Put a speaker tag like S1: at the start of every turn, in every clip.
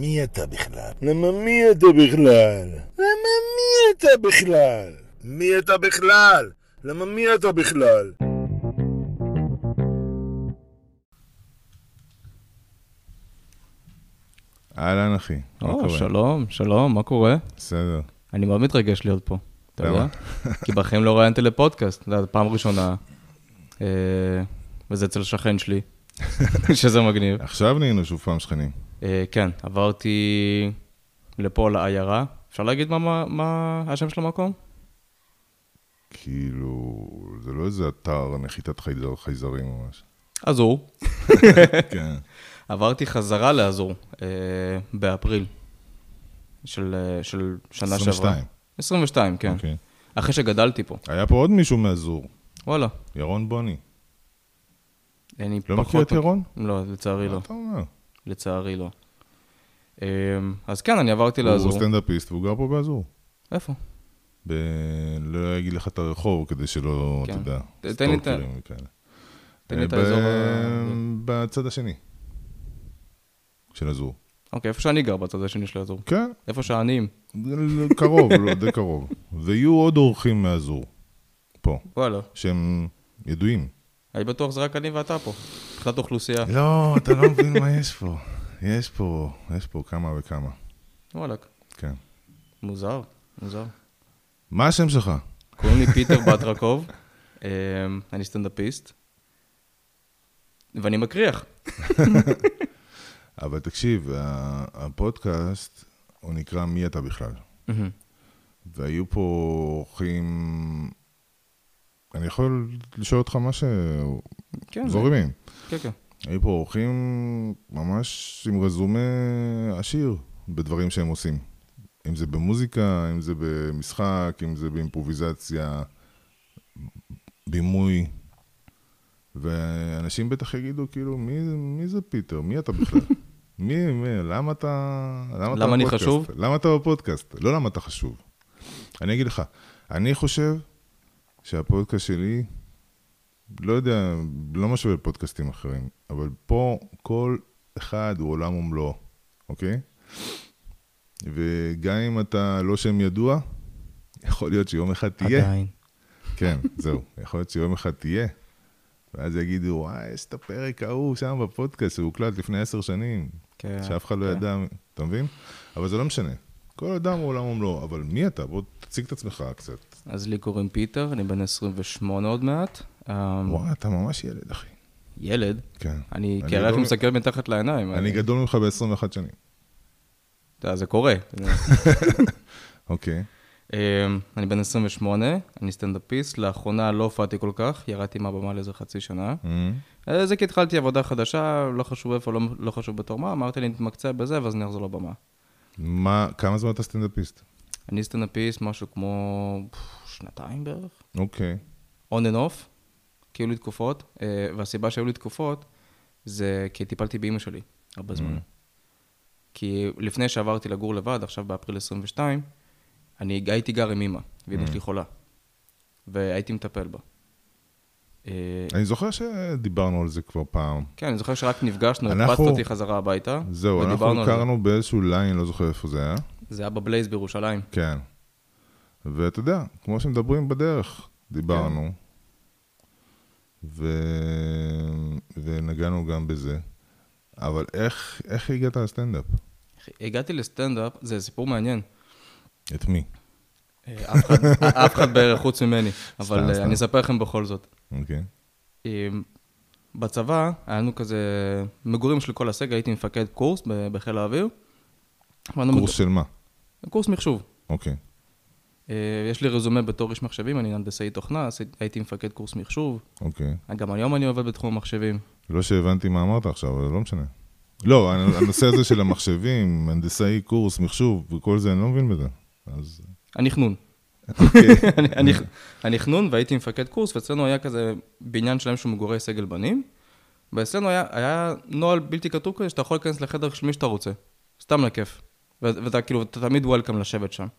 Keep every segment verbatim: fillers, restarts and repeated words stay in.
S1: מי אתה בכלל? למה מי אתה בכלל? למה מי אתה בכלל? מי אתה בכלל? למה מי אתה בכלל?
S2: אהלן אחי, מה קורה?
S3: שלום, שלום, מה קורה?
S2: בסדר.
S3: אני מאוד מתרגש להיות פה, אתה יודע? כי בחיים לא ראיינתי לפודקאסט, זה פעם ראשונה, וזה אצל שכן שלי, שזה מגניב.
S2: עכשיו נהיינו שוב פעם שכנים.
S3: כן, עברתי לפה לעיירה, אפשר להגיד מה השם של המקום?
S2: כאילו, זה לא איזה אתר נחיתת חייזרים ממש.
S3: אזור.
S2: כן.
S3: עברתי חזרה לאזור באפריל של שנה שעברה.
S2: עשרים ושתיים.
S3: עשרים ושתיים, כן.
S2: אוקיי.
S3: אחרי שגדלתי פה.
S2: היה פה עוד מישהו מאזור.
S3: וואלה.
S2: ירון בוני.
S3: אני
S2: לא מכיר את ירון?
S3: לא, לצערי לא.
S2: מה אתה אומר?
S3: לצערי לא. אז כן, אני עברתי לאזור.
S2: הוא סטנדאפיסט והוא גר פה באזור.
S3: איפה?
S2: ב... לא אגיד לך את הרחוב כדי שלא, אתה יודע, סטוקרים וכאלה.
S3: תן לי את האזור.
S2: בצד השני. של אזור.
S3: אוקיי, איפה שאני גר בצד השני של האזור.
S2: כן.
S3: איפה שהעניים.
S2: קרוב, לא, די קרוב. ויהיו עוד אורחים מהאזור. פה.
S3: וואלה.
S2: שהם ידועים.
S3: אני בטוח זה רק אני ואתה פה. מבחינת אוכלוסייה.
S2: לא, אתה לא מבין מה יש פה. יש פה, יש פה כמה וכמה.
S3: וואלה.
S2: כן.
S3: מוזר, מוזר.
S2: מה השם שלך?
S3: קוראים לי פיטר בטרקוב. אני סטנדאפיסט. ואני מקריח.
S2: אבל תקשיב, הפודקאסט הוא נקרא מי אתה בכלל. והיו פה אורחים, אני יכול לשאול אותך מה שזורמים.
S3: כן, כן.
S2: היו פה אורחים ממש עם רזומה עשיר בדברים שהם עושים. אם זה במוזיקה, אם זה במשחק, אם זה באימפרוביזציה, בימוי. ואנשים בטח יגידו, כאילו, מי, מי זה פיטר? מי אתה בכלל? מי, מי, למה אתה... למה,
S3: למה
S2: אתה
S3: אני
S2: בפודקאסט?
S3: חשוב?
S2: למה אתה בפודקאסט? לא למה אתה חשוב. אני אגיד לך, אני חושב שהפודקאסט שלי, לא יודע, לא משהו בפודקאסטים אחרים, אבל פה כל אחד הוא עולם ומלואו, אוקיי? וגם אם אתה לא שם ידוע, יכול להיות שיום אחד תהיה.
S3: עדיין.
S2: כן, זהו. יכול להיות שיום אחד תהיה. ואז יגידו, וואי, יש את הפרק ההוא שם בפודקאסט, הוא הוקלט לפני עשר שנים,
S3: כן,
S2: שאף אחד לא
S3: כן.
S2: ידע, אתה מבין? אבל זה לא משנה. כל אדם הוא עולם ומלואו, אבל מי אתה? בוא תציג את עצמך קצת.
S3: אז לי קוראים פיטר, אני בן עשרים ושמונה עוד מעט.
S2: וואי, אתה ממש ילד, אחי.
S3: ילד?
S2: כן.
S3: אני
S2: אני
S3: קרח
S2: גדול-
S3: מסתכל מתחת לעיניים.
S2: אני גדול ממך ב-עשרים ואחת שנים.
S3: אתה יודע, זה קורה.
S2: אוקיי.
S3: אמ, אני בן עשרים ושמונה, אני סטנדאפיסט, לאחרונה לא הופעתי כל כך, ירדתי מהבמה לאיזה חצי שנה.
S2: אה,
S3: זה כי התחלתי עבודה חדשה, לא חשוב איפה, לא, לא חשוב בתור מה, אמרתי לי, נתמקצע בזה, ואז אני אחזור לבמה.
S2: מה, כמה זמן אתה סטנדאפיסט?
S3: אני סטנדאפיסט, משהו כמו פff, שנתיים בערך,
S2: אוקיי.
S3: on and off, כי היו לי תקופות, אה, והסיבה שהיו לי תקופות, זה כי טיפלתי באמא שלי, הרבה זמן. כי לפני שעברתי לגור לבד, עכשיו באפריל עשרים ושתיים, אני הייתי גר עם אמא, ואמא שלי חולה, והייתי מטפל בה. אה,
S2: אני זוכר שדיברנו על זה כבר פעם.
S3: כן, אני זוכר שרק נפגשנו,
S2: אנחנו-
S3: הקפצת אותי חזרה הביתה,
S2: זהו, אנחנו
S3: ודיברנו על זה.
S2: הכרנו באיזשהו ליין, לא זוכר איפה זה היה.
S3: זה היה בבלייז בירושלים.
S2: כן. ואתה יודע, כמו שמדברים בדרך, דיברנו. ו... ונגענו גם בזה. אבל איך, איך הגעת לסטנדאפ?
S3: הגעתי לסטנדאפ, זה סיפור מעניין.
S2: את מי?
S3: אה, אף אחד- אף אחד בערך חוץ ממני, אבל
S2: סתם,
S3: אה,
S2: סתם.
S3: אני אספר לכם בכל זאת.
S2: אוקיי.
S3: אה, בצבא, היה לנו כזה מגורים של כל הסגל, הייתי מפקד קורס ב- בחיל האוויר. ואנו
S2: קורס
S3: מג-
S2: של מה?
S3: קורס מחשוב.
S2: אוקיי.
S3: אה, יש לי רזומה בתור איש מחשבים, אני הנדסאי תוכנה, אז הייתי מפקד קורס מחשוב.
S2: אוקיי.
S3: גם היום אני עובד בתחום המחשבים.
S2: לא שהבנתי מה אמרת עכשיו, אבל לא משנה. לא, הנושא הזה של המחשבים, הנדסאי, קורס, מחשוב, וכל זה, אני לא מבין בזה. אז...
S3: הנכנון.
S2: אוקיי.
S3: אני- הנכנון, והייתי מפקד קורס, ואצלנו היה כזה בניין שלהם שהוא מגורי סגל בנים, ואצלנו היה, היה נוהל בלתי כתוב כזה, שאתה יכול להיכנס לחדר של מי שאתה רוצה. סתם לכיף. ו- ואתה כאילו, אתה תמיד וולקאם לשבת שם.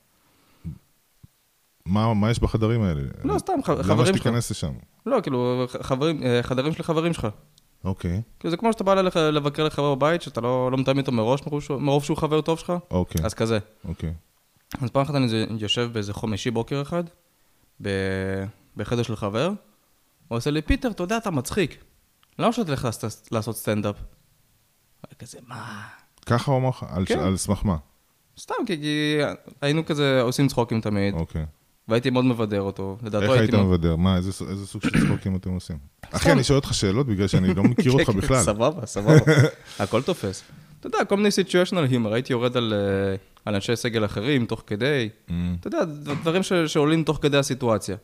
S2: מה, מה יש בחדרים האלה?
S3: לא, סתם, ח-
S2: למה
S3: חברים שלך.
S2: שתיכנס לשם?
S3: לא, כאילו, חברים, אה, חדרים של חברים שלך.
S2: אוקיי.
S3: כאילו זה כמו שאתה בא ללך, לבקר לחבר בבית, שאתה לא, לא מתאם איתו מראש, מרוב שהוא חבר טוב שלך.
S2: אוקיי.
S3: אז כזה.
S2: אוקיי.
S3: אז פעם אחת אני יושב באיזה חמישי בוקר אחד, ב... בחדר של חבר, הוא עושה לי, פיטר, אתה יודע, אתה מצחיק. למה שאתה תלך לעשות סטנדאפ? כזה, מה?
S2: ככה הוא אמר לך? על,
S3: כן.
S2: על סמך מה?
S3: סתם, כי, כי היינו כזה עושים צחוקים תמיד.
S2: אוקיי.
S3: והייתי מאוד מבדר אותו.
S2: איך היית מבדר? מה, איזה, איזה סוג של צחוקים אתם עושים? אחי, אני שואל אותך שאלות בגלל שאני לא מכיר אותך בכלל.
S3: סבבה, סבבה. הכל תופס. אתה יודע, כל מיני סיטואשנל הימור, הייתי יורד על, על אנשי סגל אחרים, תוך כדי. אתה יודע, דברים ש, שעולים תוך כדי הסיטואציה.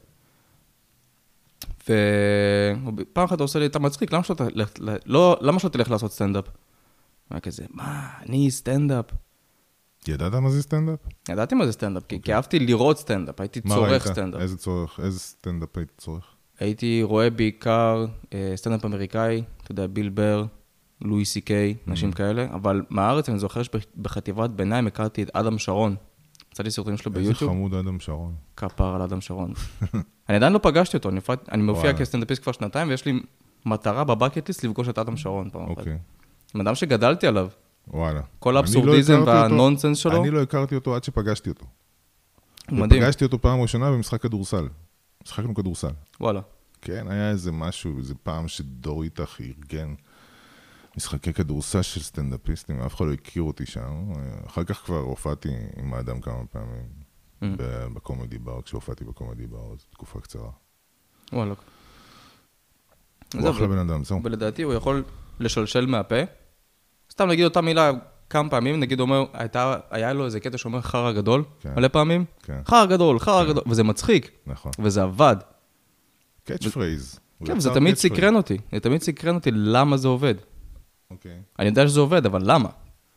S3: ופעם אחת הוא עושה לי, אתה מצחיק, למה שאתה לא, למה שאתה תלך לעשות סטנדאפ? היה כזה, מה, אני סטנדאפ.
S2: ידעת מה זה סטנדאפ?
S3: ידעתי מה זה סטנדאפ, כי אהבתי לראות סטנדאפ, הייתי צורך סטנדאפ.
S2: איזה צורך, איזה סטנדאפ היית צורך?
S3: הייתי רואה בעיקר סטנדאפ אמריקאי, אתה יודע, ביל בר, לואי סי קיי, אנשים כאלה, אבל מהארץ אני זוכר שבחטיבת ביניים הכרתי את אדם שרון. יצאתי סרטונים שלו ביוטיוב.
S2: איזה חמוד אדם שרון.
S3: כפר על אדם שרון. אני עדיין לא פגשתי אותו, אני מופיע כסטנדאפיסט כבר שנתיים, ויש לי מטרה בבקט ליסט לפגוש את אדם שרון פעם אחת. אדם שגדלתי עליו.
S2: וואלה.
S3: כל האבסורדיזם והנונסנס שלו.
S2: אני לא הכרתי אותו עד שפגשתי אותו.
S3: מדהים.
S2: פגשתי אותו פעם ראשונה במשחק כדורסל. משחקנו כדורסל.
S3: וואלה.
S2: כן, היה איזה משהו, איזה פעם שדורית אחי ארגן משחקי כדורסל של סטנדאפיסטים, אף אחד לא הכיר אותי שם. אחר כך כבר הופעתי עם האדם כמה פעמים בקומדי בר, כשהופעתי בקומדי בר, זו תקופה קצרה.
S3: וואלה.
S2: הוא אחלה בן אדם, זהו.
S3: ולדעתי הוא יכול לשלשל מהפה. סתם נגיד אותה מילה כמה פעמים, נגיד אומר, היה לו איזה קטע שאומר חרא גדול, מלא פעמים. חרא גדול, חרא גדול, וזה מצחיק.
S2: נכון.
S3: וזה עבד.
S2: קאץ' פרייז.
S3: כן, וזה תמיד סקרן אותי. זה תמיד סקרן אותי למה זה עובד.
S2: אוקיי.
S3: אני יודע שזה עובד, אבל למה?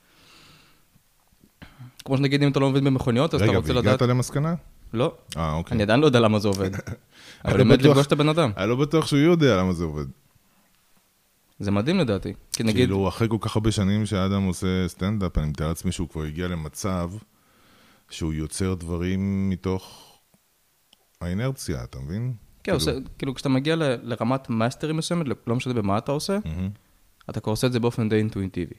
S3: כמו שנגיד, אם אתה לא עובד במכוניות, אז אתה רוצה לדעת...
S2: רגע, והגעת למסקנה?
S3: לא.
S2: אה, אוקיי.
S3: אני עדיין לא יודע למה זה עובד. אבל באמת לפגוש את הבן אדם.
S2: אני לא בטוח שהוא יודע למה זה עובד.
S3: זה מדהים לדעתי. כי נגיד...
S2: כאילו, אחרי כל כך הרבה שנים שהאדם עושה סטנדאפ, אני מתאר לעצמי שהוא כבר הגיע למצב שהוא יוצר דברים מתוך האינרציה, אתה מבין?
S3: כן, כאילו, כשאתה מגיע לרמת מאסטרים מסוימת, לא משנה במה אתה עושה, אתה כבר עושה את זה באופן די אינטואיטיבי.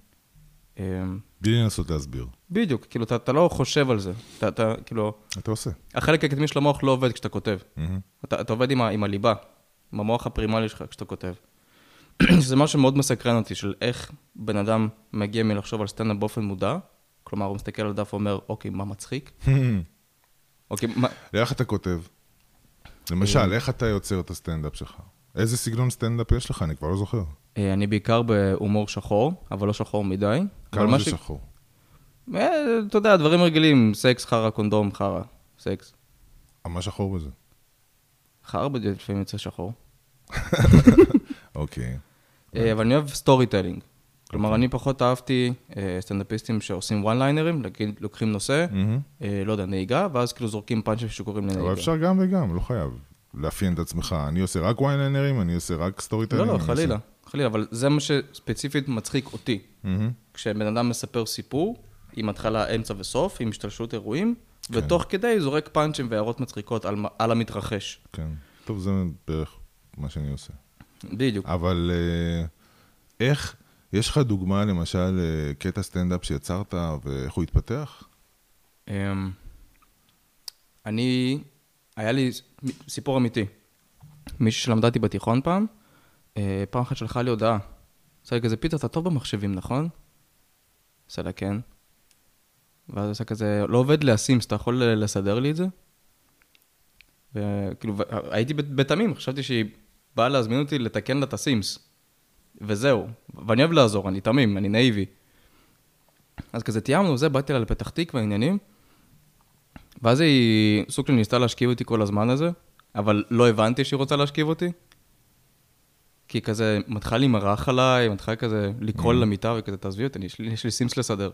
S2: בלי לנסות להסביר.
S3: בדיוק, כאילו, אתה לא חושב על זה. אתה, כאילו...
S2: אתה עושה.
S3: החלק הקדמי של המוח לא עובד כשאתה כותב. אתה עובד עם הליבה, עם המוח הפרימלי שלך כשאתה כותב. זה משהו מאוד מסקרן אותי, של איך בן אדם מגיע מלחשוב על סטנדאפ באופן מודע, כלומר, הוא מסתכל על דף ואומר, אוקיי, מה מצחיק? אוקיי, מה...
S2: לאיך אתה כותב? למשל, איך אתה יוצר את הסטנדאפ שלך? איזה סגנון סטנדאפ יש לך? אני כבר לא זוכר.
S3: אני בעיקר בהומור שחור, אבל לא שחור מדי.
S2: כמה זה שחור?
S3: אתה יודע, דברים רגילים, סקס, חרה, קונדום, חרה, סקס.
S2: מה שחור בזה?
S3: חרה בדיוק, לפעמים יוצא שחור.
S2: אוקיי.
S3: אבל אני אוהב סטורי טיילינג. כלומר, אני פחות אהבתי סטנדאפיסטים שעושים וואן ליינרים, לוקחים נושא, לא יודע, נהיגה, ואז כאילו זורקים פאנצ'ים שקוראים לנהיגה.
S2: אבל אפשר גם וגם, לא חייב לאפיין את עצמך. אני עושה רק וואן ליינרים, אני עושה רק סטורי טיילינג.
S3: לא, לא, חלילה, חלילה, אבל זה מה שספציפית מצחיק אותי. כשבן אדם מספר סיפור, עם התחלה, אמצע וסוף, עם השתלשלות אירועים, ותוך כדי זורק פאנצ'ים והערות מצחיקות על המתרחש.
S2: כן, טוב, זה בערך מה שאני עושה.
S3: בדיוק.
S2: אבל איך, יש לך דוגמה למשל קטע סטנדאפ שיצרת ואיך הוא התפתח?
S3: אני, היה לי סיפור אמיתי. מישהו שלמדתי בתיכון פעם, פעם אחת שלחה לי הודעה. עושה לי כזה, פיטר, אתה טוב במחשבים, נכון? עושה לה כן. ואז עושה כזה, לא עובד להסימס, אתה יכול לסדר לי את זה? וכאילו, הייתי בתמים, חשבתי שהיא באה להזמין אותי לתקן לה את הסימס. וזהו. ואני אוהב לעזור, אני תמים, אני נאיבי. אז כזה תיאמנו זה, באתי לה לפתח תקווה העניינים, ואז היא סוג של ניסתה להשכיב אותי כל הזמן הזה, אבל לא הבנתי שהיא רוצה להשכיב אותי. כי כזה מתחילה להימרח עליי, מתחילה כזה לקרוא למיטה וכזה, תעזבי אותי, יש לי, יש לי סימס לסדר.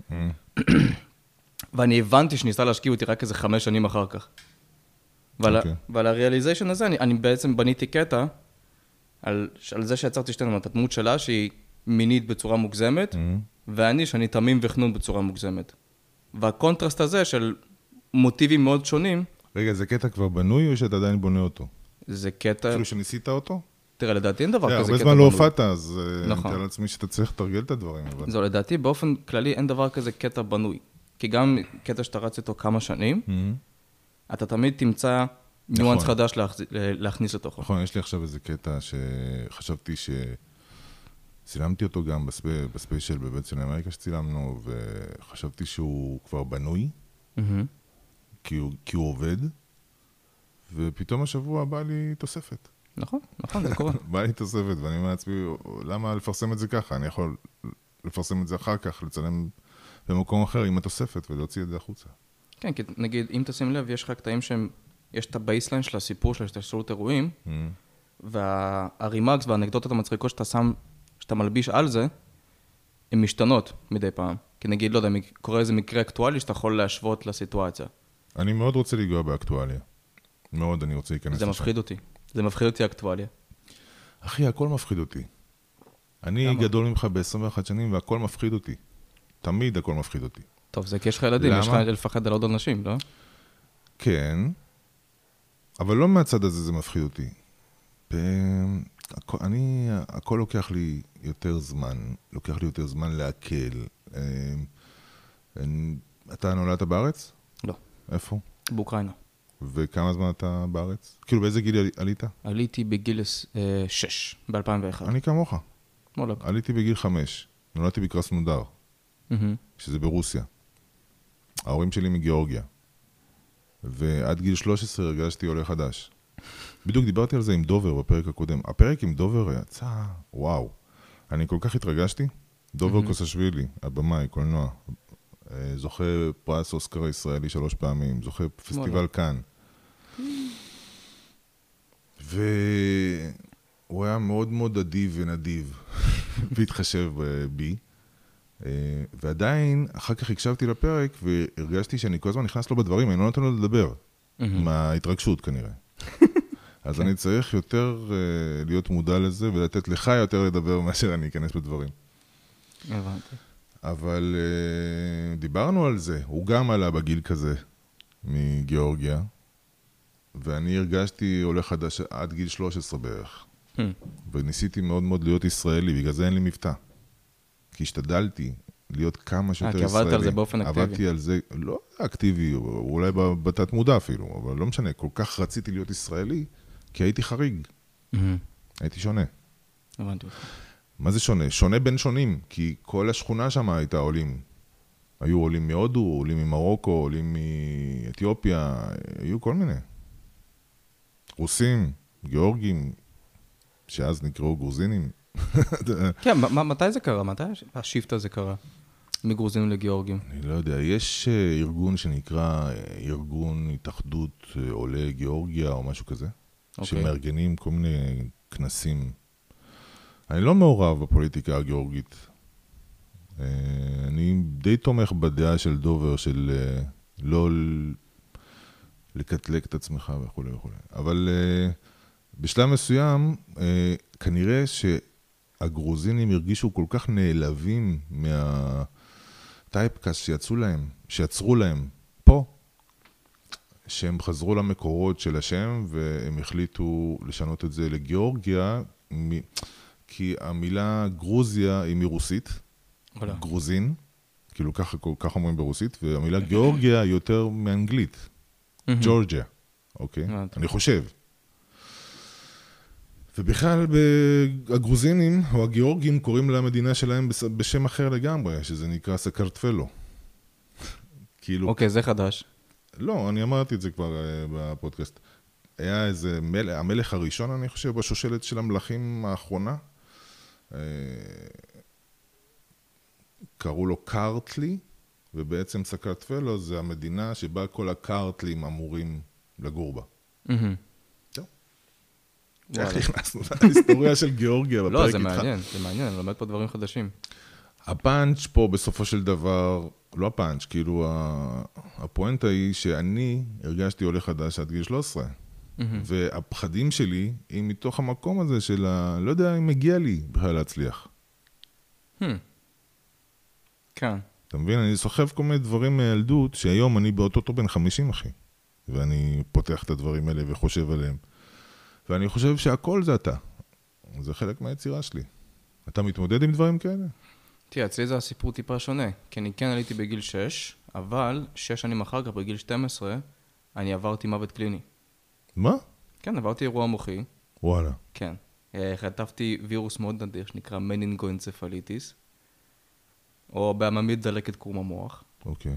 S3: ואני הבנתי שניסתה להשכיב אותי רק איזה חמש שנים אחר כך. ועל, okay. ועל הריאליזיישן הזה, אני, אני בעצם בניתי קטע על, על זה שיצרתי שתינו, את הדמות שלה שהיא מינית בצורה מוגזמת, mm-hmm. ואני שאני תמים וחנון בצורה מוגזמת. והקונטרסט הזה של מוטיבים מאוד שונים...
S2: רגע, זה קטע כבר בנוי או שאתה עדיין בונה אותו?
S3: זה קטע...
S2: כאילו שניסית אותו?
S3: תראה, לדעתי אין דבר כזה קטע בנוי.
S2: הרבה זמן לא הופעת, אז אני
S3: נכון.
S2: מתאר לעצמי שאתה צריך לתרגל את הדברים. אבל...
S3: זו, לדעתי, באופן כללי אין דבר כזה קטע בנוי. כי גם קטע שאתה רץ איתו כמה שנים,
S2: Mm-hmm.
S3: אתה תמיד תמצא ניואנס
S2: נכון.
S3: חדש להכ- להכניס לתוכו.
S2: נכון, יש לי עכשיו איזה קטע שחשבתי שצילמתי אותו גם בספי... בספיישל בבית של אמריקה שצילמנו, וחשבתי שהוא כבר בנוי,
S3: מהמם.
S2: כי הוא, כי הוא עובד, ופתאום השבוע בא לי תוספת.
S3: נכון, נכון, זה קורה.
S2: בא לי תוספת, ואני אומר לעצמי, למה לפרסם את זה ככה? אני יכול לפרסם את זה אחר כך, לצלם במקום אחר עם התוספת ולהוציא את זה החוצה.
S3: כן, כי נגיד, אם תשים לב, יש לך קטעים שהם, יש את הבייסליין של הסיפור של השתלשלות אירועים,
S2: Mm.
S3: והרימקס והאנקדוטות המצחיקות שאתה שם, שאתה מלביש על זה, הן משתנות מדי פעם. כי נגיד, לא יודע, קורה איזה מקרה אקטואלי שאתה יכול להשוות לסיטואציה.
S2: אני מאוד רוצה לגוע באקטואליה. מאוד אני רוצה להיכנס
S3: זה
S2: לשם.
S3: מפחיד אותי. זה מפחיד אותי אקטואליה.
S2: אחי, הכל מפחיד אותי. אני
S3: למה?
S2: גדול ממך ב-עשרים ואחת שנים והכל מפחיד אותי. תמיד הכל מפחיד אותי.
S3: טוב, זה כי יש לך ילדים,
S2: למה?
S3: יש לך לפחד על עוד אנשים, לא?
S2: כן, אבל לא מהצד הזה זה מפחיד אותי. ב... הכל, אני, הכל לוקח לי יותר זמן, לוקח לי יותר זמן להקל. אה, אני- אתה נולדת בארץ?
S3: לא.
S2: איפה?
S3: באוקראינה.
S2: וכמה זמן אתה בארץ? כאילו באיזה גיל עלי- עלית?
S3: עליתי בגיל אה, שש, ב-אלפיים ואחת.
S2: אני כמוך.
S3: וואלה.
S2: עליתי בגיל חמש. נולדתי בקרסנודר,
S3: מהמם.
S2: שזה ברוסיה. ההורים שלי מגיאורגיה. ועד גיל שלוש עשרה הרגשתי עולה חדש. בדיוק דיברתי על זה עם דובר בפרק הקודם. הפרק עם דובר יצא, וואו. אני כל כך התרגשתי. דובר קוסשווילי, הבמאי, קולנוע. אה, זוכה פרס אוסקר הישראלי שלוש פעמים, זוכה פסטיבל כאן. והוא היה מאוד מאוד אדיב ונדיב, והתחשב אה, בי. אה, ועדיין, אחר כך הקשבתי לפרק, והרגשתי שאני כל הזמן נכנס לו בדברים, אני לא נותן לו לדבר. מההתרגשות כנראה. אז אני צריך יותר uh, להיות מודע לזה, ולתת לך יותר לדבר מאשר אני אכנס בדברים.
S3: הבנתי.
S2: אבל uh, דיברנו על זה, הוא גם עלה בגיל כזה, מגיאורגיה, ואני הרגשתי עולה חדש עד גיל שלוש עשרה בערך.
S3: Hmm.
S2: וניסיתי מאוד מאוד להיות ישראלי, בגלל זה אין לי מבטא. כי השתדלתי להיות כמה שיותר
S3: כי
S2: ישראלי.
S3: עבדת על זה באופן אקטיבי.
S2: עבדתי על זה, לא אקטיבי, אולי בתת מודע אפילו, אבל לא משנה, כל כך רציתי להיות ישראלי, כי הייתי חריג,
S3: מהמם.
S2: הייתי שונה.
S3: הבנתי אותך.
S2: מה זה שונה? שונה בין שונים, כי כל השכונה שם הייתה עולים. היו עולים מהודו, עולים ממרוקו, עולים מאתיופיה, היו כל מיני. רוסים, גיאורגים, שאז נקראו גרוזינים.
S3: כן, מה- מה- מתי זה קרה? מתי השיפט הזה קרה? מגרוזינים לגיאורגים.
S2: אני לא יודע, יש אה, ארגון שנקרא אה, ארגון התאחדות אה, עולי גיאורגיה או משהו כזה,
S3: אוקיי.
S2: שמארגנים כל מיני כנסים. אני לא מעורב בפוליטיקה הגיאורגית. אה, אני די תומך בדעה של דובר של אה, לא ל- לקטלק את עצמך וכו' וכו'. אבל אה, בשלב מסוים, אה, כנראה שהגרוזינים הרגישו כל כך נעלבים מה... טייפקאסט שיצאו להם, שיצרו להם פה, שהם חזרו למקורות של השם, והם החליטו לשנות את זה לגיאורגיה, מ- כי המילה גרוזיה היא מרוסית,
S3: וואלה.
S2: גרוזין, כאילו ככה, ככה אומרים ברוסית, והמילה גיאורגיה היא יותר מאנגלית,
S3: מהמם.
S2: ג'ורג'יה, אוקיי?
S3: הבנתי.
S2: אני חושב. ובכלל, ב- הגרוזינים או הגיאורגים קוראים למדינה שלהם בס- בשם אחר לגמרי, שזה נקרא סקרטפלו. כאילו,
S3: אוקיי, זה חדש.
S2: לא, אני אמרתי את זה כבר אה, בפודקאסט. היה איזה מלך, המלך הראשון, אני חושב, בשושלת של המלכים האחרונה. אה, קראו לו קארטלי, ובעצם סקרטפלו זה המדינה שבה כל הקארטלים אמורים לגור בה.
S3: מהמם.
S2: איך
S3: וואלה.
S2: נכנסנו להיסטוריה של גיאורגיה בפרק
S3: לא,
S2: איתך?
S3: זה מעניין, זה מעניין, אני לומד פה דברים חדשים.
S2: הפאנץ' פה בסופו של דבר, לא הפאנץ', כאילו ה- הפואנטה היא שאני הרגשתי עולה חדש עד גיל שלוש עשרה.
S3: מהמם.
S2: והפחדים שלי היא מתוך המקום הזה של ה... לא יודע אם מגיע לי בכלל להצליח.
S3: Hmm. כן.
S2: אתה מבין? אני סוחב כל מיני דברים מהילדות, שהיום אני באוטוטו בן חמישים, אחי. ואני פותח את הדברים האלה וחושב עליהם. ואני חושב שהכל זה אתה. זה חלק מהיצירה שלי. אתה מתמודד עם דברים כאלה?
S3: תראה, אצלי זה הסיפור טיפה שונה, כי אני כן עליתי בגיל שש, אבל שש שנים אחר כך, בגיל שתים עשרה, אני עברתי מוות קליני.
S2: מה?
S3: כן, עברתי אירוע מוחי.
S2: וואלה.
S3: כן. חטפתי וירוס מאוד נדיר שנקרא מנינגואנצפליטיס, או בעממית דלקת קרום המוח.
S2: אוקיי.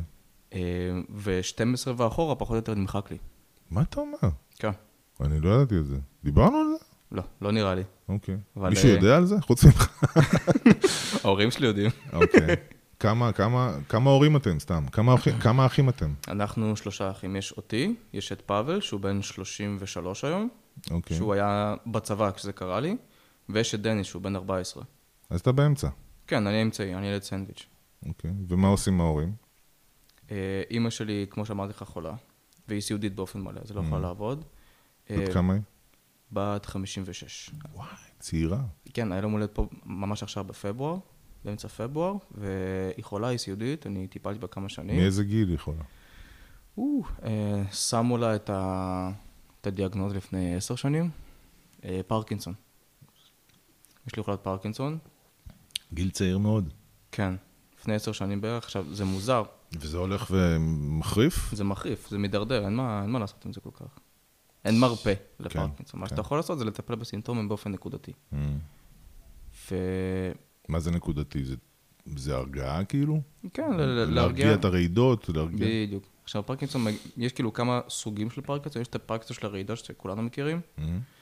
S3: ו-שתים עשרה ואחורה פחות או יותר נמחק לי.
S2: מה אתה אומר?
S3: כן.
S2: אני לא ידעתי את זה. דיברנו על זה?
S3: לא, לא נראה לי.
S2: אוקיי.
S3: אבל,
S2: מישהו
S3: אה,
S2: יודע על זה? חוץ ממך.
S3: ההורים שלי יודעים.
S2: אוקיי. כמה, כמה, כמה הורים אתם, סתם? כמה אחים, כמה אחים אתם?
S3: אנחנו שלושה אחים. יש אותי, יש את פאבל, שהוא בן שלושים ושלוש היום,
S2: אוקיי.
S3: שהוא היה בצבא כשזה קרה לי, ויש את דניס, שהוא בן ארבע עשרה.
S2: אז אתה באמצע.
S3: כן, אני אמצעי, אני ילד סנדוויץ'.
S2: אוקיי. ומה עושים ההורים?
S3: אה, אימא שלי, כמו שאמרתי לך, חולה, והיא סיעודית באופן מלא, אז היא לא יכולה לעבוד. אה,
S2: בת כמה היא?
S3: בת חמישים ושש.
S2: וואי, צעירה.
S3: כן, היה לו מולד פה ממש עכשיו בפברואר, באמצע פברואר, והיא חולה, היא סיעודית, אני טיפלתי בה כמה שנים.
S2: מאיזה גיל היא יכולה?
S3: או, אה, שמו לה את, ה... את הדיאגנוז לפני עשר שנים, אה, פרקינסון. יש לי יכולת פרקינסון.
S2: גיל צעיר מאוד.
S3: כן, לפני עשר שנים בערך. עכשיו, זה מוזר.
S2: וזה הולך ומחריף?
S3: זה מחריף, זה מדרדר, אין מה, אין מה לעשות עם זה כל כך. אין מרפא לפרקינסון. מה
S2: כן.
S3: שאתה יכול לעשות זה לטפל בסימפטומים באופן נקודתי.
S2: Mm.
S3: ו...
S2: מה זה נקודתי? זה, זה הרגעה כאילו?
S3: כן, ל- ל-
S2: להרגיע את הרעידות? להרגיע...
S3: בדיוק. עכשיו, פרקינסון, יש כאילו כמה סוגים של פרקינסון, יש את הפרקינסון של הרעידות שכולנו מכירים,
S2: Mm.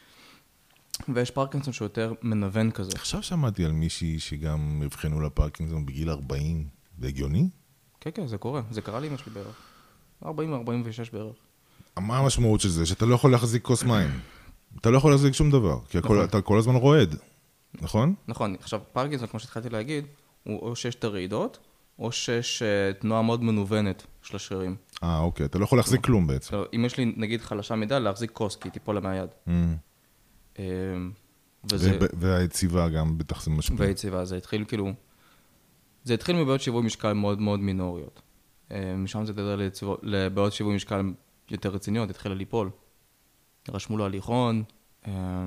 S3: ויש פרקינסון שהוא יותר מנוון כזה.
S2: עכשיו שמעתי על מישהי שגם הבחנו לפרקינסון בגיל ארבעים. זה הגיוני?
S3: כן, כן, זה קורה. זה קרה לאמא שלי בערך. ארבעים ארבעים ושש בערך.
S2: מה המשמעות של זה? שאתה לא יכול להחזיק כוס מים. אתה לא יכול להחזיק שום דבר, כי הכל,
S3: נכון.
S2: אתה כל הזמן רועד. נכון?
S3: נכון. עכשיו, פרקינסון, כמו שהתחלתי להגיד, הוא או שיש את הרעידות, או שיש uh, תנועה מאוד מנוונת של השרירים.
S2: אה, אוקיי. אתה לא יכול להחזיק כלום בעצם.
S3: לא, אם יש לי, נגיד, חלשה מדי, להחזיק כוס, כי היא תיפול לה מהיד.
S2: Mm.
S3: Uh, וזה...
S2: וב- והיציבה גם בטח זה משפיע.
S3: והיציבה, זה התחיל כאילו... זה התחיל מבעיות שיווי משקל מאוד מאוד מינוריות. אה, משם זה דרך ליציב- לבעיות שיווי משקל יותר רציניות, התחילה ליפול. רשמו לו הליכון, אה,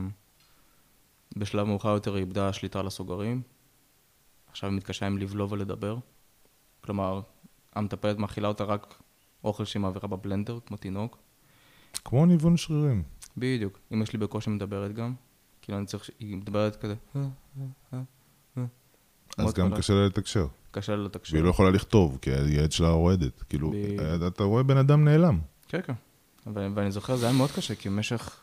S3: בשלב מאוחר יותר היא איבדה שליטה על הסוגרים, עכשיו היא מתקשה עם לבלוב ולדבר. כלומר, המטפלת מאכילה אותה רק אוכל שהיא מעבירה בבלנדר, כמו תינוק.
S2: כמו ניוון שרירים.
S3: בדיוק. אמא שלי בקושי מדברת גם. כאילו אני צריך, ש- היא מדברת כזה. "אה, אה, אה, אה".
S2: אז
S3: מאוד
S2: גם
S3: קלה.
S2: קשה לה לתקשר.
S3: קשה לה לתקשר.
S2: והיא לא יכולה לכתוב, כי היד שלה רועדת. כאילו,
S3: בדיוק.
S2: אתה רואה בן אדם נעלם.
S3: כן, כן. ו- ואני זוכר, זה היה מאוד קשה, כי במשך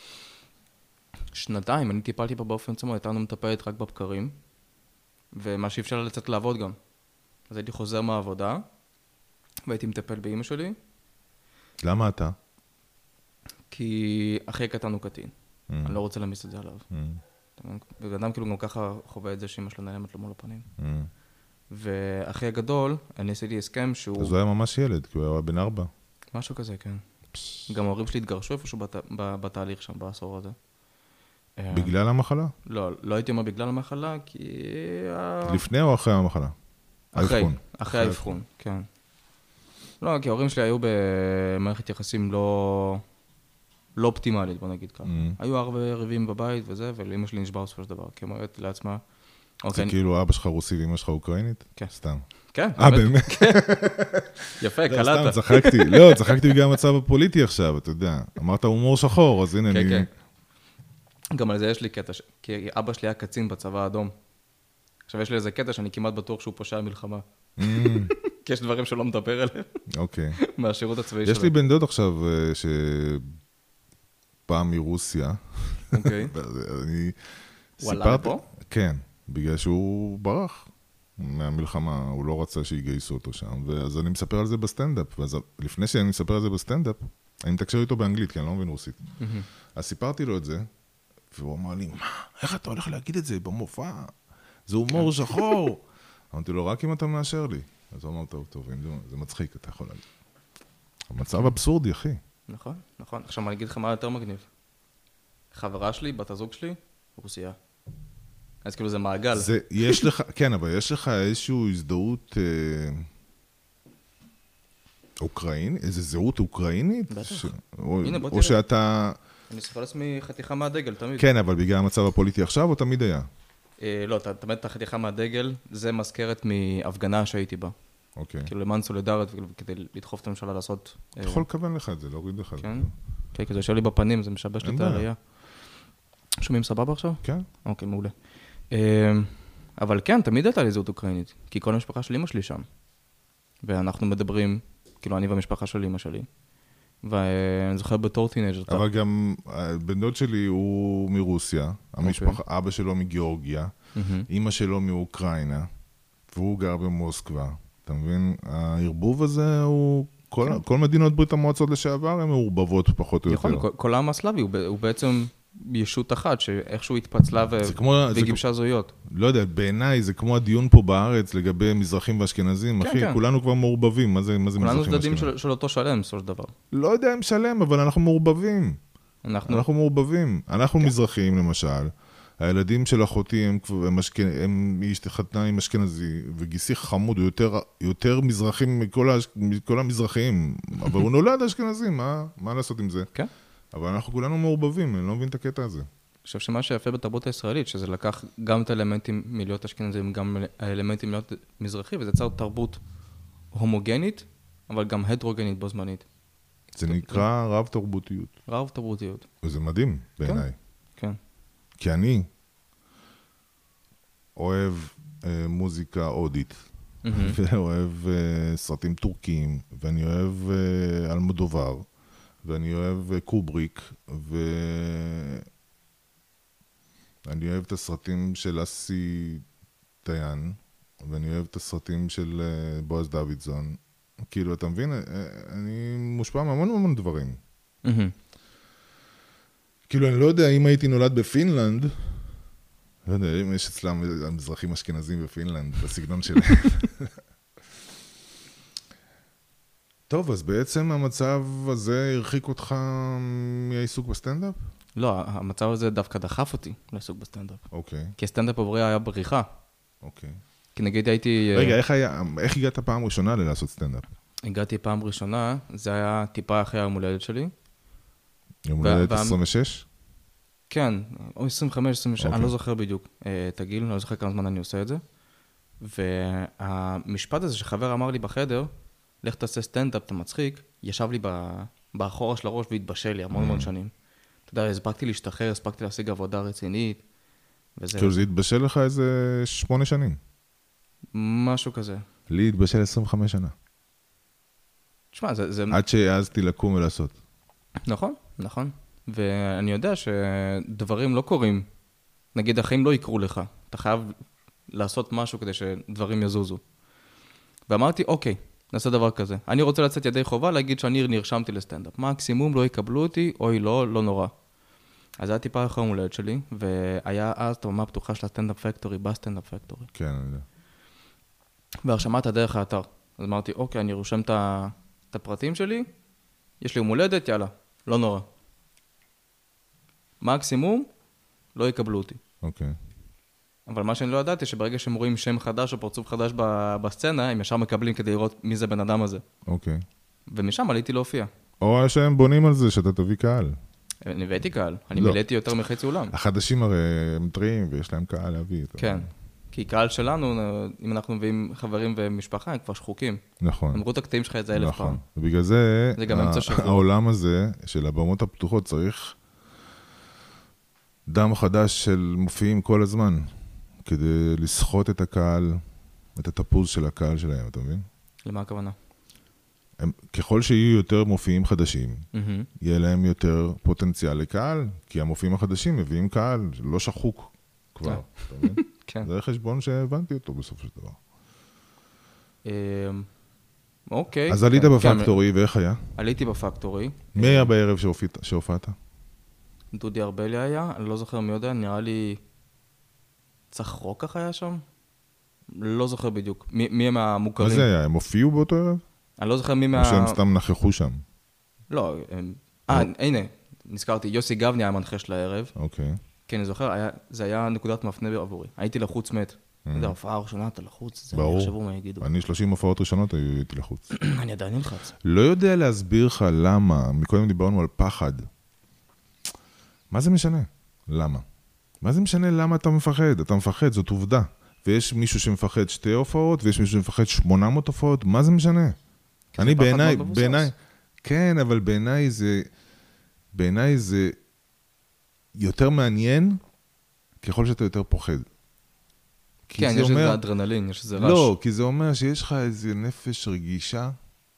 S3: שנתיים אני טיפלתי פה באופן צמוד, הייתה לנו מטפלת רק בבקרים, ומה שאפשר לה לצאת לעבוד גם. אז הייתי חוזר מהעבודה, והייתי מטפל באמא שלי,
S2: למה אתה?
S3: כי אחי הקטן הוא קטין.
S2: Mm.
S3: אני לא רוצה להמיס את זה עליו.
S2: Mm.
S3: בן אדם כאילו גם ככה חווה את זה שאמא שלו נעלמת לו מול הפנים.
S2: Mm.
S3: ואחי הגדול, אני עשיתי הסכם שהוא...
S2: אז הוא היה ממש ילד, כי הוא היה בן ארבע.
S3: משהו כזה, כן. גם ההורים שלי התגרשו איפשהו בת... ב- בתהליך שם, בעשור הזה.
S2: בגלל המחלה?
S3: לא, לא הייתי אומר בגלל המחלה, כי... ה-
S2: לפני או אחרי המחלה?
S3: אחרי,
S2: האבחון.
S3: אחרי האבחון, כן. לא, כי ההורים שלי היו במערכת יחסים לא... לא אופטימלית, בוא נגיד ככה.
S2: Mm.
S3: היו הרבה ריבים בבית וזה, ולאמא שלי נשבר בסופו של דבר, כי אמרת לעצמה...
S2: זה
S3: אוקיי,
S2: כאילו אבא שלך רוסי ואמא שלך אוקראינית?
S3: כן.
S2: סתם.
S3: כן,
S2: אה, באמת?
S3: יפה,
S2: לא,
S3: קלטת.
S2: סתם, צחקתי. לא, צחקתי בגלל המצב הפוליטי עכשיו, אתה יודע. אמרת הומור שחור, אז הנה
S3: כן,
S2: אני...
S3: כן. גם על זה יש לי קטע, ש- כי אבא שלי היה קצין בצבא האדום. עכשיו יש לי איזה קטע שאני כמעט בטוח שהוא פושע מלחמה.
S2: Mm,
S3: כי יש דברים שלא מדבר עליהם
S2: אוקיי.
S3: מהשירות הצבאי שלו.
S2: יש לי בן דוד עכשיו אה, שפעם מרוסיה.
S3: אוקיי.
S2: אני
S3: הוא עלה
S2: סיפרתי...
S3: לפה?
S2: כן, בגלל שהוא ברח מהמלחמה, הוא לא רצה שיגייסו אותו שם, ואז אני מספר על זה בסטנדאפ, ואז לפני שאני מספר על זה בסטנדאפ, אני מתקשר איתו באנגלית, כי אני לא מבין רוסית. אז סיפרתי לו את זה, והוא אמר לי, מה, איך אתה הולך להגיד את זה במופע? זה הומור שחור. אמרתי לו, רק אם אתה מאשר לי. אז הוא אמר, טוב, טוב, אם זה, זה מצחיק, אתה יכול להגיד. המצב אבסורדי, אחי.
S3: נכון, נכון. עכשיו אני אגיד לך מה יותר מגניב. חברה שלי, בת הזוג שלי, רוסיה. אז כאילו זה מעגל.
S2: זה, יש לך, כן, אבל יש לך איזושהי הזדהות אה, אוקראינית, איזו זהות אוקראינית?
S3: בטח.
S2: ש... או,
S3: הנה, בוא
S2: או
S3: תראה.
S2: שאתה,
S3: אני אספר לעצמי חתיכה מהדגל, תמיד.
S2: כן, אבל בגלל המצב הפוליטי עכשיו, או תמיד היה?
S3: לא, תמיד את החתיכה מהדגל, זה מזכרת מהפגנה שהייתי בה.
S2: אוקיי.
S3: כאילו למען סולידריות, כדי לדחוף את הממשלה לעשות...
S2: אתה יכול לכוון לך את זה, להוריד לך את זה.
S3: כן? כן, כי זה יושב לי בפנים, זה משבש לי את הראייה. שומעים סבבה עכשיו?
S2: כן.
S3: אוקיי, מעולה. אבל כן, תמיד הייתה לי זהות אוקראינית, כי כל המשפחה של אמא שלי שם. ואנחנו מדברים, כאילו אני והמשפחה של אמא שלי. ואני זוכר בתור טינג'ר.
S2: אבל גם בן דוד שלי הוא מרוסיה, המשפחה, אבא שלו מגיאורגיה, אמא שלו מאוקראינה, והוא גר במוסקבה. אתה מבין? הערבוב הזה הוא... כל מדינות ברית המועצות לשעבר הן מעורבבות פחות או יותר.
S3: נכון, כל העם הסלאבי הוא בעצם ישות אחת, שאיכשהו התפצלה וגיבשה זהויות.
S2: לא יודע, בעיניי זה כמו הדיון פה בארץ לגבי מזרחים ואשכנזים. אחי, כולנו כבר מעורבבים. מה זה מזרחים ואשכנזים?
S3: כולנו צדדים של אותו שלם, בסופו של דבר.
S2: לא יודע אם שלם, אבל אנחנו מעורבבים. אנחנו מעורבבים. אנחנו מזרחים, למשל. הילדים של אחותי הם, הם, הם התחתנה עם אשכנזי, וגיסי חמוד, הוא יותר, יותר מזרחים מכל, מכל המזרחים, אבל הוא נולד אשכנזי, מה, מה לעשות עם זה?
S3: כן.
S2: אבל אנחנו כולנו מעורבבים, אני לא מבין את הקטע הזה.
S3: אני חושב שמה שיפה בתרבות הישראלית, שזה לקח גם את האלמנטים מלהיות אשכנזים, גם האלמנטים מלהיות מזרחי, וזה יצר תרבות הומוגנית, אבל גם הטרוגנית בו זמנית.
S2: זה נקרא רב תרבותיות.
S3: רב תרבותיות.
S2: וזה מדהים בעיניי.
S3: כן.
S2: כי אני אוהב אה, מוזיקה הודית, mm-hmm. ואוהב אה, סרטים טורקיים, ואני אוהב אה, אלמודובר, ואני אוהב אה, קובריק, ואני אוהב את הסרטים של אסי טיין, ואני אוהב את הסרטים של אה, בועז דוידזון. כאילו, אתה מבין? אה, אני מושפע מהמון המון דברים.
S3: Mm-hmm.
S2: כאילו, אני לא יודע אם הייתי נולד בפינלנד, לא יודע, אם יש אצלם המזרחים אשכנזים בפינלנד, בסגנון שלהם. טוב, אז בעצם המצב הזה הרחיק אותך מהעיסוק בסטנדאפ?
S3: לא, המצב הזה דווקא דחף אותי לעיסוק בסטנדאפ.
S2: אוקיי.
S3: כי הסטנדאפ עבורי היה בריחה.
S2: אוקיי.
S3: כי נגיד הייתי...
S2: רגע, איך היה, איך הגעת פעם ראשונה ללעשות סטנדאפ?
S3: הגעתי פעם ראשונה, זה היה טיפה אחרי היום הולדת שלי.
S2: יום הולדת עשרים ושש?
S3: כן, או עשרים וחמש, עשרים ושש, אני לא זוכר בדיוק את הגיל, אני לא זוכר כמה זמן אני עושה את זה. והמשפט הזה שחבר אמר לי בחדר, לך תעשה סטנדאפ, אתה מצחיק, ישב לי באחורה של הראש והתבשל לי המון המון שנים. אתה יודע, הספקתי להשתחרר, הספקתי להשיג עבודה רצינית.
S2: כאילו זה התבשל לך איזה שמונה שנים?
S3: משהו כזה.
S2: לי התבשל עשרים וחמש שנה.
S3: תשמע, זה...
S2: עד שהעזתי לקום ולעשות.
S3: נכון, נכון. ואני יודע שדברים לא קורים. נגיד, החיים לא יקרו לך. אתה חייב לעשות משהו כדי שדברים יזוזו. ואמרתי, אוקיי, נעשה דבר כזה. אני רוצה לצאת ידי חובה, להגיד שאני נרשמתי לסטנדאפ. מקסימום לא יקבלו אותי, אוי לא, לא נורא. אז זה היה טיפה אחרי יום הולדת שלי, והיה אז את הבמה הפתוחה של הסטנדאפ פקטורי, בסטנדאפ פקטורי.
S2: כן, אני יודע.
S3: והרשמת דרך האתר. אז אמרתי, אוקיי, אני רושם את הפרטים שלי, יש לי יום הולדת, יאללה, לא נורא. מקסימום, לא יקבלו אותי.
S2: אוקיי.
S3: אבל מה שאני לא ידעתי, שברגע שהם רואים שם חדש או פרצוף חדש בסצנה, הם ישר מקבלים כדי לראות מי זה בן אדם הזה.
S2: אוקיי.
S3: ומשם עליתי להופיע.
S2: או שהם בונים על זה שאתה תביא קהל.
S3: אני הבאתי קהל. אני מילאתי יותר מחצי אולם.
S2: החדשים הרי הם טריים ויש להם קהל להביא.
S3: כן. כי קהל שלנו, אם אנחנו מביאים חברים ומשפחה, הם כבר שחוקים.
S2: נכון.
S3: אמרו את הקטעים שלך את זה אלף פעם.
S2: נכון. ובגלל זה, העולם הזה של הבמות הפתוחות צריך דם חדש של מופיעים כל הזמן, כדי לסחוט את הקהל, את התפוז של הקהל שלהם, אתה מבין?
S3: למה הכוונה?
S2: הם, ככל שיהיו יותר מופיעים חדשים, mm-hmm. יהיה להם יותר פוטנציאל לקהל, כי המופיעים החדשים מביאים קהל לא שחוק כבר, אתה מבין?
S3: כן.
S2: זה חשבון שהבנתי אותו בסוף של דבר.
S3: אוקיי.
S2: אז עלית בפקטורי, ואיך היה?
S3: עליתי בפקטורי.
S2: מי היה בערב שהופעת?
S3: דודי ארבלי היה, אני לא זוכר מי יודע, נראה לי צח רוקח היה שם? לא זוכר בדיוק. מי הם המוכרים?
S2: מה זה היה? הם הופיעו באותו ערב?
S3: אני לא זוכר מי מה...
S2: או שהם סתם נכחו שם?
S3: לא, אה, הנה, נזכרתי, יוסי גבני היה המנחה של הערב.
S2: אוקיי.
S3: כן, אני זוכר, זה היה נקודת מפנה עבורי. הייתי לחוץ מת. אתה יודע, הופעה הראשונה, אתה לחוץ, זה אני חשבו מה יגידו.
S2: אני שלושים הופעות ראשונות הייתי לחוץ.
S3: אני עדיין נלחץ.
S2: לא יודע להסביר לך למה, מקודם דיברנו על פחד. מה זה משנה? למה? מה זה משנה למה אתה מפחד? אתה מפחד, זאת עובדה. ויש מישהו שמפחד שתי הופעות, ויש מישהו שמפחד שמונה מאות הופעות, מה זה משנה? אני בעיניי, בעיניי, כן, אבל בעיניי זה, בעיניי זה יותר מעניין, ככל שאתה יותר פוחד.
S3: כן, יש איזה אדרנלין, יש איזה רעש.
S2: לא, כי זה אומר שיש לך איזה נפש רגישה,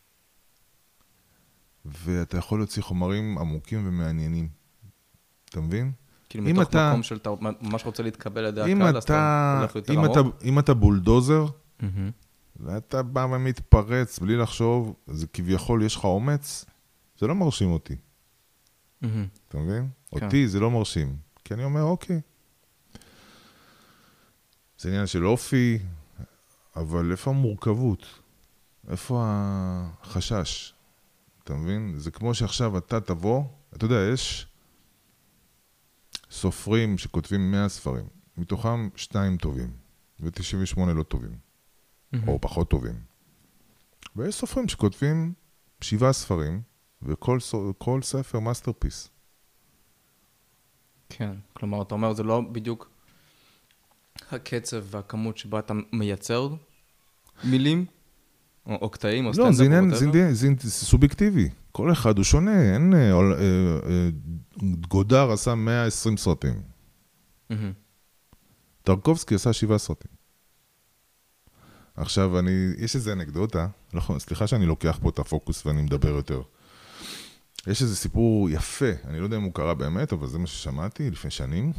S2: ואתה יכול להוציא חומרים עמוקים ומעניינים. אתה מבין?
S3: כאילו מתוך
S2: אתה,
S3: מקום שאתה ממש רוצה להתקבל לידי הקהל, אז אתה הולך יותר
S2: אם
S3: עמוק.
S2: אתה, אם אתה בולדוזר,
S3: Mm-hmm.
S2: ואתה בא ומתפרץ בלי לחשוב, זה כביכול יש לך אומץ, זה לא מרשים אותי.
S3: Mm-hmm.
S2: אתה מבין?
S3: כן.
S2: אותי זה לא מרשים. כי אני אומר, אוקיי. זה עניין של אופי, אבל איפה המורכבות? איפה החשש? אתה מבין? זה כמו שעכשיו אתה תבוא, אתה יודע, יש סופרים שכותבים מאה ספרים, מתוכם שתיים טובים, ו-תשעים ושמונה לא טובים, mm-hmm. או פחות טובים. ויש סופרים שכותבים שבעה ספרים, וכל כל ספר מאסטרפיס.
S3: כן, כלומר, אתה אומר, זה לא בדיוק הקצב והכמות שבה אתה מייצר מילים, או, או קטעים, או סטנדאפ.
S2: לא, זה עניין, זה, זה, זה, זה סובייקטיבי. כל אחד הוא שונה. אין, אה, אה, אה, גודר עשה מאה ועשרים סרטים.
S3: Mm-hmm.
S2: טרקובסקי עשה שבעה סרטים. עכשיו, אני, יש איזו אנקדוטה, לא, סליחה שאני לוקח פה את הפוקוס ואני מדבר יותר. יש איזה סיפור יפה, אני לא יודע אם הוא קרה באמת, אבל זה מה ששמעתי לפני שנים,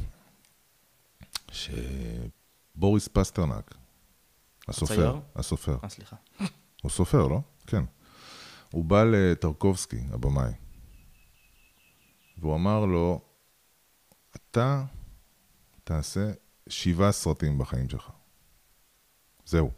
S2: שבוריס פסטרנק, הסופר, הסופר.
S3: אה, סליחה.
S2: הוא סופר, לא? כן. הוא בא לטרקובסקי, הבמאי, והוא אמר לו, אתה תעשה שבעה סרטים בחיים שלך. זהו.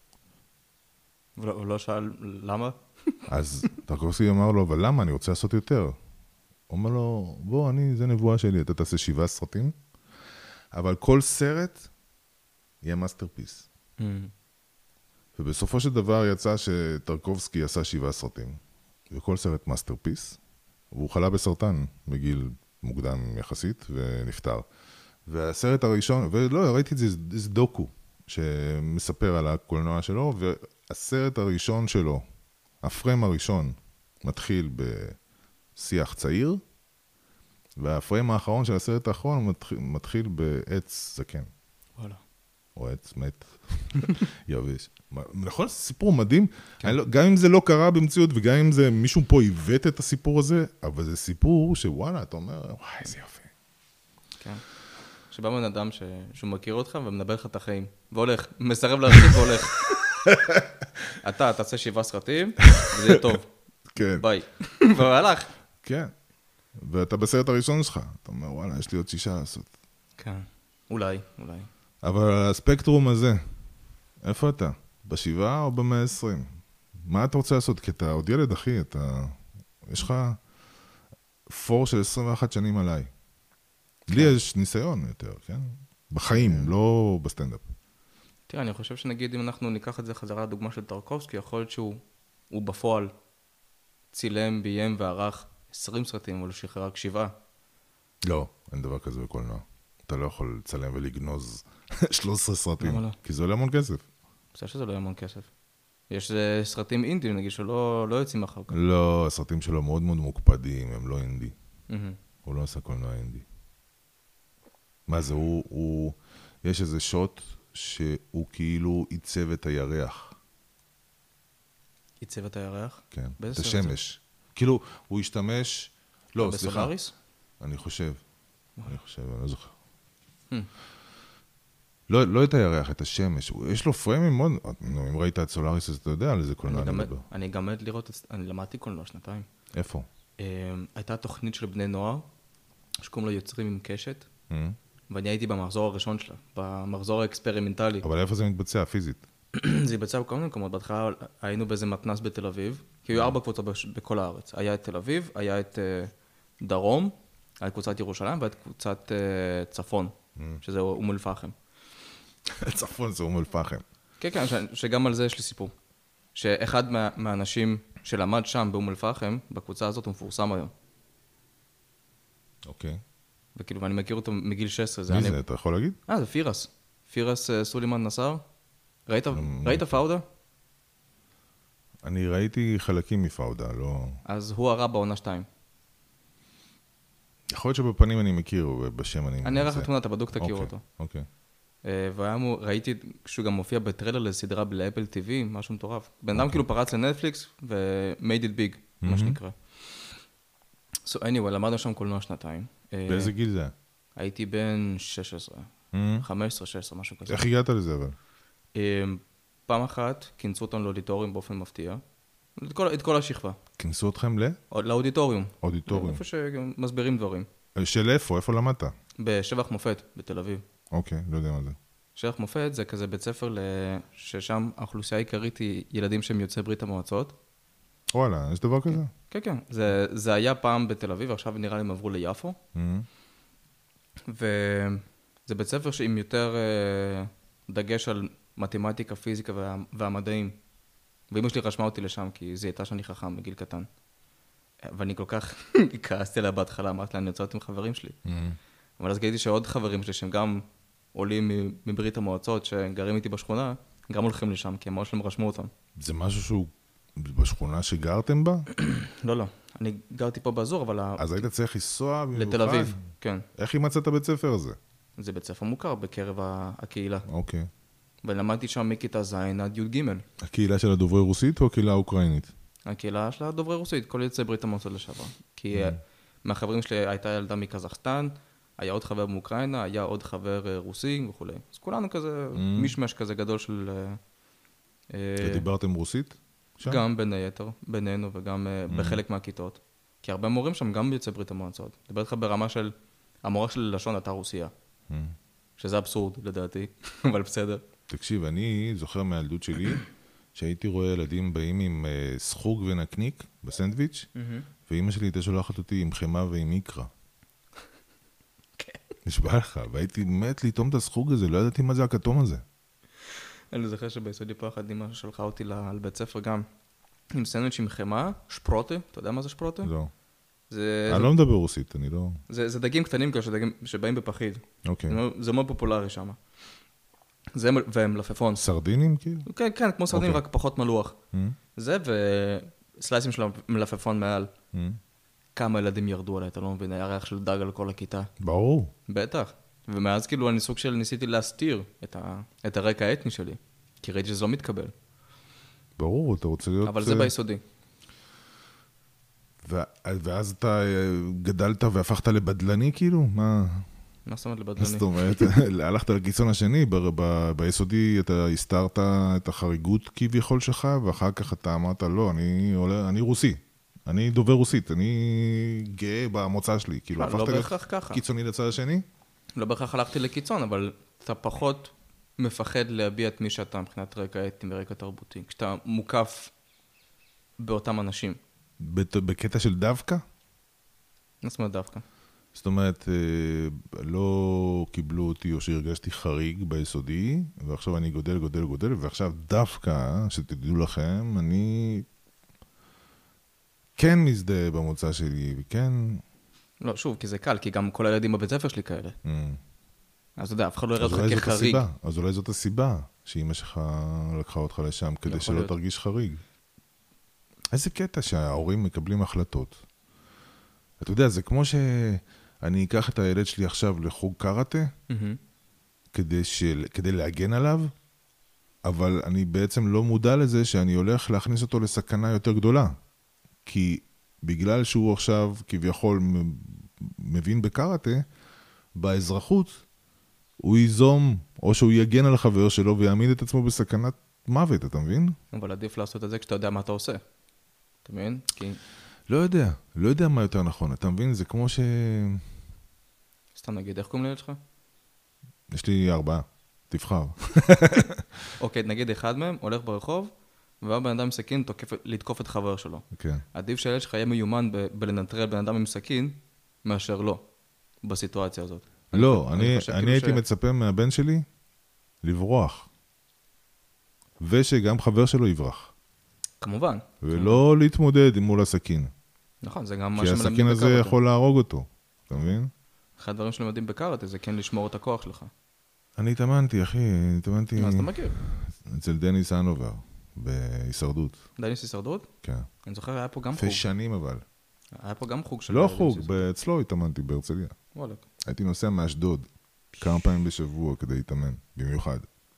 S3: הוא לא שאל למה?
S2: אז טרקובסקי אמר לו, אבל למה? אני רוצה לעשות יותר. הוא אומר לו, בוא, אני, זה נבואה שלי, אתה תעשה שבעה סרטים, אבל כל סרט יהיה מאסטרפיס.
S3: Mm.
S2: ובסופו של דבר יצא שטרקובסקי עשה שבעה סרטים, וכל סרט מאסטרפיס, והוא חלה בסרטן בגיל מוקדם יחסית, ונפטר. והסרט הראשון, ולא, ראיתי את זה, זה דוקו, שמספר על הקולנוע שלו, והסרט הראשון שלו, הפריים הראשון, מתחיל בשיח צעיר, והפריים האחרון של הסרט האחרון מתחיל, מתחיל בעץ זקן.
S3: וואלה.
S2: או עץ מת, יבש. נכון, סיפור מדהים. לא, גם אם זה לא קרה במציאות, וגם אם זה מישהו פה עיוות את הסיפור הזה, אבל זה סיפור שוואלה, אתה אומר, וואי, זה יפה.
S3: כן. שבא בן אדם ש... שהוא מכיר אותך ומנבל לך את החיים, והולך, מסרב להרחיב והולך. אתה, תעשה שבעה סרטים, וזה יהיה טוב.
S2: כן.
S3: ביי. והוא הלך.
S2: כן. ואתה בסרט הראשון שלך, אתה אומר, וואלה, יש לי עוד שישה לעשות.
S3: כן. אולי, אולי.
S2: אבל הספקטרום הזה, איפה אתה? בשבעה או במאה העשרים? מה אתה רוצה לעשות? כי אתה עוד ילד, אחי, אתה... יש לך פור של עשרים ואחת שנים עליי. כן. לי יש ניסיון יותר, כן? בחיים, כן. לא בסטנדאפ.
S3: תראה, אני חושב שנגיד אם אנחנו ניקח את זה חזרה לדוגמה של טרקובסקי, יכול להיות שהוא הוא בפועל צילם, ביים וערך עשרים סרטים, אבל הוא שחרר רק שבעה.
S2: לא, אין דבר כזה בקולנוע. אתה לא יכול לצלם ולגנוז שלושה עשר סרטים.
S3: למה לא?
S2: כי זה עולה המון כסף.
S3: בסדר שזה לא יהיה המון כסף. יש סרטים אינדי, נגיד, שלא לא יוצאים אחר כך.
S2: לא, הסרטים שלו מאוד מאוד מוקפדים, הם לא אינדי.
S3: Mm-hmm.
S2: הוא לא עושה קולנוע אינדי. מה זה, הוא, הוא... יש איזה שוט שהוא כאילו עיצב את הירח.
S3: עיצב את הירח?
S2: כן,
S3: באיזה
S2: את
S3: סרט
S2: השמש. כאילו, הוא השתמש... לא, סליחה.
S3: בסולאריס?
S2: אני חושב. אני חושב, אני לא זוכר.
S3: Hmm.
S2: לא, לא את הירח, את השמש. יש לו פריימים מאוד... נו, אם ראית את סולאריס, אז אתה יודע על איזה קולנוע אני מדבר.
S3: אני גם עד לראות... אני למדתי קולנוע שנתיים.
S2: איפה?
S3: הייתה תוכנית של בני נוער, שקוראים לו יוצרים עם קשת, ואני הייתי במחזור הראשון שלה, במחזור האקספרימנטלי.
S2: אבל איפה זה מתבצע, פיזית?
S3: זה התבצע בכל מיני מקומות. בהתחלה היינו באיזה מתנ"ס בתל אביב, כי היו ארבע קבוצות בכל הארץ. היה את תל אביב, היה את דרום, היה את קבוצת ירושלים, והיה את קבוצת צפון, שזה אום אל-פחם.
S2: צפון זה אום אל-פחם.
S3: כן, כן, שגם על זה יש לי סיפור. שאחד מהאנשים שלמד שם באום אל-פחם, בקבוצה הזאת הוא מפורסם היום.
S2: אוקיי.
S3: וכאילו, ואני מכיר אותו מגיל שש עשרה. זה
S2: מי
S3: אני...
S2: זה, אתה יכול להגיד?
S3: אה, זה פירס. פירס uh, סולימן נסאר. ראית, ראית פאודה?
S2: אני ראיתי חלקים מפאודה, לא...
S3: אז הוא הרע בעונה שתיים.
S2: יכול להיות שבפנים אני מכיר, ובשם אני...
S3: אני אראה לך תמונה, אתה בדוק תכיר אותו.
S2: אוקיי.
S3: וראיתי שהוא גם מופיע בטריילר לסדרה לאפל טי וי, משהו מטורף. בן אדם כאילו פרץ לנטפליקס ו-made it big, מה שנקרא. So anyway, למדנו שם קולנוע שנתיים.
S2: באיזה גיל זה?
S3: הייתי בן שש עשרה, חמש עשרה, שש עשרה, משהו כזה.
S2: איך הגעת לזה אבל?
S3: פעם אחת כינסו אותנו לאודיטוריום באופן מפתיע. את כל, את כל השכבה.
S2: כינסו אתכם ל?
S3: לאודיטוריום.
S2: אודיטוריום.
S3: איפה שמסבירים דברים.
S2: של איפה? איפה למדת?
S3: בשבח מופת, בתל אביב.
S2: אוקיי, לא יודע מה זה.
S3: שבח מופת זה כזה בית ספר ששם האוכלוסייה העיקרית היא ילדים שהם יוצאי ברית המועצות.
S2: וואלה, יש דבר כזה?
S3: כן, כן. זה, זה היה פעם בתל אביב, עכשיו נראה לי הם עברו ליפו. וזה בית ספר שעם יותר דגש על מתמטיקה, פיזיקה וה, והמדעים. ואמא שלי רשמה אותי לשם, כי זה הייתה שאני חכם בגיל קטן. ואני כל כך כעסתי עליה בהתחלה, אמרתי לה, אני יוצא אותי עם חברים שלי. אבל אז גיליתי שעוד חברים שלי, שהם גם עולים מברית המועצות, שגרים איתי בשכונה, גם הולכים לשם, כי המורה שלהם רשמו אותם.
S2: זה משהו שהוא בשכונה שגרתם בה?
S3: לא, לא. אני גרתי פה באזור, אבל...
S2: אז היית צריך לנסוע במיוחד?
S3: לתל אביב, כן.
S2: איך מצאת בית ספר הזה?
S3: זה בית ספר מוכר בקרב הקהילה.
S2: אוקיי.
S3: ולמדתי שם מכיתה ז' עד י' ג'.
S2: הקהילה של הדוברי רוסית או הקהילה האוקראינית?
S3: הקהילה של הדוברי רוסית, כל יוצאי ברית המועצות לשעבר. כי מהחברים שלי הייתה ילדה מקזחסטן, היה עוד חבר מאוקראינה, היה עוד חבר רוסי וכו'. אז כולנו כזה, משמש כזה גדול של...
S2: ודיברתם רוסית?
S3: גם בין היתר, בינינו וגם בחלק מהכיתות. כי הרבה מורים שם גם יוצאי ברית המועצות. דבר איתך ברמה של... המורה של לשון הייתה רוסיה. שזה אבסורד לדעתי, אבל בסדר.
S2: תקשיב, אני זוכר מהילדות שלי, שהייתי רואה ילדים באים עם סחוג ונקניק בסנדוויץ', ואמא שלי הייתה שולחת אותי עם חמה ועם איקרה. נשבע לך, והייתי מת לטעום את הסחוג הזה, לא ידעתי מה זה הכתום הזה.
S3: אני זוכר שביסודי פה אחת אמא שלחה אותי לבית ספר גם עם סנדוויץ' עם חמה, שפרוטה, אתה יודע מה זה שפרוטה?
S2: לא. אני לא מדבר רוסית, אני לא...
S3: זה דגים קטנים כאלה שבאים בפחיד.
S2: אוקיי.
S3: זה מאוד פופולרי שם. זה והם מלפפון.
S2: סרדינים כאילו?
S3: כן, כן, כמו סרדינים, רק פחות מלוח. זה וסלייסים של מלפפון מעל. כמה ילדים ירדו עליי, אתה לא מבין, היה ריח של דג על כל הכיתה.
S2: ברור.
S3: בטח. ומאז כאילו אני סוג של ניסיתי להסתיר את הרקע האתני שלי. כי ראיתי שזה לא מתקבל.
S2: ברור, אתה רוצה להיות...
S3: אבל זה ביסודי.
S2: ואז אתה גדלת והפכת לבדלני כאילו? מה...
S3: מה זאת אומרת לבדלני? זאת
S2: אומרת, הלכת לקיצון השני, ביסודי אתה הסתרת את החריגות כביכול שלך, ואחר כך אתה אמרת, לא, אני רוסי, אני דובר רוסית, אני גאה במוצא שלי.
S3: לא בהכרח ככה.
S2: קיצוני לצד השני?
S3: לא בהכרח הלכתי לקיצון, אבל אתה פחות מפחד להביע את מי שאתה מבחינת רקע אתני ורקע תרבותי, כשאתה מוקף באותם אנשים.
S2: בקטע של דווקא?
S3: מה זאת אומרת דווקא?
S2: זאת אומרת, לא קיבלו אותי או שהרגשתי חריג ביסודי, ועכשיו אני גודל, גודל, גודל, ועכשיו דווקא, שתדעו לכם, אני כן מזדהה במוצא שלי, וכן...
S3: לא, שוב, כי זה קל, כי גם כל הילדים בבית ספר שלי כאלה. אז אתה יודע, אף אחד לא יראה אותך כחריג.
S2: אז אולי זאת הסיבה, שאמא שלך לקחה אותך לשם, כדי שלא תרגיש חריג. איזה קטע שההורים מקבלים החלטות. אתה יודע, זה כמו שאני אקח את הילד שלי עכשיו לחוג קראטה, כדי, של, כדי להגן עליו, אבל אני בעצם לא מודע לזה שאני הולך להכניס אותו לסכנה יותר גדולה. כי בגלל שהוא עכשיו כביכול מבין בקראטה, באזרחות הוא ייזום, או שהוא יגן על החבר שלו ויעמיד את עצמו בסכנת מוות, אתה מבין?
S3: אבל עדיף לעשות את זה כשאתה יודע מה אתה עושה. אתה מבין? כי...
S2: לא יודע, לא יודע מה יותר נכון, אתה מבין? זה כמו ש...
S3: סתם נגיד, איך קוראים לילד שלך?
S2: יש לי ארבעה, תבחר.
S3: אוקיי, נגיד אחד מהם הולך ברחוב, ובא בן אדם עם סכין לתקוף את חבר שלו.
S2: כן.
S3: עדיף שהילד שלך יהיה מיומן בלנטרל בן אדם עם סכין, מאשר לא, בסיטואציה הזאת.
S2: לא, אני, אני הייתי מצפה מהבן שלי לברוח. ושגם חבר שלו יברח.
S3: כמובן.
S2: ולא להתמודד מול הסכין.
S3: נכון, זה גם מה
S2: שמלמדים בקראטה. כי הסכין הזה יכול להרוג אותו, אתה מבין?
S3: אחד הדברים שלמדים בקארטה זה כן לשמור את הכוח שלך.
S2: אני התאמנתי, אחי, התאמנתי...
S3: אז אתה מכיר.
S2: אצל דניס אנובר, בהישרדות.
S3: דניס הישרדות?
S2: כן.
S3: אני זוכר, היה פה גם חוג.
S2: לפני שנים אבל.
S3: היה פה גם חוג של...
S2: לא חוג, אצלו התאמנתי בהרצליה.
S3: וואלה.
S2: הייתי נוסע מאשדוד כמה פעמים בשבוע כדי להתאמן, במיוחד.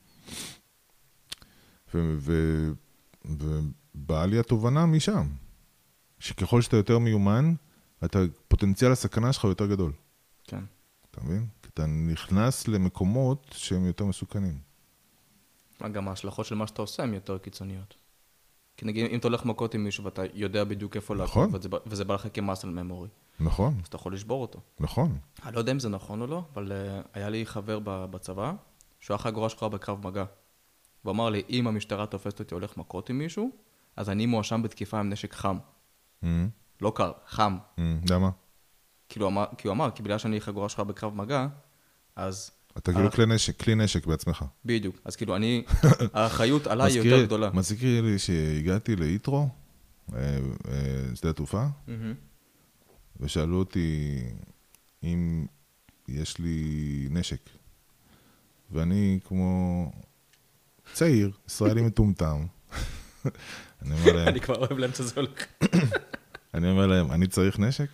S2: ובאה לי התובנה משם, שככל שאתה יותר מיומן, אתה, פוטנציאל הסכנה שלך יותר גדול.
S3: כן.
S2: אתה מבין? כי אתה נכנס למקומות שהם יותר מסוכנים.
S3: גם ההשלכות של מה שאתה עושה הן יותר קיצוניות. כי נגיד, אם אתה הולך מכות עם מישהו ואתה יודע בדיוק איפה
S2: נכון.
S3: לעקוב, וזה, וזה בא לך כמסל ממורי.
S2: נכון.
S3: אז אתה יכול לשבור אותו.
S2: נכון.
S3: אני לא יודע אם זה נכון או לא, אבל uh, היה לי חבר בצבא, שהוא אחרי הגורש קרא בקרב מגע. הוא אמר לי, אם המשטרה תופסת אותי הולך מכות עם מישהו, אז אני מואשם בתקיפה עם נשק חם.
S2: Mm-hmm.
S3: לא קר, חם.
S2: Mm-hmm. למה?
S3: כאילו, אמר, כי הוא אמר, כי בגלל שאני אחרי גורש קרא בקרב מגע, אז...
S2: אתה כאילו כלי נשק, כלי נשק בעצמך.
S3: בדיוק. אז כאילו, אני, האחריות עליי היא יותר גדולה.
S2: מזכיר לי שהגעתי ליטרו, שדה התעופה, ושאלו אותי אם יש לי נשק. ואני כמו צעיר, ישראלי מטומטם. אני אומר להם...
S3: אני כבר אוהב להם שזה הולך.
S2: אני אומר להם, אני צריך נשק?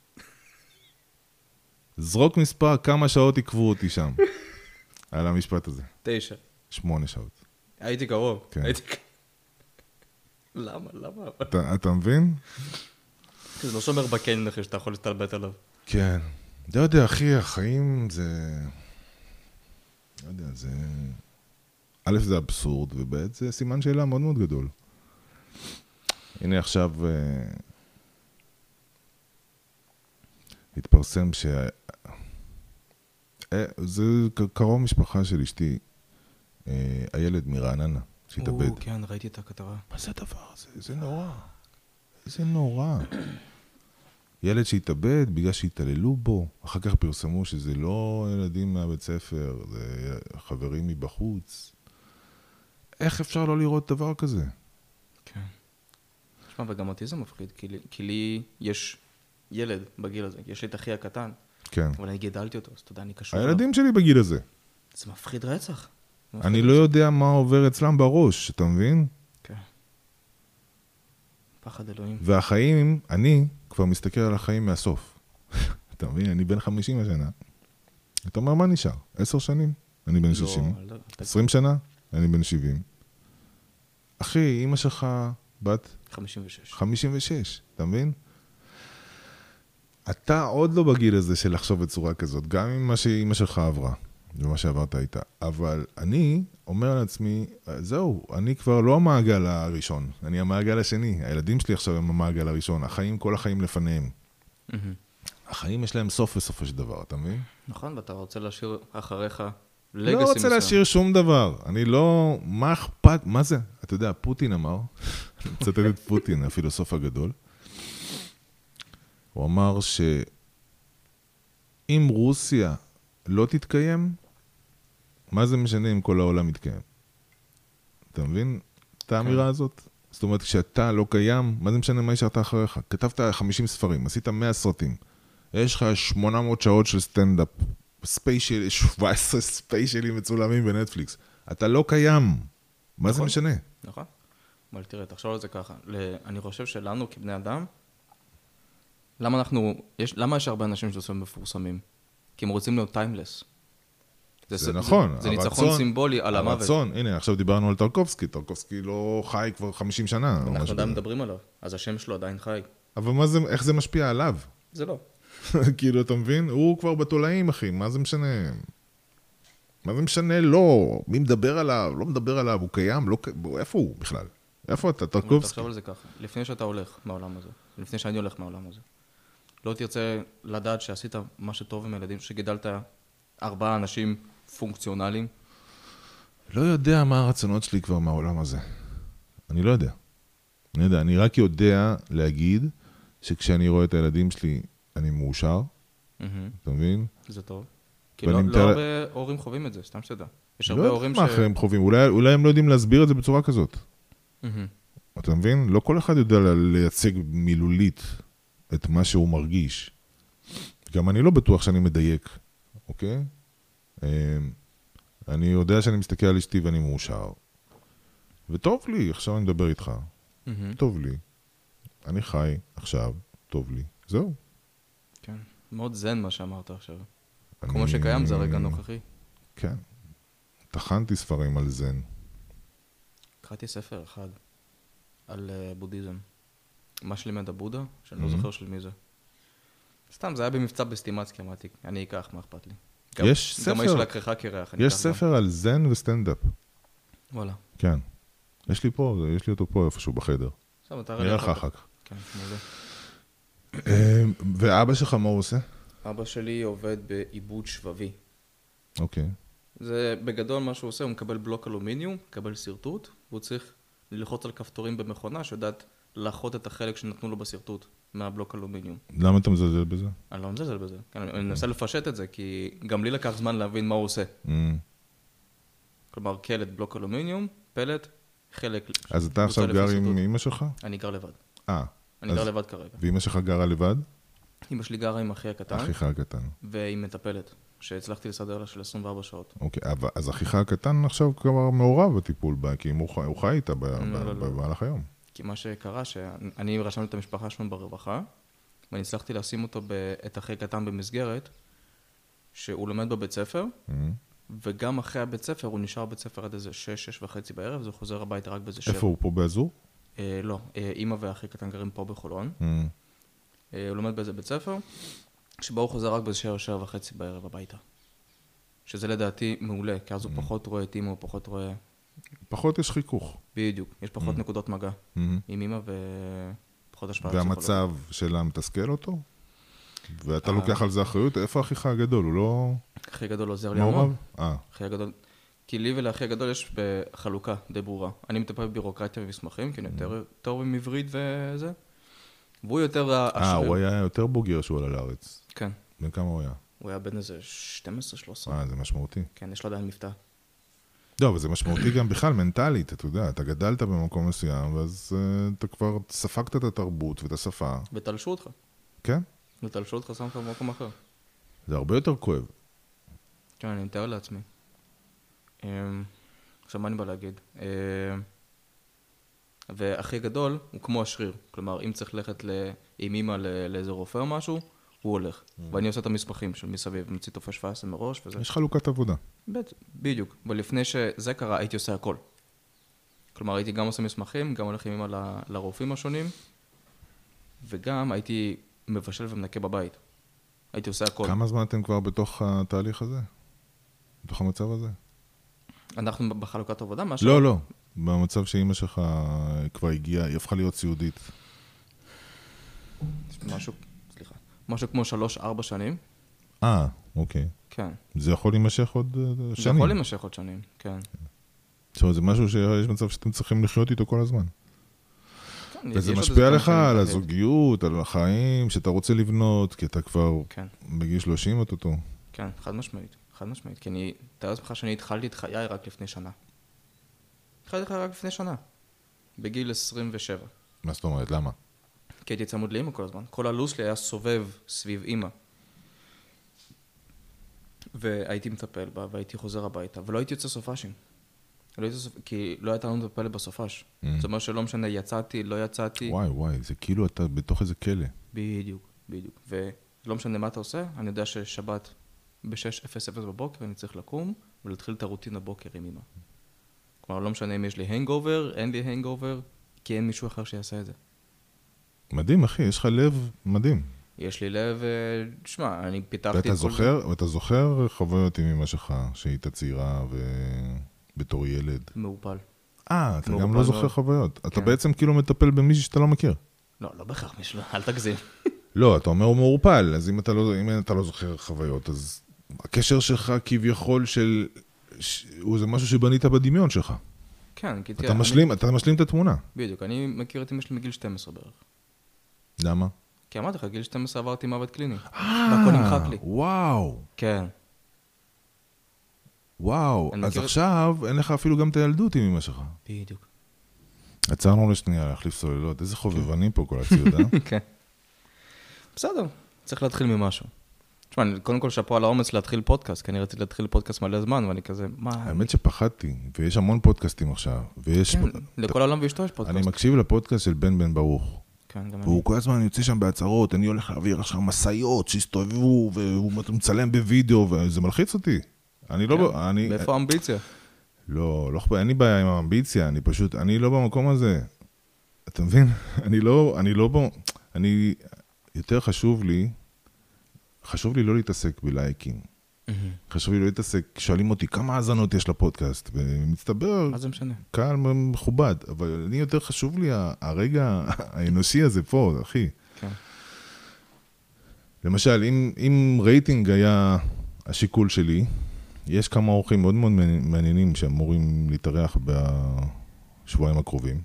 S2: זרוק מספר, כמה שעות עקבו אותי שם. על המשפט הזה.
S3: תשע.
S2: שמונה שעות.
S3: הייתי קרוב.
S2: כן.
S3: הייתי... למה? למה?
S2: אתה, אתה מבין?
S3: זה לא שומר בקניון אחרי שאתה יכול להסתלבט עליו.
S2: כן. אתה יודע, אחי, החיים זה... לא יודע, זה... א', זה אבסורד, וב', זה סימן שאלה מאוד מאוד גדול. הנה עכשיו... התפרסם ש... זה קרוב משפחה של אשתי, הילד מרעננה, שהתאבד.
S3: או, כן, ראיתי את הכתבה.
S2: מה זה הדבר הזה? זה נורא. זה נורא. ילד שהתאבד בגלל שהתעללו בו, אחר כך פרסמו שזה לא ילדים מהבית ספר, זה חברים מבחוץ. איך אפשר לא לראות דבר כזה?
S3: כן. תשמע, וגם אותי זה מפחיד, כי לי, כי לי יש ילד בגיל הזה, יש לי את אחי הקטן.
S2: כן.
S3: אבל אני גידלתי אותו, אז אתה יודע, אני קשור.
S2: הילדים שלי בגיל הזה.
S3: זה מפחיד רצח.
S2: אני לא יודע מה עובר אצלם בראש, אתה מבין?
S3: כן. פחד אלוהים.
S2: והחיים, אני כבר מסתכל על החיים מהסוף. אתה מבין? אני בן חמישים השנה. אתה אומר, מה נשאר? עשר שנים? אני בן שישים. עשרים שנה? אני בן שבעים. אחי, אמא שלך בת?
S3: חמישים ושש.
S2: חמישים ושש, אתה מבין? אתה עוד לא בגיל הזה של לחשוב בצורה כזאת, גם עם מה שאמא שלך עברה, ומה שעברת איתה. אבל אני אומר לעצמי, זהו, אני כבר לא המעגל הראשון, אני המעגל השני. הילדים שלי עכשיו הם המעגל הראשון, החיים, כל החיים לפניהם. החיים יש להם סוף בסופו של דבר, אתה מבין?
S3: נכון, ואתה רוצה להשאיר אחריך לגאסי
S2: לא רוצה להשאיר שום דבר. אני לא... מה אכפת? מה זה? אתה יודע, פוטין אמר, אני מצטט את פוטין, הפילוסוף הגדול, הוא אמר שאם רוסיה לא תתקיים, מה זה משנה אם כל העולם יתקיים? אתה מבין את האמירה הזאת? זאת אומרת, כשאתה לא קיים, מה זה משנה מה השארת אחריך? כתבת חמישים ספרים, עשית מאה סרטים, יש לך שמונה מאות שעות של סטנדאפ, ספיישל, שבע עשרה ספיישלים מצולמים בנטפליקס. אתה לא קיים. מה זה משנה?
S3: נכון. אבל תראה, תחשוב על זה ככה. אני חושב שלנו כבני אדם, למה אנחנו, יש, למה יש הרבה אנשים שעושים מפורסמים? כי הם רוצים להיות טיימלס.
S2: זה נכון.
S3: זה ניצחון סימבולי על המוות.
S2: הרצון, הנה, עכשיו דיברנו על טרקובסקי. טרקובסקי לא חי כבר חמישים שנה.
S3: אנחנו עדיין מדברים עליו. אז השם שלו עדיין חי.
S2: אבל מה זה, איך זה משפיע עליו?
S3: זה לא.
S2: כאילו, אתה מבין? הוא כבר בתולעים, אחי. מה זה משנה? מה זה משנה? לא. מי מדבר עליו? לא מדבר עליו. הוא קיים? לא... איפה הוא בכלל? איפה אתה? טרקובסקי.
S3: תחשוב על זה ככה. לפני שאתה הולך מהעולם הזה, לפני שאני הולך מהעולם הזה, לא תרצה לדעת שעשית משהו טוב עם ילדים, שגידלת ארבעה אנשים פונקציונליים?
S2: לא יודע מה הרצונות שלי כבר מהעולם הזה. אני לא יודע. אני יודע, אני רק יודע להגיד שכשאני רואה את הילדים שלי, אני מאושר. אתה מבין?
S3: זה טוב. כי לא הרבה הורים חווים את זה, סתם שתדע. יש הרבה הורים ש...
S2: לא יודע מה אחרים חווים, אולי הם לא יודעים להסביר את זה בצורה כזאת. אתה מבין? לא כל אחד יודע לייצג מילולית את מה שהוא מרגיש. גם אני לא בטוח שאני מדייק, אוקיי? אני יודע שאני מסתכל על אשתי ואני מאושר. וטוב לי, עכשיו אני מדבר איתך. טוב לי. אני חי עכשיו, טוב לי. זהו.
S3: כן, מאוד זן מה שאמרת עכשיו. כמו שקיים זה הרגע הנוכחי.
S2: כן. תחנתי ספרים על זן.
S3: קראתי ספר אחד על בודהיזם. מה שלימד הבודה, שאני לא זוכר של מי זה. סתם, זה היה במבצע בסטימצקי, אמרתי, אני אקח, מה אכפת לי.
S2: יש ספר.
S3: גם יש לה כריכה קרח.
S2: יש ספר על זן וסטנדאפ.
S3: וואלה.
S2: כן. יש לי פה, יש לי אותו פה איפשהו בחדר. נראה לך אחר כך.
S3: כן, מעולה.
S2: ואבא שלך מה הוא עושה?
S3: אבא שלי עובד בעיבוד שבבי.
S2: אוקיי.
S3: זה בגדול מה שהוא עושה, הוא מקבל בלוק אלומיניום, מקבל סרטוט, והוא צריך ללחוץ על כפתורים במכונה שיודעת לאחות את החלק שנתנו לו בסרטוט מהבלוק אלומיניום.
S2: למה אתה מזלזל בזה?
S3: אני לא מזלזל בזה. אני מנסה לפשט את זה, כי גם לי לקח זמן להבין מה הוא עושה. כלומר, קלט בלוק אלומיניום, פלט, חלק...
S2: אז אתה עכשיו גר עם אמא שלך?
S3: אני גר לבד.
S2: אה.
S3: אני גר לבד כרגע.
S2: ואמא שלך גרה לבד?
S3: אמא שלי גרה עם אחי הקטן.
S2: אחיך הקטן.
S3: והיא מטפלת, שהצלחתי לסדר לה של עשרים וארבע שעות.
S2: אוקיי, אז אחיך הקטן עכשיו כבר מעורב בטיפול בה, כי הוא חי איתה במהלך היום.
S3: כי מה שקרה, שאני רשמתי את המשפחה שלנו ברווחה, ואני הצלחתי לשים אותו, את אחי הקטן במסגרת, שהוא לומד בבית ספר, וגם אחרי הבית ספר, הוא נשאר בבית ספר עד איזה שש, שש וחצי בערב, אז הוא חוזר הביתה רק באיזה שבע.
S2: איפה הוא פה באזור?
S3: לא, אמא ואחי קטן גרים פה בחולון. הוא לומד באיזה בית ספר, שבו הוא חוזר רק באיזה שבע, שבע וחצי בערב הביתה. שזה לדעתי מעולה, כי אז הוא פחות רואה את אמא, הוא פחות רואה...
S2: פחות יש חיכוך.
S3: בדיוק, יש פחות נקודות מגע עם אמא ופחות השפעה.
S2: והמצב שלה מתסכל אותו? ואתה לוקח על זה אחריות? איפה אחיך הגדול? הוא לא...
S3: אחי הגדול עוזר לי המון.
S2: אה.
S3: אחי הגדול... כי לי ולאחי הגדול יש בחלוקה די ברורה. אני מטפל בבירוקרטיה ומסמכים, כי אני יותר טוב עם עברית וזה. והוא יותר...
S2: אה, הוא היה יותר בוגר שהוא עלה לארץ.
S3: כן.
S2: בן כמה הוא היה?
S3: הוא היה בין איזה שתים עשרה שלוש עשרה.
S2: אה, זה משמעותי.
S3: כן, יש לו עדיין מבטא.
S2: לא, אבל זה משמעותי גם בכלל, מנטלית, אתה יודע, אתה גדלת במקום מסוים, ואז uh, אתה כבר ספגת את התרבות ואת השפה.
S3: ותלשו אותך.
S2: כן?
S3: ותלשו אותך, שם אותך במקום אחר.
S2: זה הרבה יותר כואב.
S3: כן, אני מתאר לעצמי. עכשיו, מה אני בא להגיד? והכי גדול הוא כמו השריר. כלומר, אם צריך ללכת עם אמא לאיזה רופא או משהו, הוא הולך. ואני עושה את המסמכים של מסביב, מציא תופש שבע עשרה מראש וזה.
S2: יש חלוקת עבודה.
S3: בדיוק. ולפני שזה קרה, הייתי עושה הכל. כלומר, הייתי גם עושה מסמכים, גם הולך עם אמא לרופאים השונים, וגם הייתי מבשל ומנקה בבית. הייתי עושה הכל.
S2: כמה זמן אתם כבר בתוך התהליך הזה? בתוך המצב הזה?
S3: אנחנו בחלוקת עבודה, משהו?
S2: לא, לא. במצב שאמא שלך כבר הגיעה, היא הפכה להיות סיעודית.
S3: משהו, סליחה. משהו כמו שלוש, ארבע שנים.
S2: אה, אוקיי.
S3: כן.
S2: זה יכול להימשך עוד שנים?
S3: זה יכול להימשך עוד שנים, כן.
S2: זאת אומרת, זה משהו שיש מצב שאתם צריכים לחיות איתו כל הזמן. וזה משפיע לך על הזוגיות, על החיים, שאתה רוצה לבנות, כי אתה כבר בגיל שלושים אותו.
S3: כן, חד משמעית. חד משמעית, כי אני, תאר לעצמך שאני התחלתי את חיי רק לפני שנה. התחלתי את חיי רק לפני שנה. בגיל עשרים ושבע.
S2: מה זאת אומרת? למה?
S3: כי הייתי צמוד לאמא כל הזמן. כל הלו"ז שלי היה סובב סביב אמא. והייתי מטפל בה, והייתי חוזר הביתה, ולא הייתי יוצא סופשים. לא הייתי סופ... כי לא הייתה לנו מטפלת בסופש. Mm. זאת אומרת שלא משנה, יצאתי, לא יצאתי.
S2: וואי, וואי, זה כאילו אתה בתוך איזה כלא.
S3: בדיוק, בדיוק. ולא משנה מה אתה עושה, אני יודע ששבת ב-שש אפס אפס בבוקר אני צריך לקום ולהתחיל את הרוטין הבוקר עם אמא. כלומר, לא משנה אם יש לי הנגאובר, אין לי הנגאובר, כי אין מישהו אחר שיעשה את זה.
S2: מדהים, אחי, יש לך לב מדהים.
S3: יש לי לב, תשמע, אני פיתחתי...
S2: ואתה זוכר, ואתה זוכר חוויות עם אמא שלך, שהיית צעירה ובתור ילד?
S3: מעופל.
S2: אה, אתה גם לא זוכר חוויות. אתה בעצם כאילו מטפל במישהו שאתה לא מכיר.
S3: לא, לא בכך מישהו, אל תגזים.
S2: לא, אתה אומר הוא מעורפל, אז אם אתה לא, אם אתה לא זוכר חוויות, אז הקשר שלך כביכול של... הוא זה משהו שבנית בדמיון שלך.
S3: כן, כי
S2: אתה משלים, אתה משלים את התמונה.
S3: בדיוק, אני מכיר את אמא שלי מגיל שתים עשרה בערך.
S2: למה?
S3: כי אמרתי לך, גיל שתים עשרה עברתי מוות קליני. והכל נמחק לי.
S2: וואו.
S3: כן.
S2: וואו, אז עכשיו אין לך אפילו גם את הילדות עם אמא שלך.
S3: בדיוק.
S2: עצרנו לשנייה להחליף סוללות. איזה חובבנים פה כל הציוד, אה?
S3: כן. בסדר, צריך להתחיל ממשהו. תשמע, קודם כל שפו על האומץ להתחיל פודקאסט, כי אני רציתי להתחיל פודקאסט מלא זמן, ואני כזה, מה...
S2: האמת שפחדתי, ויש המון פודקאסטים עכשיו, ויש...
S3: כן, לכל העולם ואשתו יש פודקאסט.
S2: אני מקשיב לפודקאסט של בן בן ברוך.
S3: כן, גם אני.
S2: והוא כל הזמן יוצא שם בהצהרות, אני הולך להעביר עכשיו מסעיות שהסתובבו, והוא מצלם בווידאו, וזה מלחיץ אותי. אני לא... אני...
S3: באיפה האמביציה?
S2: לא, לא, אין לי בעיה עם האמביציה, אני פשוט, אני לא במקום הזה. אתה מבין? אני לא, אני לא, אני, יותר חשוב לי, חשוב לי לא להתעסק בלייקים. חשוב לי לא להתעסק, שואלים אותי כמה האזנות יש לפודקאסט, ומצטבר,
S3: מה זה משנה?
S2: קהל מכובד, אבל אני יותר חשוב לי הרגע האנושי הזה פה, אחי.
S3: כן.
S2: למשל, אם, אם רייטינג היה השיקול שלי, יש כמה אורחים מאוד מאוד מעניינים שאמורים להתארח בשבועיים הקרובים.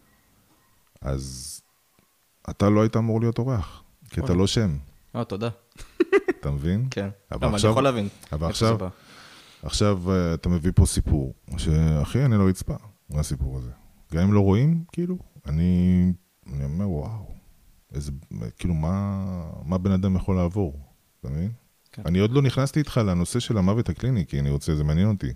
S2: אז אתה לא היית אמור להיות אורח, כי אתה לא שם.
S3: אה, תודה.
S2: אתה מבין?
S3: כן.
S2: אבל
S3: אני
S2: עכשיו,
S3: יכול להבין.
S2: אבל עכשיו, עכשיו אתה מביא פה סיפור, שאחי, אני לא רצפה מהסיפור הזה. גם אם לא רואים, כאילו, אני, אני אומר, וואו, איזה, כאילו, מה, מה בן אדם יכול לעבור? אתה מבין? כן. אני עוד לא נכנסתי איתך לנושא של המוות הקליני, כי אני רוצה, זה מעניין אותי.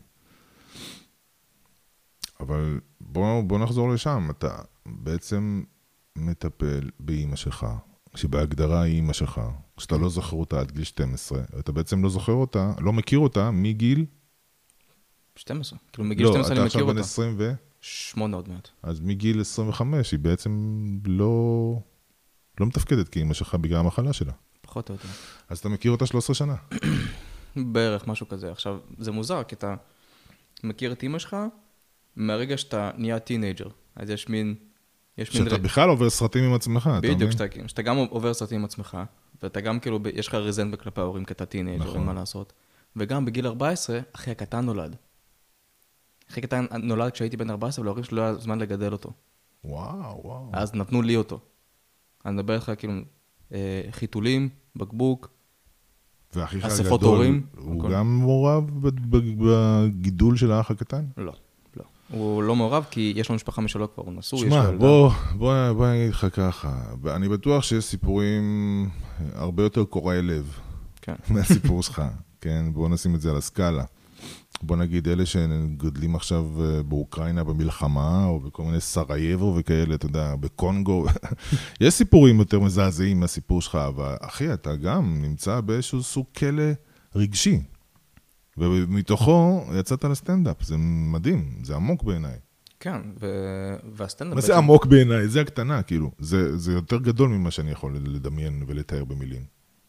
S2: אבל בוא, בוא נחזור לשם. אתה בעצם מטפל באמא שלך, שבהגדרה היא אמא שלך, שאתה לא זוכר אותה עד גיל שתים עשרה, אתה בעצם לא זוכר אותה, לא מכיר אותה מגיל...
S3: שתים עשרה. כאילו מגיל שתים עשרה אני מכיר אותה.
S2: לא, אתה עכשיו בן עשרים ו...
S3: שמונה עוד מעט.
S2: אז מגיל עשרים וחמש היא בעצם לא... לא מתפקדת כאמא שלך בגלל המחלה שלה.
S3: פחות או יותר.
S2: אז אתה מכיר אותה שלוש עשרה שנה.
S3: בערך, משהו כזה. עכשיו, זה מוזר, כי אתה מכיר את אמא שלך מהרגע שאתה נהיה טינג'ר. אז יש מין...
S2: שאתה בכלל עובר סרטים עם עצמך, אתה מבין?
S3: בדיוק, שאתה גם עובר סרטים עם עצמך, ואתה גם כאילו, יש לך ריזנט בכלפי ההורים כתה טינג'ר, אין מה לעשות. וגם בגיל ארבע עשרה, אחי הקטן נולד. אחי הקטן נולד כשהייתי בן ארבע עשרה, ולהורים שלא היה זמן לגדל אותו.
S2: וואו, וואו.
S3: אז נתנו לי אותו. אני מדבר לך כאילו, חיתולים, בקבוק, אספות הורים.
S2: הוא גם מעורב בגידול של האח הקטן?
S3: לא, לא. הוא לא מעורב כי יש לו משפחה משלו כבר, הוא נשוי.
S2: שמע, בוא, בוא, בוא אני אגיד לך ככה. אני בטוח שיש סיפורים הרבה יותר קוראי לב.
S3: כן.
S2: מהסיפור שלך. כן, בוא נשים את זה על הסקאלה. בוא נגיד, אלה שגדלים עכשיו באוקראינה במלחמה, או בכל מיני סרייבו וכאלה, אתה יודע, בקונגו. יש סיפורים יותר מזעזעים מהסיפור שלך, אבל אחי, אתה גם נמצא באיזשהו סוג כלא רגשי. ומתוכו יצאת לסטנדאפ, זה מדהים, זה עמוק בעיניי.
S3: כן, והסטנדאפ...
S2: מה זה עמוק בעיניי? זה הקטנה, כאילו. זה, זה יותר גדול ממה שאני יכול לדמיין ולתאר במילים.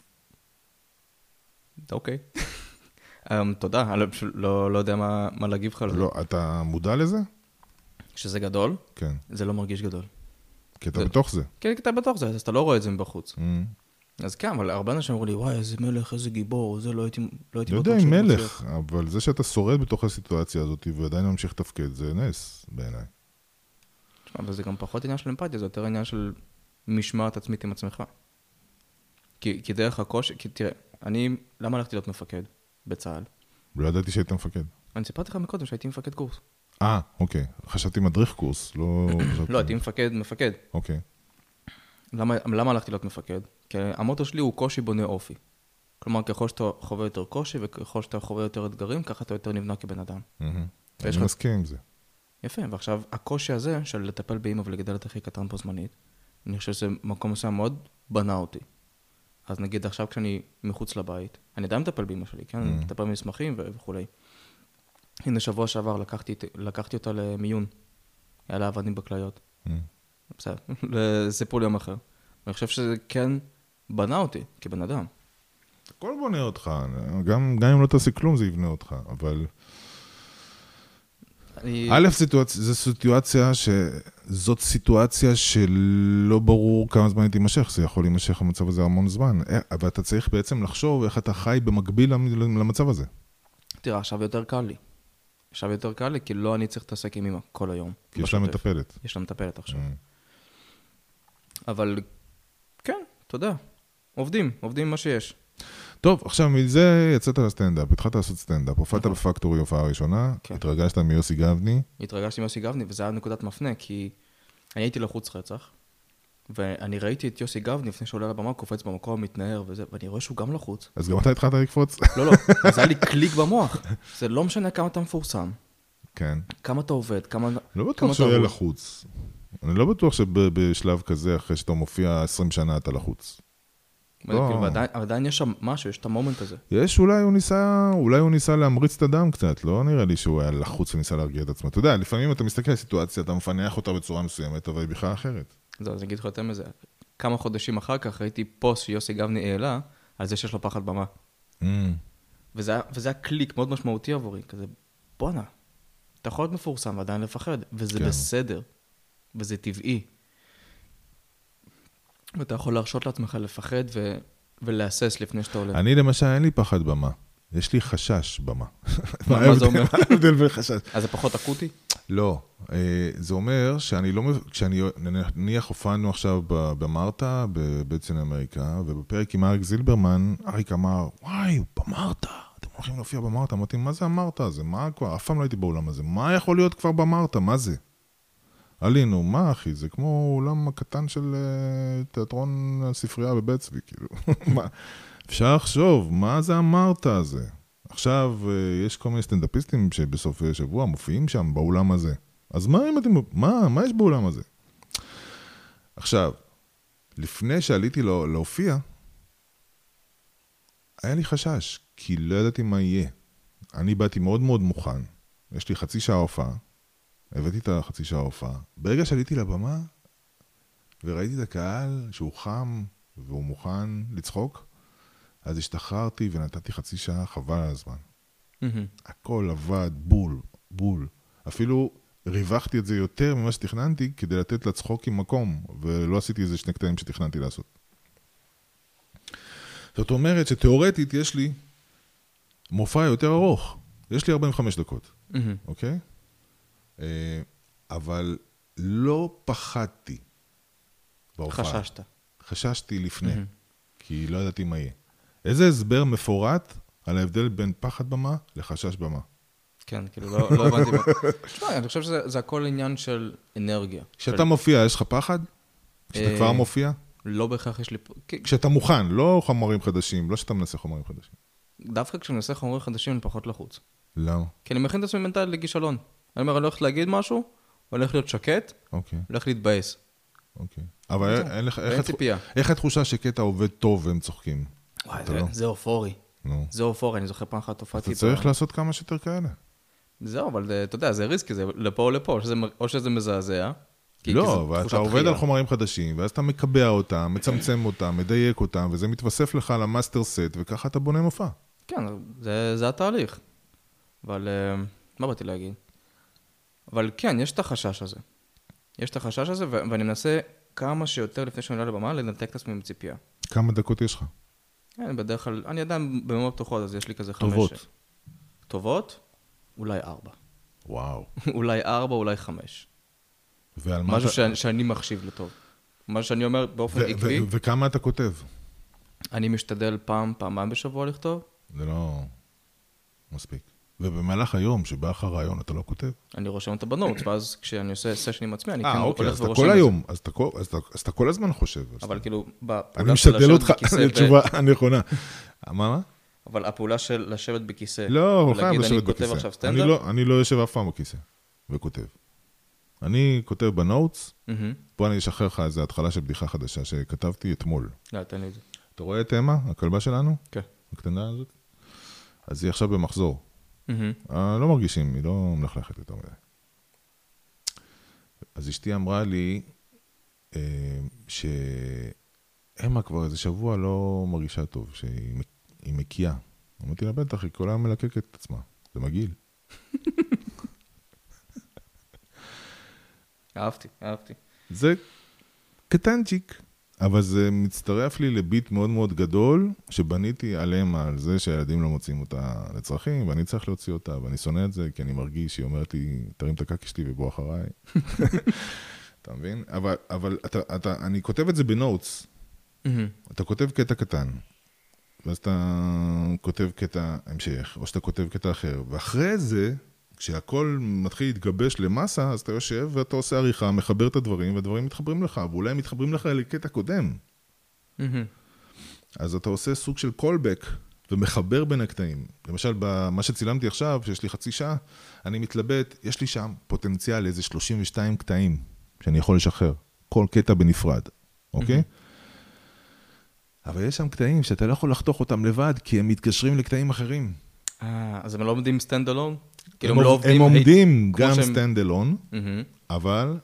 S3: אוקיי. תודה, אני לא יודע מה להגיב לך על זה.
S2: לא, אתה מודע לזה?
S3: שזה גדול?
S2: כן.
S3: זה לא מרגיש גדול.
S2: כי אתה בתוך זה.
S3: כן, כי אתה בתוך זה, אז אתה לא רואה את זה מבחוץ. אז כן, אבל הרבה אנשים אמרו לי, וואי, איזה מלך, איזה גיבור, זה לא הייתי בטוח.
S2: לא יודע אם מלך, אבל זה שאתה שורד בתוך הסיטואציה הזאת ועדיין ממשיך לתפקד, זה נס בעיניי.
S3: אבל זה גם פחות עניין של אמפתיה, זה יותר עניין של משמעת עצמית עם עצמך. כי דרך הקושי, כי תראה, אני, למה הלכתי להיות מפקד בצה"ל?
S2: לא ידעתי שהיית מפקד.
S3: אני סיפרתי לך מקודם שהייתי מפקד קורס.
S2: אה, אוקיי. חשבתי מדריך קורס, לא...
S3: לא, הייתי מפקד, מפקד.
S2: אוקיי.
S3: למה, למה הלכתי להיות מפקד? כי המוטו שלי הוא קושי בונה אופי. כלומר, ככל שאתה חווה יותר קושי וככל שאתה חווה יותר אתגרים, ככה אתה יותר נבנה כבן אדם.
S2: אני מסכים עם זה.
S3: יפה, ועכשיו הקושי הזה של לטפל באמא ולגדל את אחי קטן פה זמנית, אני חושב שזה מקום מסוים מאוד בנה אותי. אז נגיד עכשיו כשאני מחוץ לבית, אני עדיין מטפל באמא שלי, כן? אני מטפל במסמכים וכו'. הנה שבוע שעבר לקחתי, לקחתי אותה למיון. היה לה אבנים בכליות. בסדר, לסיפור ליום אחר. אני חושב שזה כן בנה אותי כבן אדם.
S2: הכל בונה אותך, גם, גם אם לא תעשי כלום זה יבנה אותך, אבל... אני... א', סיטואציה, זו סיטואציה ש... זאת סיטואציה שלא ברור כמה זמן היא תימשך, זה יכול להימשך המצב הזה המון זמן, אבל אתה צריך בעצם לחשוב איך אתה חי במקביל למצב הזה.
S3: תראה, עכשיו יותר קל לי. עכשיו יותר קל לי, כי לא אני צריך להתעסק עם אמא כל היום.
S2: כי יש לה מטפלת.
S3: יש לה מטפלת עכשיו. אבל כן, אתה יודע, עובדים, עובדים מה שיש.
S2: טוב, עכשיו מזה יצאת לסטנדאפ, התחלת לעשות סטנדאפ, הופעת בפקטורי הופעה הראשונה, התרגשת מיוסי גבני.
S3: התרגשתי מיוסי גבני, וזה היה נקודת מפנה, כי אני הייתי לחוץ רצח, ואני ראיתי את יוסי גבני לפני שעולה לבמה, קופץ במקום, מתנער וזה, ואני רואה שהוא גם לחוץ.
S2: אז גם אתה התחלת לקפוץ?
S3: לא, לא, אז היה לי קליק במוח. זה לא משנה כמה אתה מפורסם.
S2: כן.
S3: כמה אתה עובד, כמה...
S2: לא בטוח שהוא יהיה לחוץ. אני לא בטוח שבשלב כזה, אחרי שאתה מופיע עשרים שנה, אתה לחוץ.
S3: עדיין יש שם משהו, יש את המומנט הזה.
S2: יש, אולי הוא ניסה, אולי הוא ניסה להמריץ את הדם קצת, לא נראה לי שהוא היה לחוץ וניסה להרגיע את עצמו. אתה יודע, לפעמים אתה מסתכל על סיטואציה, אתה מפנח אותה בצורה מסוימת, אבל היא בכלל אחרת.
S3: זהו, אז אני אגיד לך יותר מזה. כמה חודשים אחר כך ראיתי פוסט שיוסי גבני העלה, על זה שיש לו פחד במה. וזה היה קליק מאוד משמעותי עבורי, כזה, בואנה, אתה יכול להיות מפורסם ועדיין לפחד, וזה בסדר, וזה טבעי. ואתה יכול להרשות לעצמך לפחד ו... ולהסס לפני שאתה עולה.
S2: אני למשל, אין לי פחד במה. יש לי חשש במה.
S3: מה זה אומר?
S2: מה ההבדל בין חשש?
S3: אז זה פחות אקוטי?
S2: לא. זה אומר שאני לא... כשאני נניח הופענו עכשיו במרתה, בבית אמריקה, ובפרק עם אריק זילברמן, אריק אמר, וואי, במרתה, אתם הולכים להופיע במרתה. אמרתי, מה זה המרתה הזה? מה כבר? אף פעם לא הייתי באולם הזה. מה יכול להיות כבר במרתה? מה זה? עלינו, מה אחי? זה כמו אולם הקטן של תיאטרון הספרייה בבית צבי, כאילו. אפשר לחשוב, מה זה אמרת הזה? עכשיו, יש כל מיני סטנדאפיסטים שבסוף שבוע מופיעים שם באולם הזה. אז מה אם אתם... מה? מה יש באולם הזה? עכשיו, לפני שעליתי לה, להופיע, היה לי חשש, כי לא ידעתי מה יהיה. אני באתי מאוד מאוד מוכן. יש לי חצי שעה הופעה. הבאתי את החצי שעה הופעה. ברגע שעליתי לבמה, וראיתי את הקהל שהוא חם, והוא מוכן לצחוק, אז השתחררתי ונתתי חצי שעה חבל על הזמן. הכל עבד בול, בול. אפילו ריווחתי את זה יותר ממה שתכננתי, כדי לתת לצחוק עם מקום, ולא עשיתי איזה שני קטעים שתכננתי לעשות. זאת אומרת שתיאורטית יש לי מופע יותר ארוך. יש לי ארבעים וחמש דקות. אוקיי? אבל לא פחדתי בהופעה.
S3: חששת.
S2: חששתי לפני, כי לא ידעתי מה יהיה. איזה הסבר מפורט על ההבדל בין פחד במה לחשש במה?
S3: כן, כאילו לא הבנתי. תשמע, אני חושב שזה הכל עניין של אנרגיה.
S2: כשאתה מופיע, יש לך פחד? כשאתה כבר מופיע?
S3: לא בהכרח יש לי...
S2: כשאתה מוכן, לא חומרים חדשים, לא שאתה מנסה חומרים חדשים.
S3: דווקא כשאני מנסה חומרים חדשים, אני פחות לחוץ.
S2: למה?
S3: כי אני מכין את עצמי מנטלית לכישלון. אני אומר, אני הולך להגיד משהו, הולך להיות שקט, הולך להתבאס.
S2: אוקיי. אבל אין לך...
S3: אין ציפייה.
S2: איך התחושה שקטע עובד טוב והם צוחקים?
S3: וואי, זה אופורי. זה אופורי, אני זוכר פעם אחת הופעתי.
S2: אתה צריך לעשות כמה שיותר כאלה.
S3: זהו, אבל אתה יודע, זה ריסקי, זה לפה או לפה, או שזה מזעזע.
S2: לא, ואתה עובד על חומרים חדשים, ואז אתה מקבע אותם, מצמצם אותם, מדייק אותם, וזה מתווסף לך למאסטר סט, וככה אתה בונה מופע.
S3: כן, זה התהליך. אבל, מה באתי להגיד? אבל כן, יש את החשש הזה. יש את החשש הזה, ואני מנסה כמה שיותר לפני שאני עולה לבמה, לנתק את עצמי מציפייה.
S2: כמה דקות יש לך?
S3: אני בדרך כלל, אני עדיין במאוד פתוחות, אז יש לי כזה חמש...
S2: טובות.
S3: טובות? אולי ארבע.
S2: וואו.
S3: אולי ארבע, אולי חמש.
S2: ועל מה
S3: משהו
S2: אתה...
S3: שאני, שאני מחשיב לטוב. משהו שאני אומר באופן
S2: ו-
S3: עקבי.
S2: ו- וכמה אתה כותב?
S3: אני משתדל פעם, פעמיים בשבוע לכתוב.
S2: זה לא מספיק. ובמהלך היום, שבא לך רעיון, אתה לא כותב?
S3: אני רושם אותה בנוטס, ואז כשאני עושה סשן עם עצמי, אני
S2: אה,
S3: כן
S2: אוקיי,
S3: הולך
S2: אז אתה
S3: ורושם
S2: כל
S3: את
S2: היום, אז אתה כל, אז אתה, אז אתה כל הזמן חושב.
S3: אבל
S2: אתה...
S3: כאילו,
S2: אני
S3: בפעולה של
S2: משתדל אותך
S3: לשבת בכיסא...
S2: לתשובה הנכונה. מה, מה?
S3: אבל הפעולה של לשבת בכיסא...
S2: לא, הוא חייב
S3: ולהגיד,
S2: לשבת
S3: אני
S2: בכיסא.
S3: כותב עכשיו
S2: אני
S3: סטנדאפ?
S2: לא, אני לא יושב אף פעם בכיסא וכותב. אני כותב בנוטס, פה אני אשחרר לך איזו התחלה של בדיחה חדשה שכתבתי אתמול.
S3: לא, תן לי את זה.
S2: אתה רואה את אמה, הכלבה שלנו?
S3: כן.
S2: הקטנה הזאת? אז היא עכשיו במחזור. לא מרגישים, היא לא מלכלכת יותר מדי. אז אשתי אמרה לי שאמה כבר איזה שבוע לא מרגישה טוב, שהיא מקיאה. אמרתי לה, בטח, היא כל היום מלקקת את עצמה. זה מגעיל.
S3: אהבתי, אהבתי.
S2: זה קטנצ'יק, אבל זה מצטרף לי לביט מאוד מאוד גדול, שבניתי עליהם על זה שהילדים לא מוצאים אותה לצרכים, ואני צריך להוציא אותה, ואני שונא את זה, כי אני מרגיש שהיא אומרת לי, תרים את הקקי שלי ובוא אחריי. אתה מבין? אבל, אבל אתה, אתה, אני כותב את זה בנוטס. אתה כותב קטע קטן, ואז אתה כותב קטע המשך, או שאתה כותב קטע אחר, ואחרי זה, כשהכל מתחיל להתגבש למסה, אז אתה יושב ואתה עושה עריכה, מחבר את הדברים, והדברים מתחברים לך, ואולי הם מתחברים לך לקטע קודם. אז אתה עושה סוג של callback, ומחבר בין הקטעים. למשל, במה שצילמתי עכשיו, שיש לי חצי שעה, אני מתלבט, יש לי שם פוטנציאל לאיזה שלושים ושתיים קטעים, שאני יכול לשחרר. כל קטע בנפרד, אוקיי? אבל יש שם קטעים שאתה לא יכול לחתוך אותם לבד, כי הם מתקשרים לקטעים אחרים.
S3: אה, אז הם לא עומדים stand alone?
S2: הם עומדים גם stand alone, אבל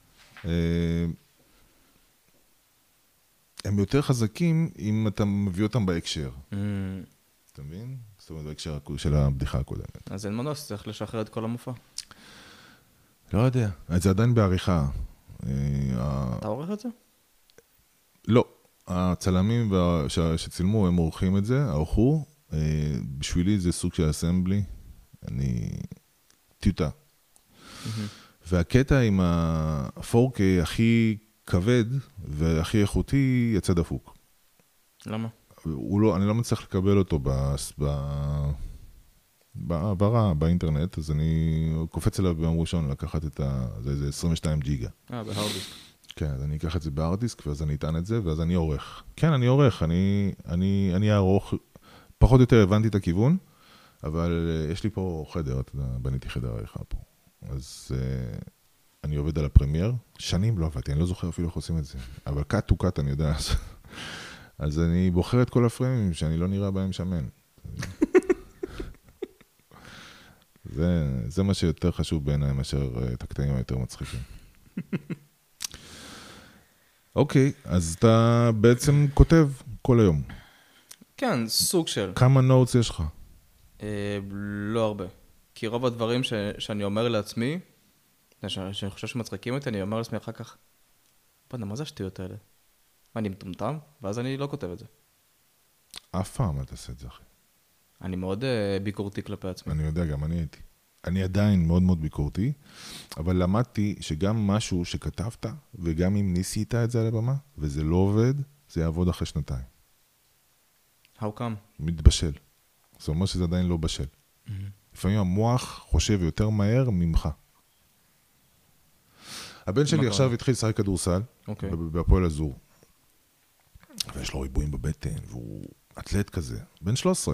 S2: הם יותר חזקים אם אתה מביא אותם בהקשר. אתה מבין? זאת אומרת, בהקשר של הבדיחה הקודמת.
S3: אז אין מנוס, צריך לשחרר את כל המופע.
S2: לא יודע, זה עדיין בעריכה.
S3: אתה עורך את זה?
S2: לא. הצלמים שצילמו, הם עורכים את זה, ערכו. בשבילי זה סוג של אסמבלי. אני טיוטה. והקטע עם ה-פור קיי הכי כבד והכי איכותי יצא דפוק.
S3: למה? הוא
S2: לא, אני לא מצליח לקבל אותו בעברה, באינטרנט, אז אני קופץ אליו ביום ראשון לקחת את ה... זה איזה עשרים ושתיים ג'יגה.
S3: אה, בהארד דיסק.
S2: כן, אז אני אקח את זה בהארד דיסק, ואז אני אטען את זה, ואז אני עורך. כן, אני עורך, אני, אני, אני אערוך, פחות או יותר הבנתי את הכיוון, אבל יש לי פה חדר, אתה יודע, בניתי חדר עריכה פה. אז uh, אני עובד על הפרמייר, שנים לא עבדתי, אני לא זוכר אפילו איך עושים את זה, אבל קאט טו קאט אני יודע. אז אני בוחר את כל הפרמים שאני לא נראה בהם שמן. זה, זה מה שיותר חשוב בעיניי מאשר את הקטעים היותר מצחיקים. אוקיי, אז אתה בעצם כותב כל היום.
S3: כן, סוג של.
S2: כמה נוטס יש לך?
S3: אה, לא הרבה. כי רוב הדברים ש, שאני אומר לעצמי, שאני חושב שמצחיקים אותי, אני אומר לעצמי אחר כך, בוא'נה, מה זה השטויות האלה? מה, אני מטומטם? ואז אני לא כותב את זה.
S2: אף פעם אל תעשה את זה, אחי.
S3: אני מאוד uh, ביקורתי כלפי עצמי.
S2: אני יודע, גם אני הייתי. אני עדיין מאוד מאוד ביקורתי, אבל למדתי שגם משהו שכתבת, וגם אם ניסית את זה על הבמה, וזה לא עובד, זה יעבוד אחרי שנתיים.
S3: How come?
S2: מתבשל. זאת אומרת שזה עדיין לא בשל. Mm-hmm. לפעמים המוח חושב יותר מהר ממך. הבן שלי עכשיו התחיל לשחק כדורסל, okay. בהפועל אזור. ויש לו ריבועים בבטן, והוא אתלט כזה, בן שלוש עשרה.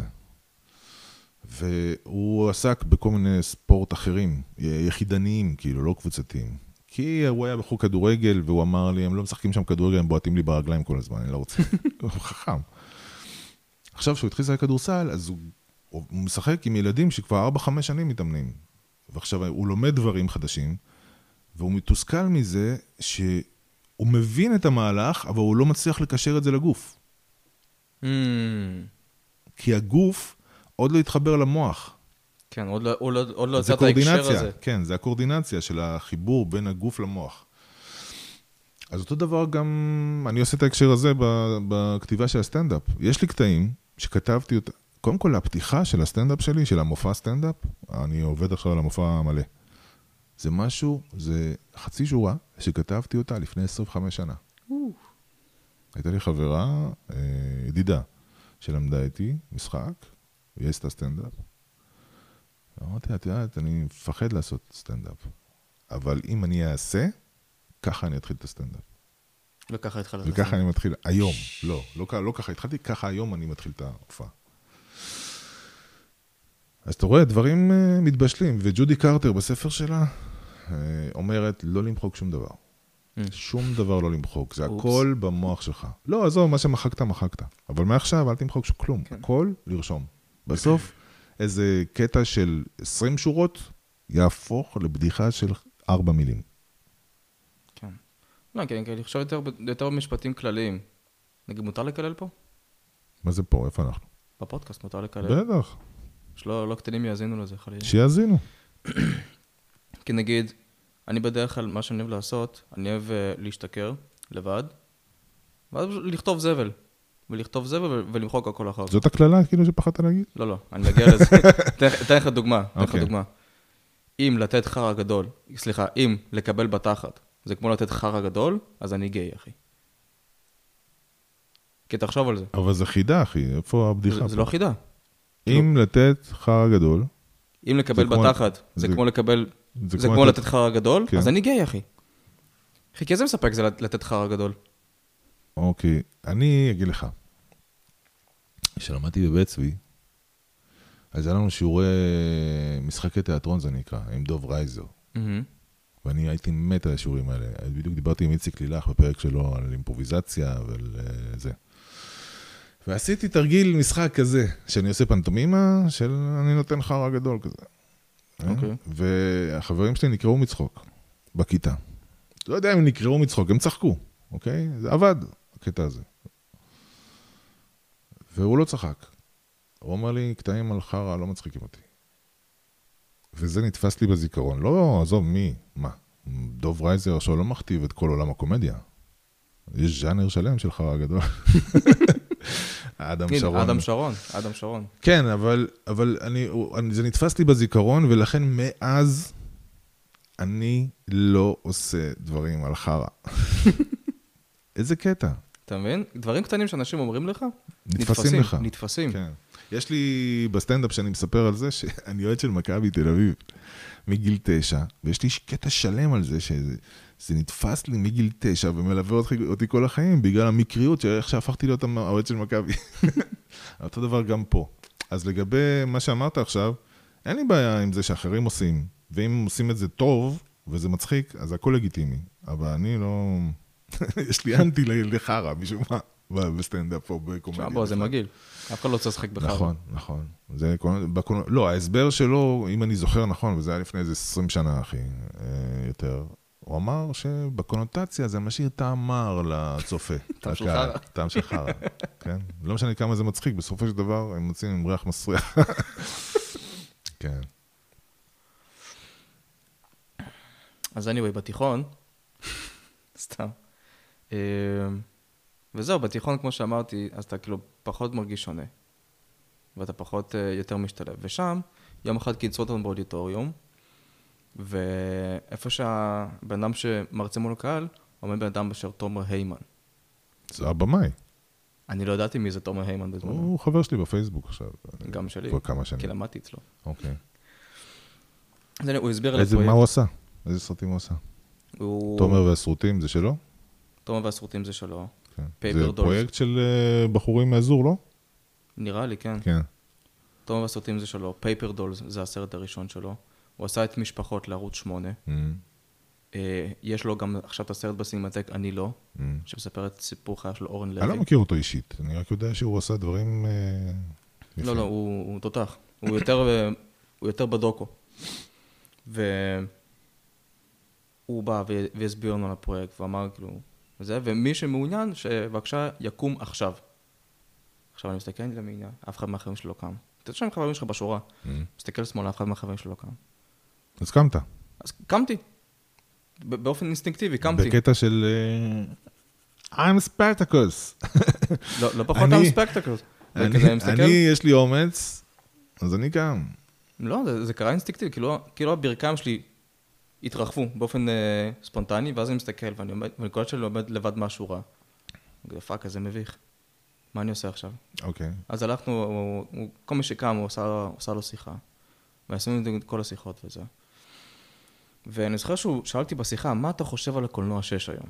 S2: והוא עסק בכל מיני ספורט אחרים, יחידניים, כאילו, לא קבוצתיים. כי הוא היה בחור כדורגל, והוא אמר לי, הם לא משחקים שם כדורגל, הם בועטים לי ברגליים כל הזמן, אני לא רוצה. הוא חכם. עכשיו, שהוא התחיל לשחק כדורסל, אז הוא, הוא משחק עם ילדים שכבר ארבע חמש שנים מתאמנים. ועכשיו הוא לומד דברים חדשים, והוא מתוסכל מזה שהוא מבין את המהלך, אבל הוא לא מצליח לקשר את זה לגוף.
S3: Mm.
S2: כי הגוף עוד לא התחבר למוח.
S3: כן, עוד לא, עוד לא, עוד לא יצאת ההקשר הזה.
S2: כן, זה הקורדינציה של החיבור בין הגוף למוח. אז אותו דבר גם, אני עושה את ההקשר הזה בכתיבה של הסטנדאפ. יש לי קטעים שכתבתי אותה, קודם כל הפתיחה של הסטנדאפ שלי, של המופע סטנדאפ, אני עובד עכשיו על המופע המלא. זה משהו, זה חצי שורה שכתבתי אותה לפני עשרים וחמש שנה. הייתה לי חברה, ידידה, שלמדה איתי משחק, והיא עשתה סטנדאפ. אמרתי, את יודעת, אני מפחד לעשות סטנדאפ. אבל אם אני אעשה, ככה אני אתחיל את הסטנדאפ.
S3: וככה התחלת את
S2: הסטנדאפ. וככה אני מתחיל, היום, לא, לא, לא ככה התחלתי, ככה היום אני מתחיל את ההופעה. אז אתה רואה, דברים uh, מתבשלים, וג'ודי קרטר בספר שלה uh, אומרת, לא למחוק שום דבר. Mm. שום דבר לא למחוק, זה אופס. הכל במוח שלך. לא, עזוב, מה שמחקת, מחקת. אבל מעכשיו, אל תמחוק כלום, כן. הכל לרשום. בסוף, איזה קטע של עשרים שורות, יהפוך לבדיחה של ארבע מילים.
S3: כן. לא, כן, אני חושב יותר, יותר במשפטים כלליים. נגיד, מותר לקלל פה?
S2: מה זה פה? איפה אנחנו?
S3: בפודקאסט מותר לקלל.
S2: בטח.
S3: שלא, לא קטנים יאזינו לזה, חלילה.
S2: שיאזינו.
S3: כי נגיד, אני בדרך כלל, מה שאני אוהב לעשות, אני אוהב להשתכר לבד, ואז לכתוב זבל. ולכתוב זבל ולמחוק הכל אחר.
S2: זאת הכללה, כאילו שפחדת להגיד?
S3: לא, לא, אני אגיע לזה. תן לך דוגמה, תן לך דוגמה. אם לתת חרא גדול, סליחה, אם לקבל בתחת, זה כמו לתת חרא גדול, אז אני גיי, אחי. כי תחשוב על זה.
S2: אבל זה חידה, אחי, איפה הבדיחה?
S3: זה לא חידה.
S2: אם לתת חרא גדול,
S3: אם לקבל בתחת, זה כמו לקבל, זה כמו לתת חרא גדול, אז אני גיי, אחי. אחי, כי איזה מספק זה לתת חרא גדול?
S2: אוקיי, אני אגיד לך. כשלמדתי בבית צבי, אז היה לנו שיעורי משחקי תיאטרון, זה נקרא, עם דוב רייזר. ואני הייתי מת על השיעורים האלה. בדיוק דיברתי עם איציק לילך בפרק שלו על אימפרוביזציה ועל זה. ועשיתי תרגיל משחק כזה, שאני עושה פנטומימה, של אני נותן חרא גדול כזה.
S3: אוקיי.
S2: והחברים שלי נקראו מצחוק, בכיתה. לא יודע אם הם נקראו מצחוק, הם צחקו, אוקיי? זה עבד, הקטע הזה. והוא לא צחק. הוא אומר לי, קטעים על חרא לא מצחיקים אותי. וזה נתפס לי בזיכרון. לא, עזוב, מי? מה? דוב רייזר עכשיו לא מכתיב את כל עולם הקומדיה. יש ז'אנר שלם של חרא גדול. אדם שרון.
S3: אדם שרון, אדם שרון.
S2: כן, אבל, אבל אני, זה נתפס לי בזיכרון, ולכן מאז אני לא עושה דברים על חרא. איזה קטע.
S3: אתה מבין? דברים קטנים שאנשים אומרים לך?
S2: נתפסים לך.
S3: נתפסים.
S2: כן. יש לי בסטנדאפ שאני מספר על זה, שאני אוהד של מכבי תל אביב, מגיל תשע, ויש לי קטע שלם על זה, שזה נתפס לי מגיל תשע, ומלווה אותי כל החיים, בגלל המקריות, שאיך שהפכתי להיות האוהד של מכבי. אותו דבר גם פה. אז לגבי מה שאמרת עכשיו, אין לי בעיה עם זה שאחרים עושים, ואם עושים את זה טוב, וזה מצחיק, אז הכל לגיטימי. אבל אני לא... יש לי אנטי לחרא, משום מה, בסטנדאפ או בקומדיה.
S3: בוא, זה מגעיל. אף אחד לא צריך לשחק בחרא.
S2: נכון, נכון. זה, לא, ההסבר שלו, אם אני זוכר נכון, וזה היה לפני איזה עשרים שנה, אחי, יותר, הוא אמר שבקונוטציה זה משאיר טעם מר לצופה.
S3: טעם של חרא.
S2: טעם של חרא, כן? לא משנה כמה זה מצחיק, בסופו של דבר הם מוצאים עם ריח מסריח. כן.
S3: אז anyway, בתיכון, סתם. וזהו, בתיכון, כמו שאמרתי, אז אתה כאילו פחות מרגיש שונה. ואתה פחות יותר משתלב. ושם, יום אחד קיצרו אותנו באודיטוריום, ואיפה שהבן אדם שמרצה מול הקהל, עומד בן אדם בשם תומר היימן.
S2: זה הבמאי.
S3: אני לא ידעתי מי זה תומר היימן בזמנו.
S2: הוא חבר שלי בפייסבוק עכשיו.
S3: גם שלי.
S2: כבר כמה שנים.
S3: כי למדתי אצלו.
S2: אוקיי.
S3: אז הוא הסביר על
S2: הפרויקט. מה הוא עשה? איזה סרטים הוא עשה? תומר והסרוטים זה שלו?
S3: תומר והסרוטים זה שלו.
S2: זה פרויקט של בחורים מהאזור, לא?
S3: נראה לי, כן.
S2: כן.
S3: תומר והסרוטים זה שלו. פייפר דולס זה הסרט הראשון שלו. הוא עשה את משפחות לערוץ שמונה. יש לו גם עכשיו את הסרט בסינמטק, אני לא, שמספר את סיפור חיה של אורן לוי.
S2: אני לא מכיר אותו אישית, אני רק יודע שהוא עשה דברים יפים.
S3: לא, לא, הוא תותח. הוא יותר בדוקו. והוא בא והסביר לנו על הפרויקט, ואמר כאילו, וזה, ומי שמעוניין, שבבקשה יקום עכשיו. עכשיו אני מסתכל למעניין, אף אחד מהחברים שלו לא קם. אתה יודע שם חברים שלך בשורה, מסתכל שמאלה, אף אחד מהחברים שלו לא קם.
S2: אז קמת.
S3: אז קמתי. באופן אינסטינקטיבי, קמתי.
S2: בקטע של... I'm Spartacus.
S3: לא פחות I'm Spartacus.
S2: אני, יש לי אומץ, אז אני קם.
S3: לא, זה קרה אינסטינקטיבי, כאילו הברכיים שלי התרחבו באופן ספונטני, ואז אני מסתכל, ואני קולט שלי עומד לבד מהשורה. אני פאק, זה מביך. מה אני עושה עכשיו?
S2: אוקיי.
S3: אז הלכנו, כל מי שקם, הוא עושה לו שיחה. ועשינו את כל השיחות וזה. ואני זוכר שהוא שאלתי בשיחה, מה אתה חושב על הקולנוע שש היום?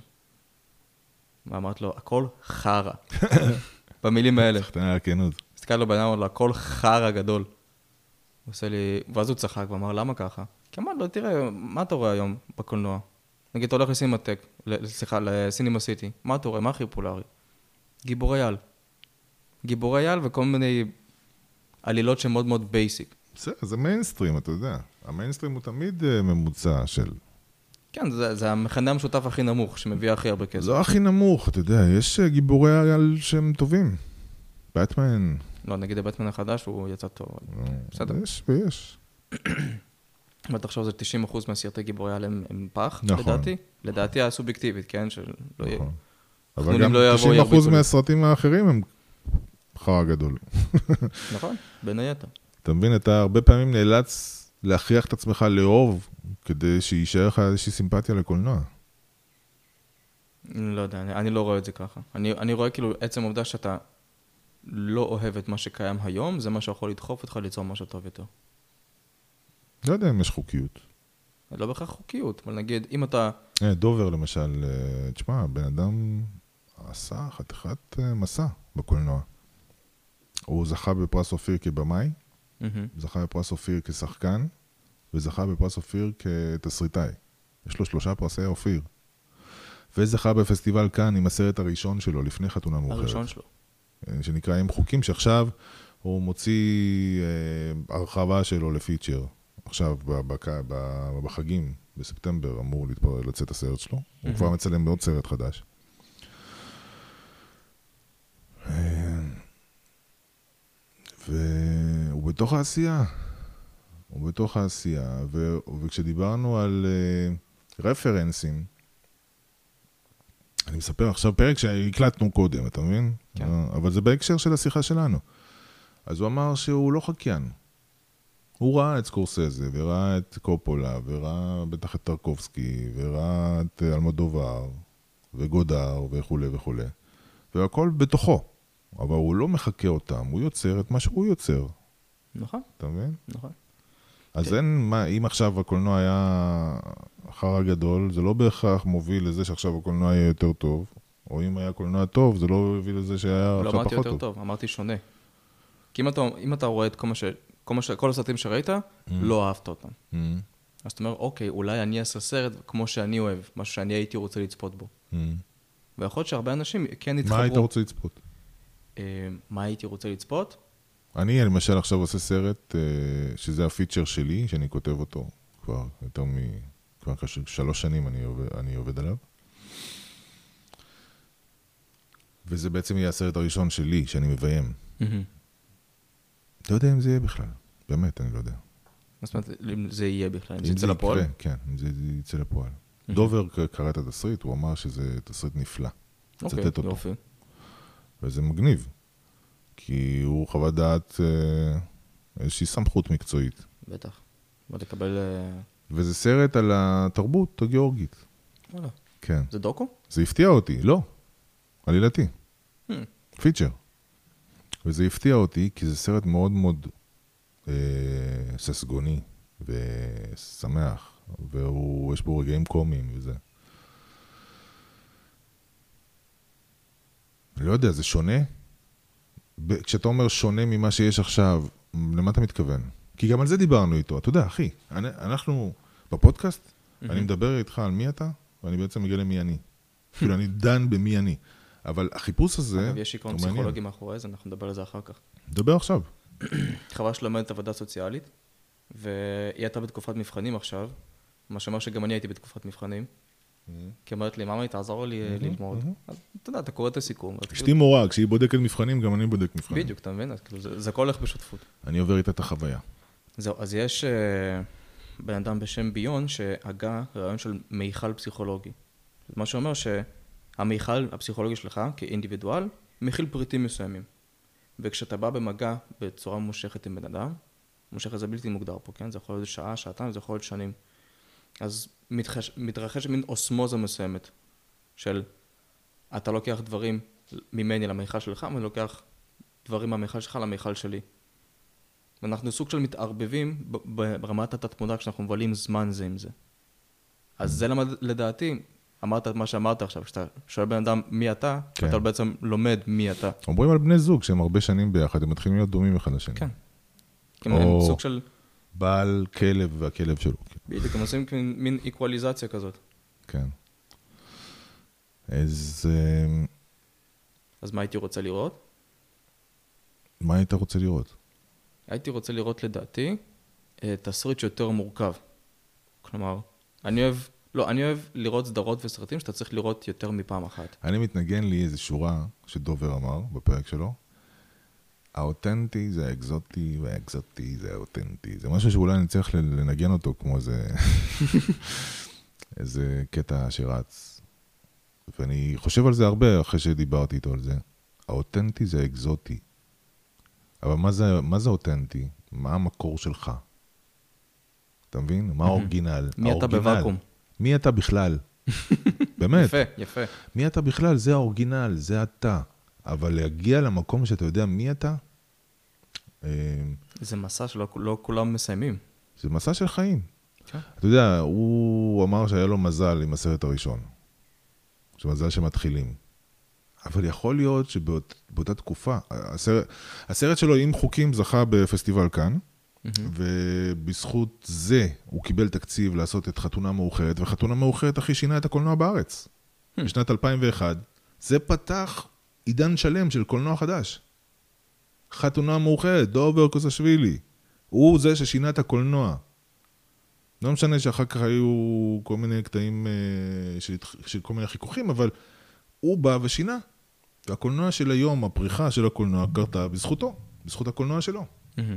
S3: ואמרת לו, הכל חרא. במילים האלה.
S2: תחתנה הכנות.
S3: הסתכל לו בעיניים, אמר לו, הכל חרא גדול. הוא עושה לי, ואז הוא צחק ואמר, למה ככה? כי אמר לו, תראה, מה אתה רואה היום בקולנוע? נגיד, אתה הולך לסינמטק, סליחה, לסינימה סיטי. מה אתה רואה? מה הכי פופולרי? גיבורי על. גיבורי על וכל מיני עלילות שהן מאוד מאוד בייסיק.
S2: זה, זה מיינסטרים, אתה יודע. המיינסטרים הוא תמיד ממוצע של...
S3: כן, זה, זה המכנה המשותף הכי נמוך, שמביא הכי הרבה כסף.
S2: לא הכי נמוך, אתה יודע, יש גיבורי על שהם טובים. בטמן...
S3: לא, נגיד הבטמן החדש, הוא יצא טוב. בסדר.
S2: יש ויש.
S3: אבל תחשוב, זה תשעים אחוז מהסרטי גיבורי על הם, הם פח, לדעתי. לדעתי הסובייקטיבית, כן? של...
S2: נכון. אבל גם תשעים אחוז מהסרטים האחרים הם חרא גדול.
S3: נכון, בין היתר.
S2: אתה מבין, אתה הרבה פעמים נאלץ להכריח את עצמך לאהוב, כדי שישאר לך איזושהי סימפתיה לקולנוע.
S3: לא יודע, אני, אני לא רואה את זה ככה. אני, אני רואה כאילו עצם העובדה שאתה לא אוהב את מה שקיים היום, זה מה שיכול לדחוף אותך ליצור משהו טוב יותר.
S2: לא יודע אם יש חוקיות.
S3: לא בהכרח חוקיות, אבל נגיד, אם אתה...
S2: דובר למשל, תשמע, בן אדם עשה חתיכת מסע בקולנוע. הוא זכה בפרס אופיר כבמאי, זכה בפרס אופיר כשחקן, וזכה בפרס אופיר כתסריטאי. יש לו שלושה פרסי אופיר. וזכה בפסטיבל כאן עם הסרט הראשון שלו, לפני חתונה מאוחרת.
S3: הראשון שלו.
S2: שנקרא עם חוקים, שעכשיו הוא מוציא אה, הרחבה שלו לפיצ'ר. עכשיו, בחגים, בספטמבר, אמור לצאת הסרט שלו. הוא כבר מצלם בעוד סרט חדש. והוא בתוך העשייה. הוא בתוך העשייה. וכשדיברנו על רפרנסים, אני מספר עכשיו פרק שהקלטנו קודם, אתה מבין? כן. אבל זה בהקשר של השיחה שלנו. אז הוא אמר שהוא לא חקיין. הוא ראה את סקורסזה, וראה את קופולה, וראה בטח את טרקובסקי, וראה את אלמודובר, וגודר, וכו' וכו'. והכל בתוכו. אבל הוא לא מחכה אותם, הוא יוצר את מה שהוא יוצר.
S3: נכון.
S2: אתה מבין?
S3: נכון.
S2: אז אין, מה, אם עכשיו הקולנוע היה חרא גדול, זה לא בהכרח מוביל לזה שעכשיו הקולנוע יהיה יותר טוב, או אם היה קולנוע טוב, זה לא מוביל לזה שהיה עכשיו פחות טוב.
S3: לא אמרתי יותר טוב, אמרתי שונה. כי אם אתה, אם אתה רואה את כל מה ש... כל, מה ש... כל הסרטים שראית, mm. לא אהבת אותם. Mm. אז אתה אומר, אוקיי, אולי אני אעשה סרט כמו שאני אוהב, משהו שאני הייתי רוצה לצפות בו. Mm. ויכול להיות שהרבה אנשים כן התחברו.
S2: מה היית רוצה לצפות?
S3: מה הייתי רוצה לצפות?
S2: אני למשל עכשיו עושה סרט, שזה הפיצ'ר שלי, שאני כותב אותו כבר יותר מ... כבר שלוש שנים אני עובד, אני עובד עליו. וזה בעצם יהיה הסרט הראשון שלי, שאני מביים. Mm-hmm. לא יודע אם זה יהיה בכלל. באמת, אני לא יודע.
S3: זאת אומרת, אם זה יהיה בכלל, אם זה יצא לפועל?
S2: כן, אם זה יצא לפועל. Mm-hmm. דובר קרא את התסריט, הוא אמר שזה תסריט נפלא.
S3: אוקיי, יופי.
S2: וזה מגניב. כי הוא חווה דעת איזושהי סמכות מקצועית.
S3: בטח. ולקבל...
S2: וזה סרט על התרבות הגיאורגית.
S3: וואלה.
S2: כן.
S3: זה דוקו?
S2: זה הפתיע אותי, לא. עלילתי. פיצ'ר. וזה הפתיע אותי כי זה סרט מאוד מאוד אה, ססגוני ושמח. ויש בו רגעים קומיים וזה. אני לא יודע, זה שונה? כשאתה אומר שונה ממה שיש עכשיו, למה אתה מתכוון? כי גם על זה דיברנו איתו. אתה יודע, אחי, אנחנו בפודקאסט, אני מדבר איתך על מי אתה, ואני בעצם מגלה מי אני. כאילו, אני דן במי אני. אבל החיפוש הזה...
S3: אגב, יש עיקרון פסיכולוגי מאחורי זה, אנחנו נדבר על זה אחר כך.
S2: נדבר עכשיו.
S3: חברה שלומדת עבודה סוציאלית, והיא הייתה בתקופת מבחנים עכשיו, מה שאומר שגם אני הייתי בתקופת מבחנים, כי אומרת לי, מאמא, תעזור לי ללמוד. אתה יודע, אתה קורא את הסיכום.
S2: אשתי מורה, כשהיא בודקת מבחנים, גם אני בודק מבחנים.
S3: בדיוק, אתה מבין? זה הכל הולך בשותפות.
S2: אני עובר איתה את החוויה.
S3: זהו, אז יש בן אדם בשם ביון, שהגה רעיון של מיכל פסיכולוגי. מה שאומר שהמיכל הפסיכולוגי שלך, כאינדיבידואל, מכיל פריטים מסוימים. וכשאתה בא במגע בצורה מושכת עם בן אדם, מושכת זה בלתי מוגדר פה, כן? זה יכול להיות שעה, שעתיים, זה יכול להיות שנים. אז מתרחש, מתרחש מין אוסמוזה מסוימת של אתה לוקח דברים ממני למיכל שלך, ואני לוקח דברים מהמיכל שלך למיכל שלי. ואנחנו סוג של מתערבבים ברמת התת-מודע כשאנחנו מבלים זמן זה עם זה. אז זה למה לדעתי, אמרת את מה שאמרת עכשיו, כשאתה שואל בן אדם מי אתה, כן. אתה בעצם לומד מי אתה.
S2: אומרים על בני זוג שהם הרבה שנים ביחד, הם מתחילים להיות דומים אחד לשני.
S3: כן. או... סוג של...
S2: בעל כלב והכלב שלו.
S3: בדיוק, הם עושים מין איקואליזציה כזאת.
S2: כן. אז...
S3: אז מה הייתי רוצה לראות?
S2: מה היית רוצה לראות?
S3: הייתי רוצה לראות לדעתי תסריט שיותר מורכב. כלומר, אני אוהב, לא, אני אוהב לראות סדרות וסרטים שאתה צריך לראות יותר מפעם אחת.
S2: אני מתנגן לי איזו שורה שדובר אמר בפרק שלו, האותנטי זה האקזוטי, והאקזוטי זה האותנטי. זה משהו שאולי אני צריך לנגן אותו כמו איזה, איזה קטע שרץ. ואני חושב על זה הרבה אחרי שדיברתי איתו על זה. האותנטי זה האקזוטי. אבל מה זה, מה זה אותנטי? מה המקור שלך? אתה מבין? מה האורגינל?
S3: מי אתה בוואקום?
S2: מי אתה בכלל? באמת.
S3: יפה, יפה.
S2: מי אתה בכלל? זה האורגינל, זה אתה. אבל להגיע למקום שאתה יודע מי אתה?
S3: זה מסע שלא לא כולם מסיימים.
S2: זה מסע של חיים.
S3: כן.
S2: אתה יודע, הוא אמר שהיה לו מזל עם הסרט הראשון. זה מזל שמתחילים. אבל יכול להיות שבאותה תקופה, הסרט, הסרט שלו עם חוקים זכה בפסטיבל כאן, ובזכות זה הוא קיבל תקציב לעשות את חתונה מאוחרת, וחתונה מאוחרת הכי שינה את הקולנוע בארץ. בשנת אלפיים ואחת, זה פתח עידן שלם של קולנוע חדש. חתונה מאוחרת, דובר קוסאשווילי. הוא זה ששינה את הקולנוע. לא משנה שאחר כך היו כל מיני קטעים של, של כל מיני חיכוכים, אבל הוא בא ושינה. והקולנוע של היום, הפריחה של הקולנוע, קרתה בזכותו, בזכות הקולנוע שלו.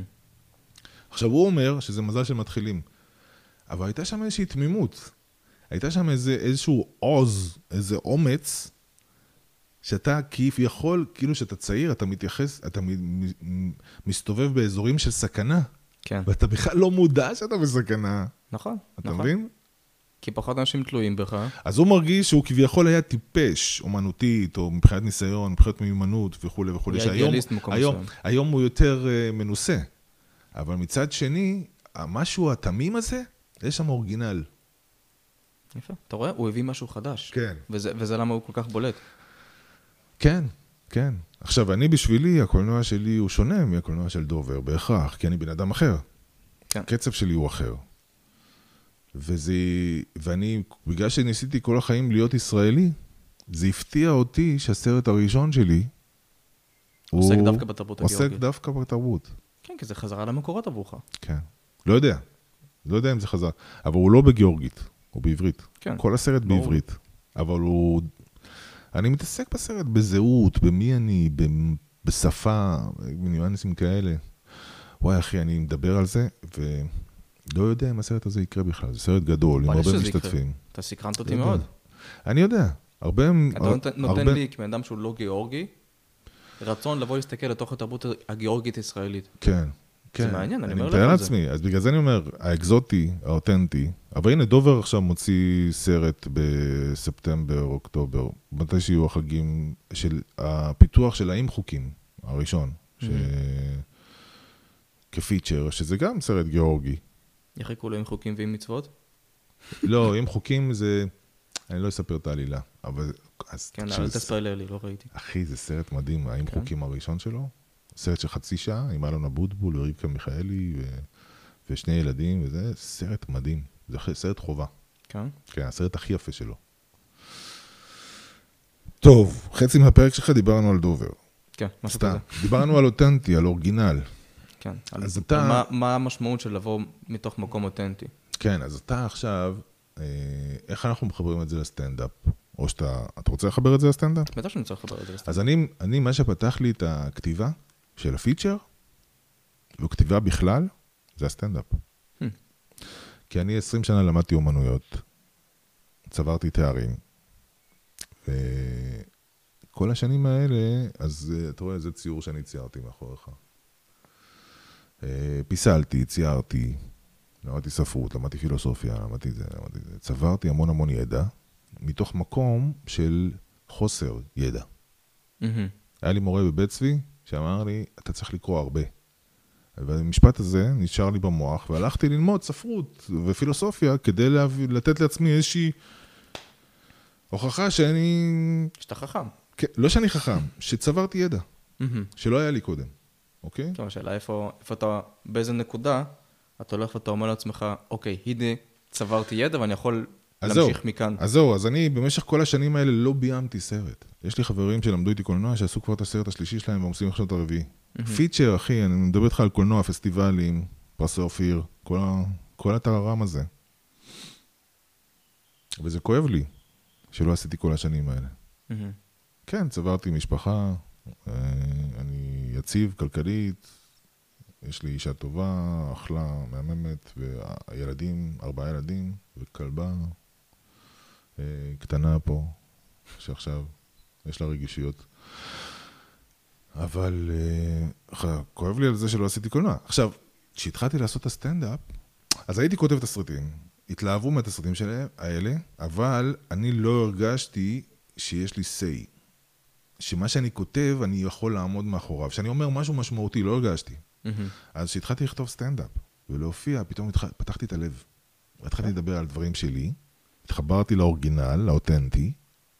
S2: עכשיו הוא אומר שזה מזל שמתחילים. אבל הייתה שם איזושהי תמימות. הייתה שם איזה, איזשהו עוז, איזה אומץ, שאתה כיף יכול, כאילו שאתה צעיר, אתה מתייחס, אתה מסתובב באזורים של סכנה.
S3: כן.
S2: ואתה בכלל לא מודע שאתה בסכנה.
S3: נכון,
S2: אתה
S3: נכון.
S2: מבין?
S3: כי פחות אנשים תלויים בך.
S2: אז הוא מרגיש שהוא כביכול היה טיפש, אומנותית, או מבחינת ניסיון, מבחינת מיומנות וכו' וכו'.
S3: הוא היה אידיאליסט במקום
S2: היום,
S3: מסוים.
S2: היום הוא יותר uh, מנוסה. אבל מצד שני, המשהו התמים הזה, יש שם אורגינל.
S3: יפה. אתה רואה? הוא הביא משהו חדש.
S2: כן.
S3: וזה, וזה למה הוא כל כך בולט.
S2: כן, כן. עכשיו, אני בשבילי, הקולנוע שלי הוא שונה מהקולנוע של דובר, בהכרח, כי אני בן אדם אחר.
S3: כן.
S2: הקצב שלי הוא אחר. וזה, ואני, בגלל שניסיתי כל החיים להיות ישראלי, זה הפתיע אותי שהסרט הראשון שלי,
S3: עוסק
S2: הוא
S3: דווקא בתרבות
S2: עוסק
S3: הגיאורגית.
S2: דווקא בתרבות.
S3: כן, כי זה חזרה למקורות עבורך.
S2: כן. לא יודע. לא יודע אם זה חזר. אבל הוא לא בגיאורגית, הוא בעברית.
S3: כן.
S2: כל הסרט
S3: ברור.
S2: בעברית. אבל הוא... אני מתעסק בסרט בזהות, במי אני, ב- בשפה, בניואנסים כאלה. וואי אחי, אני מדבר על זה, ולא יודע אם הסרט הזה יקרה בכלל. זה סרט גדול, עם
S3: בא לי
S2: הרבה
S3: שזה יקרה.
S2: משתתפים.
S3: אתה סקרנת אותי
S2: לא יודע.
S3: מאוד.
S2: אני יודע. הרבה...
S3: אתה נותן, נותן
S2: הרבה...
S3: לי, כבן אדם שהוא לא גיאורגי, רצון לבוא להסתכל לתוך התרבות הגיאורגית-ישראלית.
S2: כן. כן.
S3: מעניין, אני
S2: אני
S3: אומר
S2: מתאר
S3: לך את זה.
S2: לעצמי, אז בגלל זה אני אומר, האקזוטי, האותנטי, אבל הנה דובר עכשיו מוציא סרט בספטמבר, אוקטובר, מתי שיהיו החגים של הפיתוח של האם חוקים, הראשון, ש... כפיצ'ר, שזה גם סרט גיאורגי.
S3: יחיקו לו עם חוקים ועם מצוות?
S2: לא, עם חוקים זה, אני לא אספר את העלילה, אבל... אז
S3: כן,
S2: תקשיב,
S3: אל תספיילר לי, לא ראיתי.
S2: אחי, זה סרט מדהים, האם
S3: כן.
S2: חוקים הראשון שלו, סרט של חצי שעה, עם אלון אבוטבול ורבקה מיכאלי ו... ושני ילדים, וזה סרט מדהים. זה סרט חובה.
S3: כן?
S2: כן, הסרט הכי יפה שלו. טוב, חצי מהפרק שלך דיברנו על דובר.
S3: כן, משהו
S2: סתם.
S3: כזה.
S2: דיברנו על אותנטי, על אורגינל.
S3: כן.
S2: אז
S3: על-
S2: אתה-
S3: על מה- מה המשמעות של לבוא מתוך מקום אותנטי?
S2: כן, אז אתה עכשיו, אה, איך אנחנו מחברים את זה לסטנדאפ? או שאתה, אתה רוצה לחבר את זה לסטנדאפ?
S3: בטח שאני צריך לחבר את זה לסטנדאפ.
S2: אז אני, אני, מה שפתח לי את הכתיבה של הפיצ'ר, וכתיבה בכלל, זה הסטנדאפ.
S3: Hmm.
S2: כי אני עשרים שנה למדתי אומנויות, צברתי תארים, וכל השנים האלה, אז אתה רואה, זה ציור שאני ציירתי מאחוריך. אה, פיסלתי, ציירתי, למדתי ספרות, למדתי פילוסופיה, למדתי זה, למדתי זה. צברתי המון המון ידע, מתוך מקום של חוסר ידע.
S3: מהמם.
S2: היה לי מורה בבית צבי, שאמר לי, אתה צריך לקרוא הרבה. והמשפט הזה נשאר לי במוח, והלכתי ללמוד ספרות ופילוסופיה, כדי להביא, לתת לעצמי איזושהי הוכחה שאני...
S3: שאתה חכם.
S2: כן, לא שאני חכם, שצברתי ידע,
S3: מהמם.
S2: שלא היה לי קודם. אוקיי?
S3: טוב, השאלה איפה איפה אתה, באיזה נקודה, אתה הולך ואתה אומר לעצמך, אוקיי, הנה, צברתי ידע ואני יכול
S2: אז זהו.
S3: להמשיך מכאן.
S2: אז זהו, אז אני במשך כל השנים האלה לא ביימתי סרט. יש לי חברים שלמדו איתי קולנוע, שעשו כבר את הסרט השלישי שלהם, והם עושים עכשיו את הרביעי. פיצ'ר, אחי, אני מדבר איתך על קולנוע, פסטיבלים, פרס אופיר, כל, ה... כל הטררם הזה. וזה כואב לי, שלא עשיתי כל השנים האלה.
S3: מהמם.
S2: כן, צברתי משפחה, אה, אני יציב, כלכלית, יש לי אישה טובה, אחלה, מהממת, והילדים, ארבעה ילדים, וכלבה אה, קטנה פה, שעכשיו יש לה רגישויות. אבל אה, כואב לי על זה שלא עשיתי קולנוע. עכשיו, כשהתחלתי לעשות את הסטנדאפ, אז הייתי כותב את הסרטים, התלהבו מהתסרטים שלהם, האלה, אבל אני לא הרגשתי שיש לי say. שמה שאני כותב, אני יכול לעמוד מאחוריו. כשאני אומר משהו משמעותי, לא הרגשתי.
S3: מהמם.
S2: אז כשהתחלתי לכתוב סטנדאפ, ולהופיע, פתאום התח... פתחתי את הלב. התחלתי לדבר על דברים שלי, התחברתי לאורגינל, לאותנטי,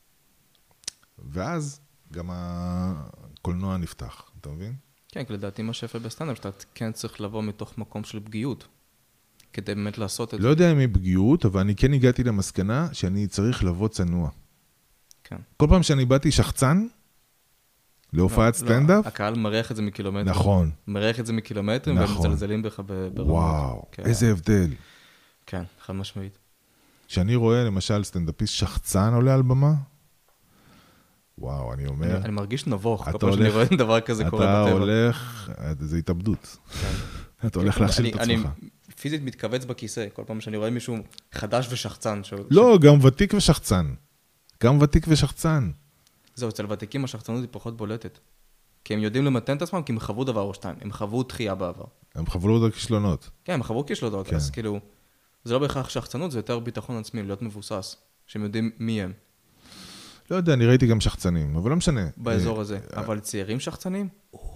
S2: ואז גם הקולנוע נפתח, אתה מבין?
S3: כן, כי לדעתי מה שיפה בסטנדאפ, שאתה כן צריך לבוא מתוך מקום של פגיעות, כדי באמת לעשות את
S2: לא
S3: זה.
S2: יודע אם היא פגיעות, אבל אני כן הגעתי למסקנה שאני צריך לבוא צנוע.
S3: כן.
S2: כל פעם שאני באתי שחצן, להופעת סטנדאפ,
S3: הקהל מריח את זה מקילומטרים.
S2: נכון.
S3: מריח את זה מקילומטרים,
S2: נכון.
S3: והם מצלזלים בך ברמות.
S2: וואו,
S3: כן.
S2: איזה הבדל.
S3: כן, חד משמעית.
S2: כשאני רואה למשל סטנדאפיסט שחצן עולה על במה, וואו, אני אומר...
S3: אני, אני מרגיש נבוך, כל
S2: אתה
S3: פעם שאני
S2: הולך-
S3: רואה דבר כזה קורה בטבע.
S2: אתה הולך, זה התאבדות. אתה הולך להכשיל את
S3: אני,
S2: עצמך.
S3: אני פיזית מתכווץ בכיסא, כל פעם שאני רואה מישהו חדש ושחצן. ש...
S2: לא, גם ותיק ושחצן. גם ותיק ושחצן.
S3: זהו, אצל ותיקים השחצנות היא פחות בולטת. כי הם יודעים למתן את עצמם, כי הם חוו דבר או שתיים. הם חוו דחייה בעבר.
S2: הם חברו את הכישלונות.
S3: כן, הם חוו כישלונות,
S2: כן.
S3: אז כאילו, זה לא בהכרח שחצנות, זה יותר ביטחון עצמי, להיות מבוסס, שהם יודעים מי הם
S2: לא יודע, אני ראיתי גם שחצנים, אבל לא משנה.
S3: באזור הזה. אבל צעירים שחצנים,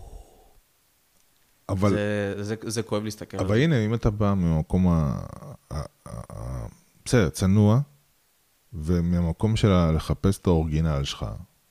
S2: אבל,
S3: זה, זה, זה כואב להסתכל על
S2: אבל
S3: זה.
S2: הנה, אם אתה בא ממקום ה... ה- ה- בסדר, צנוע, וממקום של לחפש את האורגינל שלך,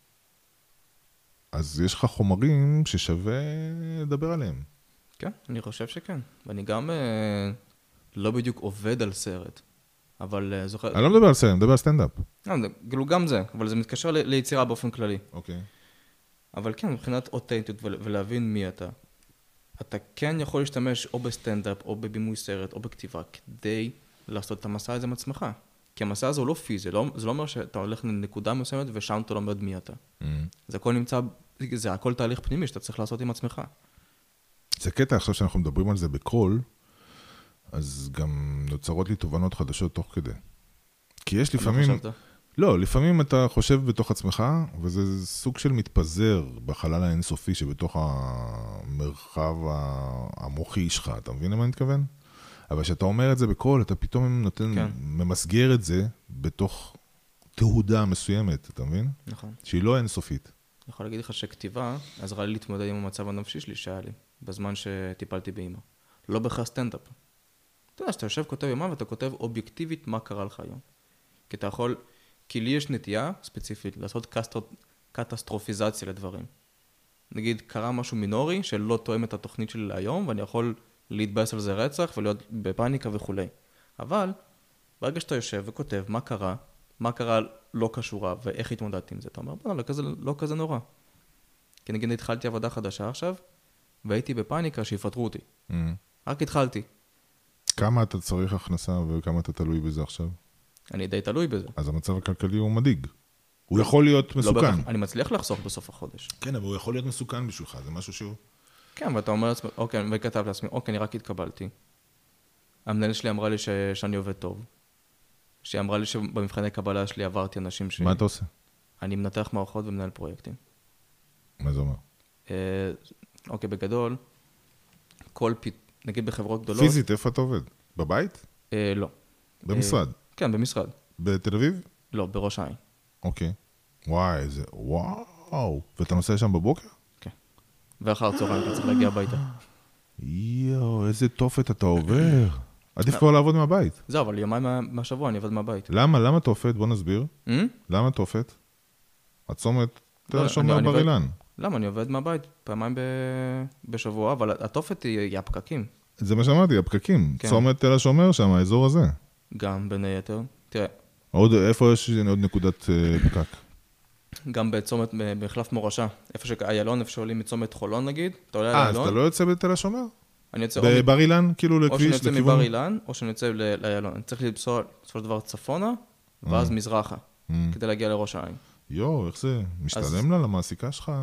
S2: אז יש לך חומרים ששווה לדבר עליהם.
S3: כן, אני חושב שכן. ואני גם אה, לא בדיוק עובד על סרט, אבל אה, זוכר...
S2: אני לא מדבר על סרט, אני מדבר על סטנדאפ.
S3: לא, זה- כאילו גם זה, אבל זה מתקשר ל- ליצירה באופן כללי.
S2: אוקיי.
S3: אבל כן, מבחינת אותנטיות ול- ולהבין מי אתה, אתה כן יכול להשתמש או בסטנדאפ, או בבימוי סרט, או בכתיבה, כדי לעשות את המסע הזה עם עצמך. כי המסע הזה הוא לא פיזי, לא, זה לא אומר שאתה הולך לנקודה מסוימת ושם אתה לומד מי אתה. זה הכל נמצא, זה הכל תהליך פנימי שאתה צריך לעשות עם עצמך.
S2: זה קטע, עכשיו שאנחנו מדברים על זה בקרול, אז גם נוצרות לי תובנות חדשות תוך כדי. כי יש
S3: מה
S2: לפעמים...
S3: חשבת?
S2: לא, לפעמים אתה חושב בתוך עצמך, וזה סוג של מתפזר בחלל האינסופי שבתוך המרחב המוחי שלך, אתה מבין למה אני מתכוון? אבל כשאתה אומר את זה בקול, אתה פתאום נותן,
S3: כן.
S2: ממסגר את זה בתוך תהודה מסוימת, אתה מבין?
S3: נכון.
S2: שהיא לא אינסופית.
S3: אני יכול להגיד לך שכתיבה עזרה לי להתמודד עם המצב הנפשי שלי שהיה לי, בזמן שטיפלתי באמא. לא בכלל סטנדאפ. אתה יודע, שאתה יושב כותב יומן ואתה כותב אובייקטיבית מה קרה לך היום. כי אתה יכול, כי לי יש נטייה ספציפית לעשות קסטר, קטסטרופיזציה לדברים. נגיד, קרה משהו מינורי שלא תואם את התוכנית שלי להיום, ואני יכול להתבאס על זה רצח ולהיות בפאניקה וכולי. אבל, ברגע שאתה יושב וכותב מה קרה, מה קרה לא קשורה ואיך התמודדתי עם זה, אתה אומר, בוא, לא כזה, לא כזה נורא. כי נגיד, התחלתי עבודה חדשה עכשיו, והייתי בפאניקה שיפטרו אותי.
S2: Mm.
S3: רק התחלתי.
S2: כמה אתה צריך הכנסה וכמה אתה תלוי בזה עכשיו?
S3: אני די תלוי בזה.
S2: אז המצב הכלכלי הוא מדאיג. הוא יכול להיות
S3: לא
S2: מסוכן.
S3: בהכרח- אני מצליח לחסוך בסוף החודש.
S2: כן, אבל הוא יכול להיות מסוכן בשבילך, זה משהו שהוא...
S3: כן, ואתה אומר לעצמי, אוקיי, וכתב לעצמי, אוקיי, אני רק התקבלתי. המנהל שלי אמרה לי ש... שאני עובד טוב. שהיא אמרה לי שבמבחני קבלה שלי עברתי אנשים ש...
S2: מה אתה עושה?
S3: אני מנתח מערכות ומנהל פרויקטים.
S2: מה זה אומר?
S3: אה, אוקיי, בגדול, כל פ... נגיד בחברות גדולות...
S2: פיזית, איפה אתה עובד? בבית?
S3: אה, לא.
S2: במשרד?
S3: כן, במשרד.
S2: בתל אביב?
S3: לא, בראש העין.
S2: אוקיי. וואי, איזה... וואו. ואתה נוסע שם בבוקר?
S3: כן. ואחר צהריים אתה צריך להגיע הביתה.
S2: יואו, איזה תופת אתה עובר. עדיף כבר לעבוד מהבית.
S3: זהו, אבל יומיים מה- מהשבוע אני עובד מהבית.
S2: למה? למה תופת? בוא נסביר.
S3: אה?
S2: למה תופת? הצומת תל
S3: לא,
S2: השומר
S3: אני- אני
S2: בר
S3: עובד-
S2: אילן.
S3: למה? אני עובד מהבית פעמיים ב... בשבוע, אבל התופת היא, היא הפקקים.
S2: זה מה שאמרתי, הפקקים.
S3: כן.
S2: צומת תל השומר שם, האזור הזה.
S3: גם בין היתר. תראה,
S2: עוד, איפה יש עוד נקודת אה, פקק?
S3: גם בצומת, במחלף מורשה, איפה שאיילון, איפה שעולים מצומת חולון נגיד, אתה עולה על
S2: אה, אז
S3: איילון,
S2: אתה לא יוצא בתל השומר?
S3: אני יוצא או מ-
S2: בבר אילן, כאילו
S3: או שאני
S2: לכביש,
S3: יוצא
S2: לכיוון...
S3: מבר אילן, או שאני יוצא ל- לאיילון. אני צריך לנסוע, בסופו של דבר צפונה, ואז מזרחה,
S2: Mm.
S3: כדי להגיע לראש העין.
S2: יואו, איך זה? משתלם לה למעסיקה שלך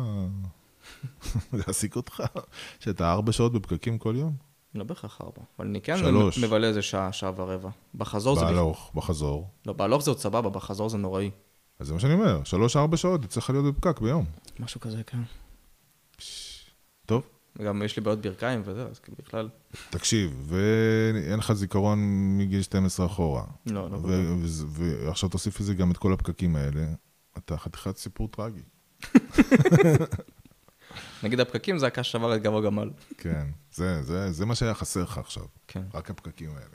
S2: להעסיק אותך? שאתה ארבע שעות בפקקים כל יום?
S3: לא בהכרח ארבע, אבל אני כן
S2: שלוש.
S3: מבלה איזה שעה, שעה ורבע. בחזור זה... בכלל-
S2: בהלוך, בחזור.
S3: לא, בהלוך זה עוד סבבה, בחזור זה נוראי.
S2: אז זה מה שאני אומר, שלוש, ארבע שעות, צריך להיות בפקק ביום.
S3: משהו כזה, כן.
S2: טוב,
S3: וגם יש לי בעיות ברכיים וזה, אז כאילו בכלל...
S2: תקשיב, ואין לך זיכרון מגיל שתים עשרה אחורה.
S3: לא, לא.
S2: ו-
S3: בכלל.
S2: ו- ועכשיו תוסיף לזה גם את כל הפקקים האלה, אתה חתיכת סיפור טרגי.
S3: נגיד הפקקים זה הקש שבר את גב הגמל.
S2: כן, זה, זה, זה מה שהיה חסר לך עכשיו.
S3: כן.
S2: רק הפקקים האלה.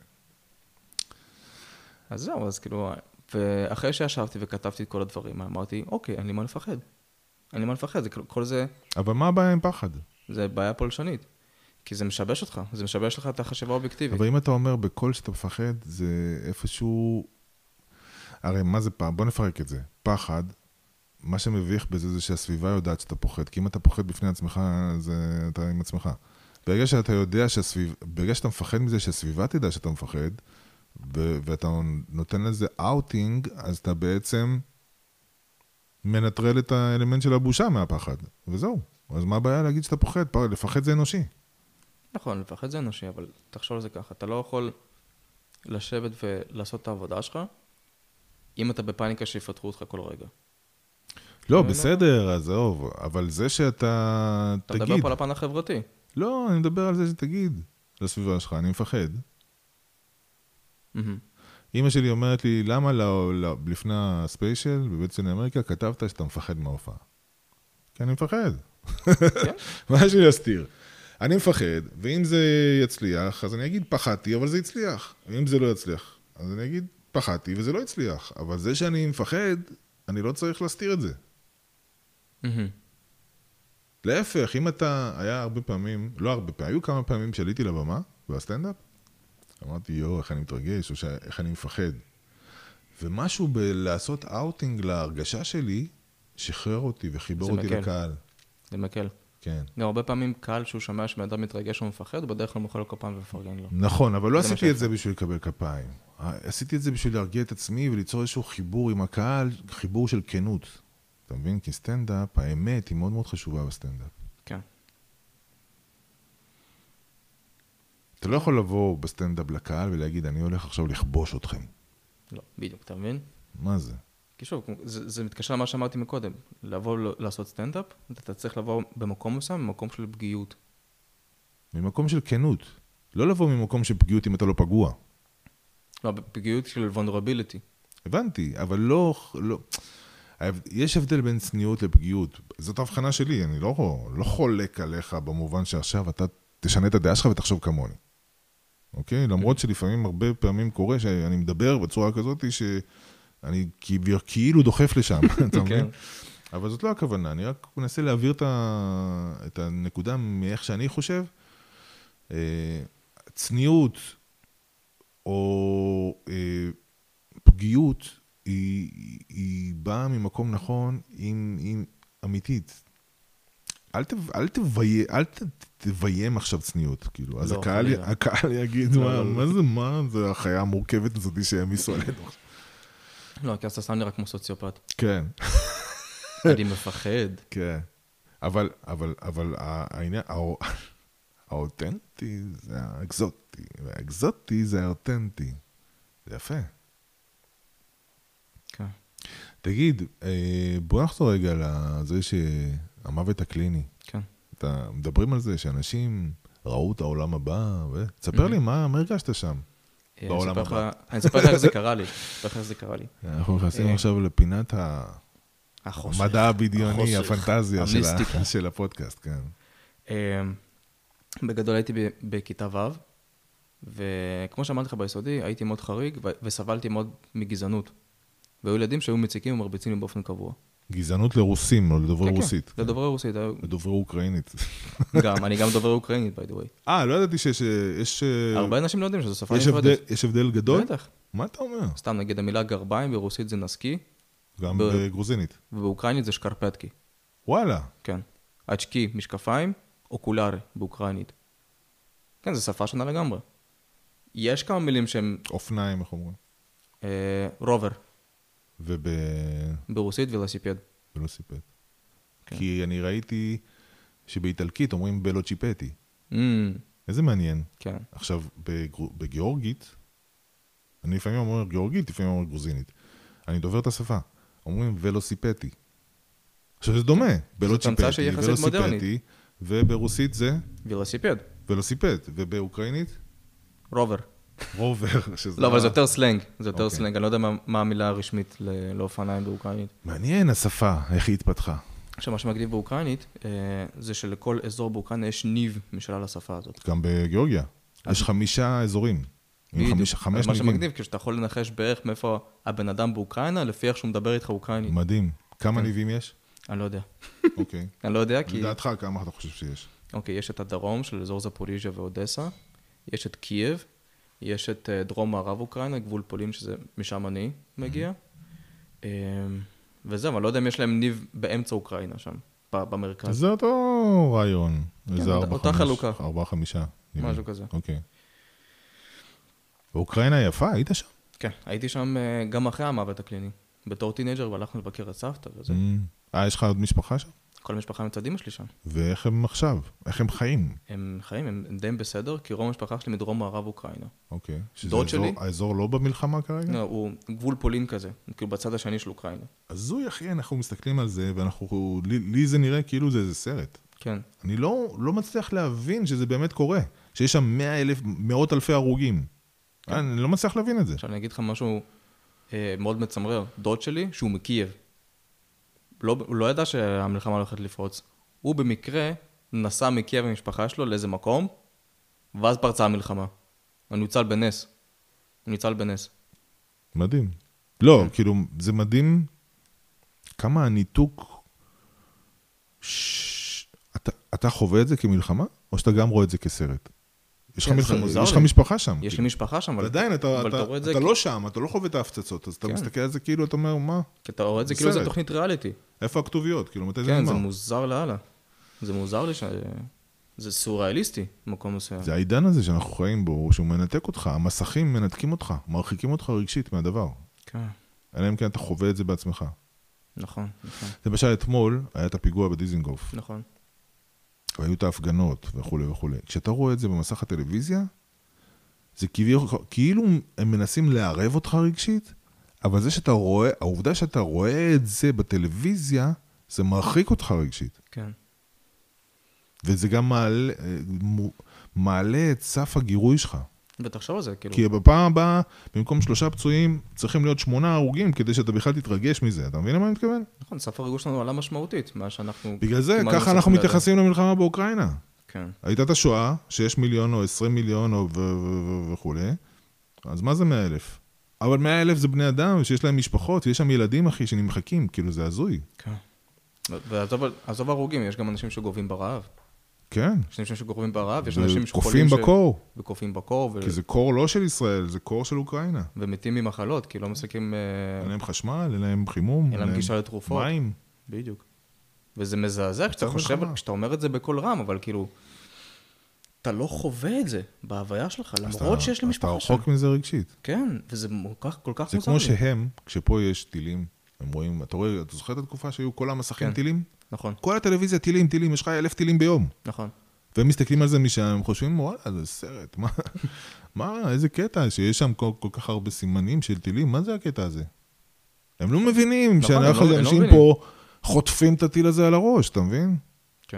S3: אז זהו, אז כאילו, ואחרי שישבתי וכתבתי את כל הדברים, אמרתי, אוקיי, אין לי מה לפחד. אין לי מה לפחד, זה כל זה...
S2: אבל מה הבעיה עם פחד?
S3: זה בעיה פולשנית. כי זה משבש אותך, זה משבש לך את החשיבה האובייקטיבית.
S2: אבל אם אתה אומר בכל שאתה מפחד, זה איפשהו... הרי מה זה פחד? בוא נפרק את זה. פחד, מה שמביך בזה זה שהסביבה יודעת שאתה פוחד. כי אם אתה פוחד בפני עצמך, זה אתה עם עצמך. ברגע שאתה יודע שהסביב... ברגע שאתה מפחד מזה שהסביבה תדע שאתה מפחד, ו... ואתה נותן לזה אאוטינג, אז אתה בעצם מנטרל את האלמנט של הבושה מהפחד. וזהו. אז מה הבעיה להגיד שאתה פוחד? לפחד זה אנושי.
S3: נכון, לפחד זה אנושי, אבל תחשוב על זה ככה. אתה לא יכול לשבת ולעשות את העבודה שלך, אם אתה בפאניקה שיפתחו אותך כל רגע.
S2: לא, בסדר, עזוב, אבל זה שאתה
S3: אתה
S2: תגיד...
S3: מדבר פה על הפן החברתי.
S2: לא, אני מדבר על זה שתגיד לסביבה שלך, אני מפחד. אמא שלי אומרת לי, למה לפני הספיישל בבית סוני אמריקה כתבת שאתה מפחד מההופעה? כי אני מפחד. מה יש לי להסתיר? אני מפחד, ואם זה יצליח, אז אני אגיד פחדתי, אבל זה יצליח. ואם זה לא יצליח, אז אני אגיד פחדתי וזה לא יצליח. אבל זה שאני מפחד, אני לא צריך להסתיר את זה. להפך, אם אתה, היה הרבה פעמים, לא הרבה פעמים, היו כמה פעמים שעליתי לבמה, בסטנדאפ, אמרתי, יו, איך אני מתרגש, או איך אני מפחד. ומשהו בלעשות אאוטינג להרגשה שלי, שחרר אותי וחיבר אותי לקהל.
S3: זה מקל.
S2: כן.
S3: גם הרבה פעמים קהל שהוא שומע שבאדם מתרגש או מפחד, הוא בדרך כלל מוחא לו כפיים ומפרגן לו.
S2: נכון, אבל לא עשיתי את זה בשביל לקבל כפיים. עשיתי את זה בשביל להרגיע את עצמי וליצור איזשהו חיבור עם הקהל, חיבור של כנות. אתה מבין? כי סטנדאפ, האמת היא מאוד מאוד חשובה בסטנדאפ.
S3: כן.
S2: אתה לא יכול לבוא בסטנדאפ לקהל ולהגיד, אני הולך עכשיו לכבוש אתכם.
S3: לא, בדיוק, אתה מבין?
S2: מה זה?
S3: כי שוב, זה, זה מתקשר למה שאמרתי מקודם. לבוא לעשות סטנדאפ, אתה צריך לבוא במקום מסוים, במקום של פגיעות.
S2: ממקום של כנות. לא לבוא ממקום של פגיעות אם אתה לא פגוע.
S3: לא, פגיעות של vulnerability.
S2: הבנתי, אבל לא... לא... יש הבדל בין צניעות לפגיעות. זאת ההבחנה שלי, אני לא, לא חולק עליך במובן שעכשיו אתה תשנה את הדעה שלך ותחשוב כמוני. אוקיי? למרות שלפעמים הרבה פעמים קורה שאני מדבר בצורה כזאת שאני כאילו דוחף לשם, אתה מבין? אבל זאת לא הכוונה, אני רק מנסה להעביר את הנקודה מאיך שאני חושב. צניעות או פגיעות היא, היא באה ממקום נכון, עם, עם אמיתית. אל, תב, אל, תביא, אל ת, תביים עכשיו צניעות, כאילו. אז
S3: לא,
S2: הקהל,
S3: חלילה.
S2: הקהל יגיד, מה, מה זה, מה זה החיה המורכבת הזאת שהעמיסו עלינו.
S3: לא, כי אז אתה שם נראה כמו סוציופט.
S2: כן.
S3: אני מפחד.
S2: כן. אבל, אבל, אבל העניין, האותנטי זה האקזוטי, והאקזוטי זה האותנטי. זה יפה.
S3: כן.
S2: תגיד, בוא נחזור רגע לזה שהמוות הקליני.
S3: כן.
S2: אתה מדברים על זה שאנשים ראו את העולם הבא, ותספר לי מה הרגשת שם בעולם הבא.
S3: אני אספר לך איך זה קרה לי. אני אספר לך איך זה קרה לי.
S2: אנחנו נכנסים עכשיו לפינת המדע הבדיוני, הפנטזיה של הפודקאסט, כן.
S3: בגדול הייתי בכיתה ו', וכמו שאמרתי לך ביסודי, הייתי מאוד חריג וסבלתי מאוד מגזענות. והיו ילדים שהיו מציקים ומרביצים לי באופן קבוע.
S2: גזענות לרוסים, או לדוברי רוסית.
S3: כן, לדוברי רוסית.
S2: לדוברי אוקראינית.
S3: גם, אני גם דובר אוקראינית, by the way.
S2: אה, לא ידעתי שיש...
S3: הרבה אנשים לא יודעים שזו שפה נפרדת.
S2: יש הבדל גדול?
S3: בטח.
S2: מה אתה אומר?
S3: סתם, נגיד, המילה גרביים ברוסית זה נסקי.
S2: גם בגרוזינית.
S3: ובאוקראינית זה שקרפטקי.
S2: וואלה.
S3: כן. אצ'קי, משקפיים, אוקולרי, באוקראינית. כן, זו שפה שונה לגמרי. יש כמה מילים שהם...
S2: אופניים, איך אומרים?
S3: רובר.
S2: וב...
S3: ברוסית ולוסיפד.
S2: ולוסיפד. כן. כי אני ראיתי שבאיטלקית אומרים בלוצ'יפטי.
S3: Mm.
S2: איזה מעניין.
S3: כן.
S2: עכשיו, בגר... בגיאורגית, אני לפעמים אומר גיאורגית, לפעמים אומר גרוזינית. אני דובר את השפה. אומרים ולוסיפטי. עכשיו, זה דומה. בלוצ'יפטי, ולוסיפטי, וברוסית זה?
S3: ולוסיפד.
S2: ולוסיפד. ובאוקראינית?
S3: רובר.
S2: רובר.
S3: לא, אבל זה יותר סלנג. זה יותר סלנג. אני לא יודע מה המילה הרשמית לאופניים באוקראינית.
S2: מעניין השפה, איך היא התפתחה.
S3: שמה שמגניב באוקראינית, זה שלכל אזור באוקראינה יש ניב משלה לשפה הזאת.
S2: גם בגיאורגיה. יש חמישה אזורים.
S3: חמש, חמש מה שמגניב, כשאתה יכול לנחש בערך מאיפה הבן אדם באוקראינה, לפי איך שהוא מדבר איתך אוקראינית.
S2: מדהים. כמה ניבים יש?
S3: אני לא יודע.
S2: אוקיי.
S3: אני לא יודע כי...
S2: לדעתך, כמה אתה חושב שיש?
S3: אוקיי, יש את הדרום של אזור זפוריז'יה ואודסה, יש את קייב, יש את דרום מערב אוקראינה, גבול פולין, שזה משם אני מגיע. וזהו, אבל לא יודע אם יש להם ניב באמצע אוקראינה שם, במרכז.
S2: זה אותו רעיון.
S3: אותה חלוקה.
S2: ארבעה, חמישה.
S3: משהו כזה.
S2: אוקיי. באוקראינה יפה, היית שם?
S3: כן, הייתי שם גם אחרי המוות הקליני. בתור טינג'ר, והלכנו לבקר את סבתא וזה.
S2: אה, יש לך עוד משפחה שם?
S3: כל המשפחה מצד אמא שלי שם.
S2: ואיך הם עכשיו? איך הם חיים?
S3: הם חיים, הם די בסדר, כי רוב המשפחה שלי מדרום מערב אוקראינה.
S2: אוקיי.
S3: דוד שלי?
S2: האזור לא במלחמה כרגע?
S3: לא, הוא גבול פולין כזה, כאילו בצד השני של אוקראינה.
S2: הזוי, אחי, אנחנו מסתכלים על זה, ואנחנו, לי, לי זה נראה כאילו זה איזה סרט.
S3: כן.
S2: אני לא, לא מצליח להבין שזה באמת קורה, שיש שם מאה אלף, מאות אלפי הרוגים. כן. אני לא מצליח להבין את זה.
S3: עכשיו אני אגיד לך משהו אה, מאוד מצמרר. דוד שלי, שהוא מקייב, לא, הוא לא ידע שהמלחמה הולכת לפרוץ. הוא במקרה נסע מקייב המשפחה שלו לאיזה מקום, ואז פרצה המלחמה. הוא נוצל בנס. הוא נוצל בנס.
S2: מדהים. לא, כאילו, זה מדהים כמה הניתוק... ש... אתה, אתה חווה את זה כמלחמה, או שאתה גם רואה את זה כסרט? יש לך
S3: כן,
S2: מלח...
S3: זה מוזר
S2: יש לך
S3: לי.
S2: משפחה שם.
S3: יש
S2: כאילו.
S3: לי משפחה שם, אבל...
S2: עדיין, אתה,
S3: אבל
S2: אתה,
S3: אתה רואה את
S2: אתה
S3: זה
S2: לא
S3: כי-
S2: שם, אתה לא חווה את ההפצצות, אז אתה
S3: כן.
S2: מסתכל על זה כאילו, אתה אומר, מה?
S3: כי אתה רואה את זה
S2: זה
S3: כאילו זה
S2: סרט.
S3: תוכנית ריאליטי.
S2: איפה הכתוביות? כאילו, מתי זה
S3: כן,
S2: נגמר?
S3: זה מוזר לאללה. זה מוזר לי ש... זה סוריאליסטי, מקום מסוים.
S2: זה העידן הזה שאנחנו חיים בו, שהוא מנתק אותך, המסכים מנתקים אותך, מרחיקים אותך רגשית מהדבר.
S3: כן,
S2: אלא אם כן אתה חווה את זה בעצמך.
S3: נכון, נכון,
S2: למשל, אתמול היה את הפיגוע בדיזינגוף,
S3: נכון.
S2: והיו את ההפגנות וכו' וכו'. כשאתה רואה את זה במסך הטלוויזיה, זה כאילו, כאילו הם מנסים לערב אותך רגשית, אבל זה שאתה רואה, העובדה שאתה רואה את זה בטלוויזיה, זה מרחיק אותך רגשית.
S3: כן.
S2: וזה גם מעלה, מעלה את סף הגירוי שלך.
S3: ותחשוב על זה, כאילו...
S2: כי בפעם הבאה, במקום שלושה פצועים, צריכים להיות שמונה הרוגים, כדי שאתה בכלל תתרגש מזה. אתה מבין למה אני מתכוון?
S3: נכון, סף הריגוש שלנו עלה משמעותית, מה שאנחנו...
S2: בגלל זה,
S3: כמעט
S2: ככה
S3: לא
S2: אנחנו
S3: צריכים לדעת.
S2: מתייחסים למלחמה באוקראינה.
S3: כן,
S2: הייתה את השואה, שיש מיליון או עשרים מיליון או ו- ו- ו- וכו'. אז מה זה מאה אלף? אבל מאה אלף זה בני אדם, שיש להם משפחות, ויש שם ילדים, אחי, שנמחקים, כאילו זה הזוי.
S3: כן. ועזוב עזוב הרוגים, יש גם אנשים שגובים ברעב.
S2: כן.
S3: יש אנשים שגובים ברעב, יש אנשים
S2: וקופים
S3: שחולים
S2: בקור.
S3: וקופים בקור, ו...
S2: כי זה קור לא של ישראל, זה קור של אוקראינה.
S3: ומתים ממחלות, כי לא מסכים...
S2: אין להם חשמל, אין להם חימום.
S3: אין להם גישה לתרופות.
S2: מים.
S3: בדיוק. וזה מזעזע כשאתה חושב,
S2: מלחמה.
S3: כשאתה אומר את זה בקול רם, אבל כאילו, אתה לא חווה את זה בהוויה שלך,
S2: אז
S3: למרות
S2: אתה-
S3: שיש לי
S2: אז אתה
S3: משפחה שם.
S2: רחוק מזה רגשית.
S3: כן, וזה כל כך, כל כך
S2: זה
S3: מוזר
S2: כמו
S3: לי.
S2: שהם, כשפה יש טילים, הם רואים, אתה רואה, אתה זוכר את התקופה שהיו כל המסכים
S3: כן.
S2: טילים?
S3: נכון,
S2: כל הטלוויזיה טילים, טילים, יש לך אלף טילים ביום.
S3: נכון.
S2: והם מסתכלים על זה משם, הם חושבים, וואלה, זה סרט, מה, מה, איזה קטע, שיש שם כל, כל כך הרבה סימנים של טילים, מה זה הקטע הזה? הם לא מבינים
S3: נכון, הם לא-
S2: שאנחנו
S3: הם לא
S2: אנשים
S3: מבינים.
S2: פה חוטפים את הטיל הזה על הראש, אתה מבין?
S3: כן.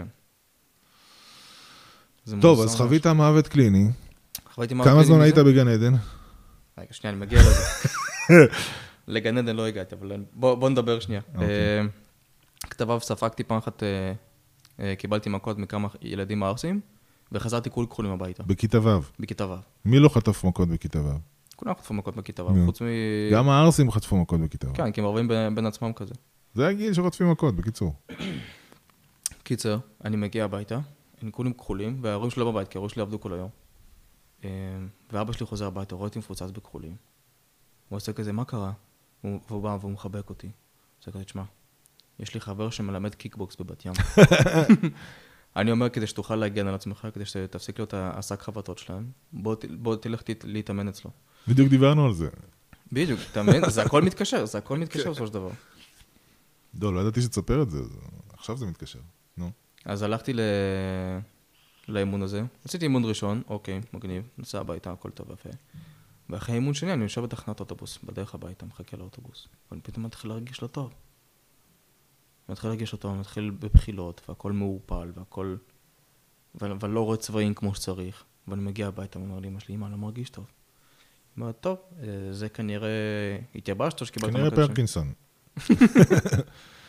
S3: זה
S2: טוב,
S3: מוזר
S2: אז
S3: ממש.
S2: חווית מוות קליני,
S3: חוויתי מוות
S2: כמה
S3: קליני
S2: זמן
S3: מזה?
S2: היית בגן עדן?
S3: רגע, שנייה, אני מגיע לזה. לגן עדן לא הגעתי, אבל בוא, בוא נדבר שנייה.
S2: אוקיי.
S3: אה, כתביו ספגתי פעם אחת, אה, אה, קיבלתי מכות מכמה ילדים ערסים, וחזרתי כול כחולים הביתה,
S2: בכיתה ו'.
S3: בכיתה ו'.
S2: מי לא חטף מכות בכיתה ו'?
S3: כולם חטפו מכות בכיתה
S2: נו.
S3: ו', חוץ מ...
S2: גם הערסים חטפו מכות בכיתה ו'.
S3: כן, כי הם ערבים בין בין עצמם כזה.
S2: זה הגיל שחוטפים מכות, בקיצור.
S3: קיצר, אני מגיע הביתה, הם כולם כחולים, וההורים שלי לא בבית, כי ההורים שלי עבדו כל היום. אה, ואבא שלי חוזר הביתה, רואה אותי מפוצץ בכחולים. הוא עושה כזה, מה קרה? הוא- והוא בא והוא מחבק אותי. הוא עושה כזה, תשמע, יש לי חבר שמלמד קיקבוקס בבת ים. אני אומר, כדי שתוכל להגן על עצמך, כדי שתפסיק להיות השק חבטות שלהם, בוא, ת- בוא תלך תת- להתאמן אצלו.
S2: בדיוק דיברנו על זה.
S3: בדיוק, אתה מבין? זה הכל מתקשר, זה הכל מתקשר בסופו של דבר.
S2: לא, לא ידעתי שתספר את זה, אז עכשיו זה מתקשר. נו.
S3: אז הלכתי ל... לאימון הזה, עשיתי אימון ראשון, אוקיי, מגניב, נסע הביתה, הכל טוב ויפה. ואחרי אימון שני אני יושב בתחנת אוטובוס, בדרך הביתה, מחכה לאוטובוס. ואני פתאום מתחיל להרגיש לא טוב. אני מתחיל להרגיש לא טוב, אני מתחיל בבחילות, והכל מעורפל, והכל... ו- אבל לא רואה צבעים כמו שצריך. ואני מגיע הביתה, ואומר לי, אמא שלי, אמא, אני לא מרגיש טוב. היא אומרת, טוב, אה, זה כנראה התייבשת או שקיבלת
S2: כנראה
S3: מכה קשה?"
S2: פרקינסון.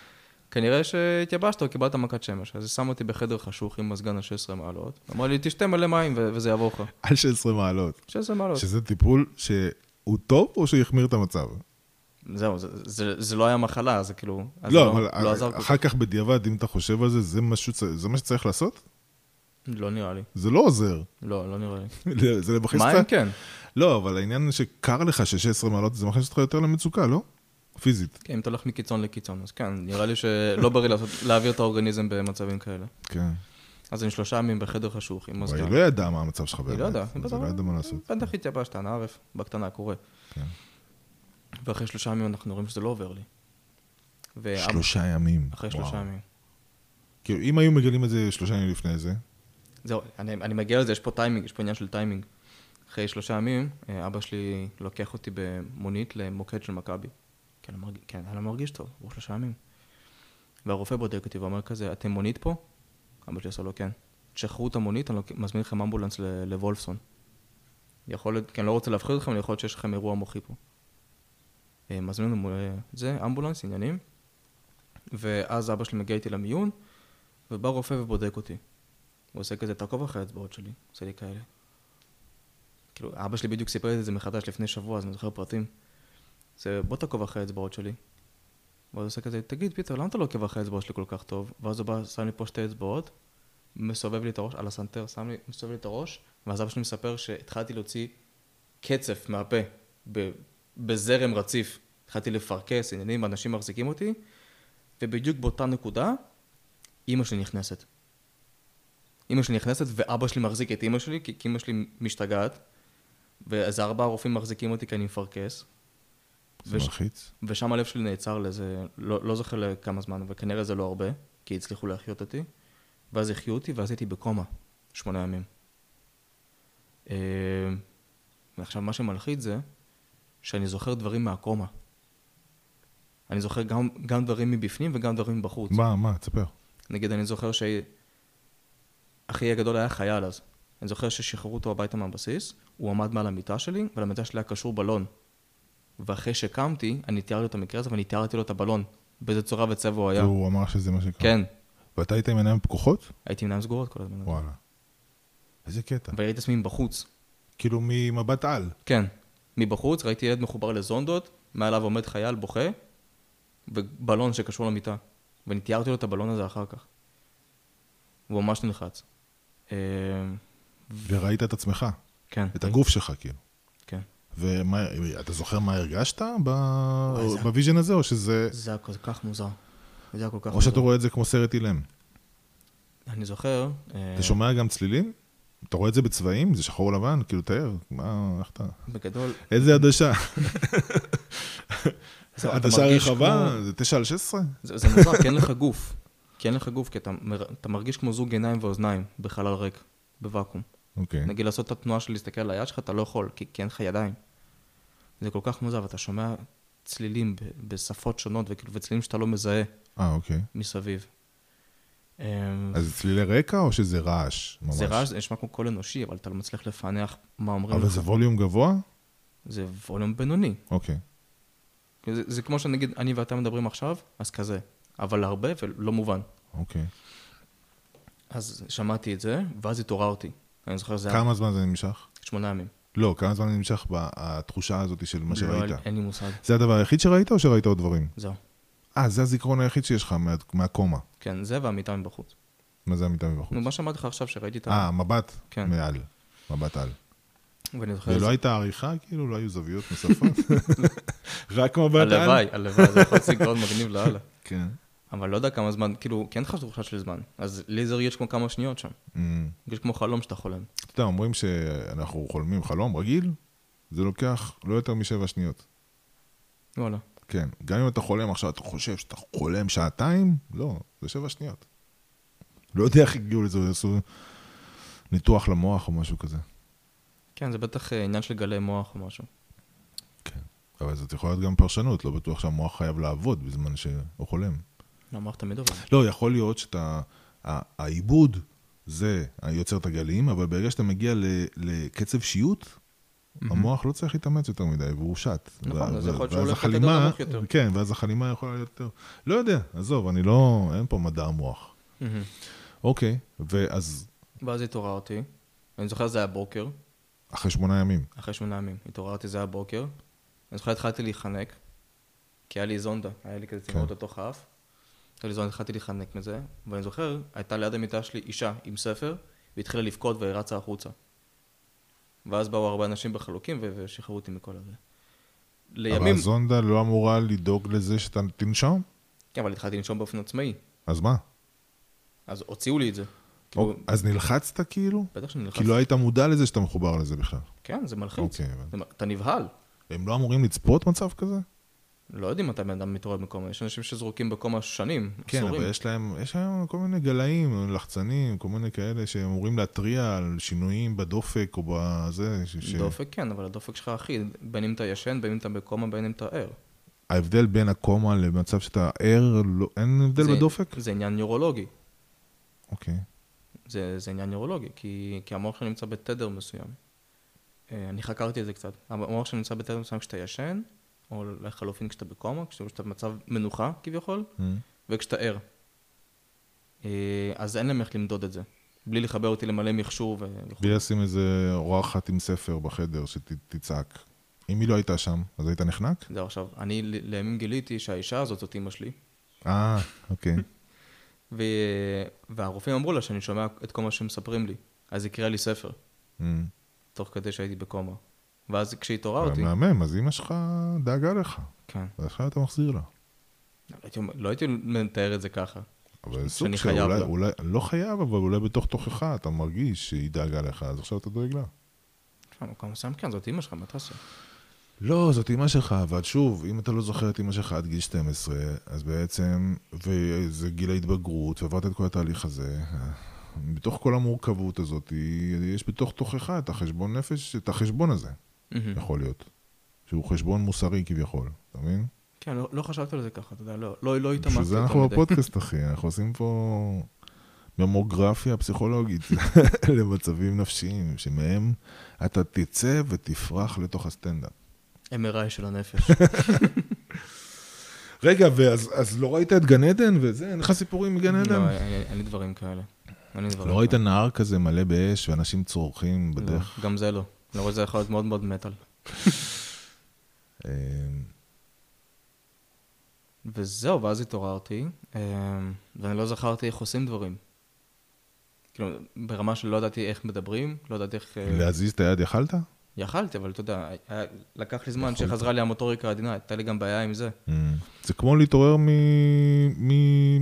S3: כנראה שהתייבשת או קיבלת מכת שמש, אז שם אותי בחדר חשוך עם מזגן על שש עשרה מעלות, אמר לי, תשתה מלא מים וזה יעבור לך.
S2: על שש עשרה מעלות.
S3: שש עשרה מעלות.
S2: שזה טיפול שהוא טוב או שיחמיר את המצב?
S3: זהו, זה, זה, זה לא היה מחלה, זה כאילו...
S2: לא, אבל לא, לא אחר כך בדיעבד, אם אתה חושב על זה, זה, משהו, זה מה שצריך לעשות?
S3: לא נראה לי.
S2: זה לא עוזר.
S3: לא, לא נראה לי.
S2: זה לבחיס
S3: מים כן.
S2: לא, אבל העניין שקר לך ש-שש עשרה מעלות, זה מכניס אותך יותר למצוקה, לא? פיזית.
S3: כן, אם אתה הולך מקיצון לקיצון, אז כן, נראה לי שלא בריא לעשות, להעביר את האורגניזם במצבים כאלה.
S2: כן.
S3: אז אני שלושה ימים בחדר חשוך עם מזגן.
S2: היא לא ידעה מה המצב שלך באמת.
S3: היא לא ידעה.
S2: היא לא ידעה מה לעשות.
S3: בטח התייבשת, אני ערף, בקטנה, קורה.
S2: כן.
S3: ואחרי שלושה ימים אנחנו רואים שזה לא עובר לי.
S2: שלושה ימים.
S3: אחרי שלושה ימים.
S2: כאילו, אם היו מגלים את זה שלושה ימים לפני זה...
S3: זהו, אני, אני מגיע לזה, יש פה טיימינג, יש פה עניין של טיימינג. אחרי שלושה ימים, אבא שלי לוקח אותי במונית למוקד של מכבי. כן, מרג... כן, אני לא מרגיש טוב, עבור שלושה ימים. והרופא בודק אותי ואומר כזה, אתם מונית פה? אבא שלי עשה לו, כן. תשחררו את המונית, אני מזמין לכם אמבולנס לוולפסון. יכול להיות, כי אני לא רוצה להפחיד אתכם, אני יכול להיות שיש לכם אירוע מוחי פה. מזמין לנו זה, אמבולנס, עניינים. ואז אבא שלי מגיע איתי למיון, ובא רופא ובודק אותי. הוא עושה כזה, תעקוב אחרי האצבעות שלי, עושה לי כאלה. כאילו, אבא שלי בדיוק סיפר את זה מחדש לפני שבוע, אז אני זוכר פרטים. זה, בוא תעקוב אחרי האצבעות שלי. ואז הוא עושה כזה, תגיד, פיטר, למה אתה לא עוקב אחרי האצבעות שלי כל כך טוב? ואז הוא בא, שם לי פה שתי אצבעות, מסובב לי את הראש, על הסנטר, שם לי, מסובב לי את הראש, ואז אבא שלי מספר שהתחלתי להוציא קצף מהפה, בזרם רציף. התחלתי לפרקס, עניינים, אנשים מחזיקים אותי, ובדיוק באותה נקודה, אמא שלי נכנסת. אמא שלי נכנסת, ואבא שלי מחזיק את אמא שלי, כי אמא שלי משתגעת, ואיזה ארבעה רופאים מחזיקים אותי כי אני מפרקס.
S2: זה וש... מלחיץ.
S3: ושם הלב שלי נעצר לזה, לא, לא זוכר לכמה זמן, וכנראה זה לא הרבה, כי הצליחו להחיות אותי. ואז החיו אותי, ואז הייתי בקומה, שמונה ימים. ועכשיו, מה שמלחיץ זה, שאני זוכר דברים מהקומה. אני זוכר גם, גם דברים מבפנים וגם דברים מבחוץ.
S2: מה, מה, תספר.
S3: נגיד, אני זוכר שאחי הגדול היה חייל אז. אני זוכר ששחררו אותו הביתה מהבסיס, הוא עמד מעל המיטה שלי, ולמיטה שלי היה קשור בלון. ואחרי שקמתי, אני תיארתי לו את המקרה הזה, ואני תיארתי לו את הבלון. באיזה צורה וצבע הוא היה.
S2: הוא אמר שזה מה שקרה.
S3: כן.
S2: ואתה היית עם עיניים פקוחות?
S3: הייתי עם עיניים סגורות כל הזמן.
S2: וואלה. איזה קטע.
S3: וראיתי עצמי מבחוץ.
S2: כאילו ממבט על.
S3: כן. מבחוץ, ראיתי ילד מחובר לזונדות, מעליו עומד חייל בוכה, ובלון שקשור למיטה. ואני תיארתי לו את הבלון הזה אחר כך. והוא ממש נלחץ.
S2: וראית את עצמך?
S3: כן.
S2: את הגוף שלך, כאילו.
S3: כן.
S2: ואתה זוכר מה הרגשת בוויז'ן הזה, או שזה...
S3: זה היה כל כך מוזר. זה היה כל כך מוזר.
S2: או שאתה רואה את זה כמו סרט אילם.
S3: אני זוכר...
S2: אתה שומע גם צלילים? אתה רואה את זה בצבעים? זה שחור לבן? כאילו, תאר. מה, איך אתה...
S3: בגדול...
S2: איזה עדשה? עדשה רחבה? זה תשע על שש עשרה?
S3: זה מוזר, כי אין לך גוף. כי אין לך גוף, כי אתה מרגיש כמו זוג עיניים ואוזניים בחלל ריק, בוואקום.
S2: אוקיי.
S3: נגיד לעשות את התנועה של להסתכל על היד שלך, אתה לא יכול, כי אין לך ידיים. זה כל כך מוזר, ואתה שומע צלילים בשפות שונות, וצלילים שאתה לא מזהה מסביב.
S2: אז זה צלילי רקע או שזה רעש?
S3: זה רעש, זה נשמע כמו קול אנושי, אבל אתה לא מצליח לפענח מה אומרים לך.
S2: אבל זה ווליום גבוה?
S3: זה ווליום בינוני.
S2: אוקיי.
S3: זה, זה כמו שנגיד, אני ואתה מדברים עכשיו, אז כזה. אבל הרבה ולא מובן.
S2: אוקיי.
S3: אז שמעתי את זה, ואז התעוררתי. אני זוכר זה...
S2: כמה זמן זה נמשך?
S3: שמונה ימים.
S2: לא, כמה זמן נמשך בתחושה הזאת של מה שראית?
S3: לא, אין לי מושג.
S2: זה הדבר היחיד שראית או שראית עוד דברים?
S3: זהו.
S2: אה, זה הזיכרון היחיד שיש לך מה, מהקומה.
S3: כן, זה והמיטה מבחוץ.
S2: מה זה המיטה מבחוץ?
S3: נו, מה שאמרתי לך עכשיו שראיתי את ה...
S2: אה, מבט?
S3: כן.
S2: מעל. מבט על.
S3: ואני זוכר...
S2: ולא הייתה עריכה, כאילו, לא היו זוויות נוספות? רק מבט על?
S3: הלוואי, הלוואי, זה יכול להיות סיגרון מגניב לאללה.
S2: כן.
S3: אבל לא יודע כמה זמן, כאילו, כן חשוב תחושה של זמן. אז לי זה הרגיש כמו כמה שניות שם. יש כמו חלום שאתה חולם.
S2: אתה יודע, אומרים שאנחנו חולמים חלום רגיל, זה לוקח לא יותר משבע שניות.
S3: וואלה.
S2: כן, גם אם אתה חולם עכשיו, אתה חושב שאתה חולם שעתיים, לא, זה שבע שניות. לא יודע איך הגיעו לזה, עשו ניתוח למוח או משהו כזה.
S3: כן, זה בטח עניין של גלי מוח או משהו.
S2: כן, אבל זאת יכולה להיות גם פרשנות, לא בטוח שהמוח חייב לעבוד בזמן שהוא חולם.
S3: לא, המוח תמיד עובד.
S2: לא, יכול להיות שאתה, העיבוד זה יוצר את הגלים, אבל ברגע שאתה מגיע לקצב שיעוט, המוח לא צריך להתאמץ יותר מדי, והוא שט.
S3: נכון, אז יכול להיות שהוא
S2: ואז
S3: הולך לתדר
S2: החלימה-
S3: נמוך יותר.
S2: כן, ואז החלימה יכולה להיות יותר. לא יודע, עזוב, אני לא, אין פה מדע המוח. אוקיי, ואז
S3: ואז התעוררתי, אני זוכר זה היה בוקר,
S2: אחרי שמונה ימים.
S3: אחרי שמונה ימים, התעוררתי זה היה בוקר, אני זוכר התחלתי להיחנק, כי היה לי זונדה, היה לי כזה צמאות לתוך האף, היה לי זונדה, התחלתי להיחנק מזה, ואני זוכר, הייתה ליד המיטה שלי אישה עם ספר, והתחילה לבכות והרצה החוצה. ואז באו הרבה אנשים בחלוקים ושחררו אותי מכל הזה.
S2: אבל
S3: לימים,
S2: הזונדה לא אמורה לדאוג לזה שאתה תנשום?
S3: כן, אבל התחלתי לנשום באופן עצמאי,
S2: אז מה?
S3: אז הוציאו לי את זה.
S2: או-
S3: כאילו,
S2: אז נלחצת כאילו?
S3: בטח שאני נלחץ.
S2: כי לא היית מודע לזה שאתה מחובר לזה בכלל.
S3: כן, זה מלחיץ.
S2: אוקיי, הבנתי.
S3: זה- אתה נבהל.
S2: הם לא אמורים לצפות מצב כזה?
S3: לא יודעים מתי בן אדם מתעורר בקומה, יש אנשים שזרוקים בקומה שנים,
S2: כן,
S3: עשורים.
S2: אבל יש להם, יש להם כל מיני גלאים, לחצנים, כל מיני כאלה שאמורים להתריע על שינויים בדופק או בזה. ש- ש-
S3: דופק כן, אבל הדופק שלך אחיד, בין אם אתה ישן, בין אם אתה בקומה, בין אם אתה ער.
S2: ההבדל בין הקומה למצב שאתה ער, לא, אין הבדל
S3: זה-
S2: בדופק?
S3: זה עניין נוירולוגי.
S2: אוקיי.
S3: זה, זה עניין נוירולוגי, כי, כי המוח שלך נמצא בתדר מסוים. אה, אני חקרתי את זה קצת. המוח שלך נמצא בתדר מסוים כשאתה ישן, או לחלופין כשאתה בקומה, כשאתה במצב מנוחה כביכול,
S2: Mm.
S3: וכשאתה ער. אה, אז אין להם איך למדוד את זה. בלי לחבר אותי למלא מכשור ו...
S2: בלי לשים איזה אורחת עם ספר בחדר שתצעק. אם היא לא הייתה שם, אז היית נחנק?
S3: זהו, עכשיו, אני ל- לימים גיליתי שהאישה הזאת זאת אמא שלי,
S2: אה, אוקיי.
S3: ו... והרופאים אמרו לה שאני שומע את כל מה שמספרים לי. אז היא קראה לי ספר,
S2: Mm.
S3: תוך כדי שהייתי בקומה. ואז כשהתעוררתי...
S2: מהמם, אז אמא שלך דאגה לך.
S3: כן.
S2: אז עכשיו אתה מחזיר לה.
S3: לא הייתי, לא הייתי מתאר את זה ככה.
S2: אבל זה
S3: שאני
S2: סוג של,
S3: חייב
S2: אולי,
S3: לה.
S2: אולי, לא חייב, אבל אולי בתוך תוכך אתה מרגיש שהיא דאגה לך, אז עכשיו אתה דואג לה.
S3: במקום מסוים, כן, זאת אמא שלך, מה תעשה?
S2: לא, זאת אמא שלך, אבל שוב, אם אתה לא זוכר את אמא שלך עד גיל שתים עשרה, אז בעצם, וזה גיל ההתבגרות, ועברת את כל התהליך הזה, בתוך כל המורכבות הזאת, יש בתוך תוכך את החשבון נפש, את החשבון הזה, יכול להיות. שהוא חשבון מוסרי כביכול, אתה מבין?
S3: כן, לא, לא חשבתי על זה ככה, אתה יודע, לא, לא, לא התאמצתי
S2: בשביל זה אנחנו בפודקאסט, אחי, אנחנו עושים פה ממוגרפיה פסיכולוגית למצבים נפשיים, שמהם אתה תצא ותפרח לתוך הסטנדאפ.
S3: אם אר איי של הנפש.
S2: רגע, ואז אז לא ראית את גן עדן וזה? אין לך סיפורים מגן עדן?
S3: לא, אין לי- אין לי דברים כאלה. אין לי דברים
S2: לא ראית
S3: כאלה.
S2: נהר כזה מלא באש ואנשים צורכים בדרך?
S3: לא, גם זה לא. למרות זה יכול להיות מאוד מאוד מטל.
S2: אה,
S3: וזהו, ואז התעוררתי, אה, ואני לא זכרתי איך עושים דברים. כאילו, ברמה שלא ידעתי איך מדברים, לא ידעתי איך... אה,
S2: להזיז את היד יכלת?
S3: יכלתי, אבל אתה יודע, היה- לקח לי זמן
S2: יכולת.
S3: שחזרה לי המוטוריקה העדינה, הייתה לי גם בעיה עם זה.
S2: אה, זה כמו להתעורר מ... מ-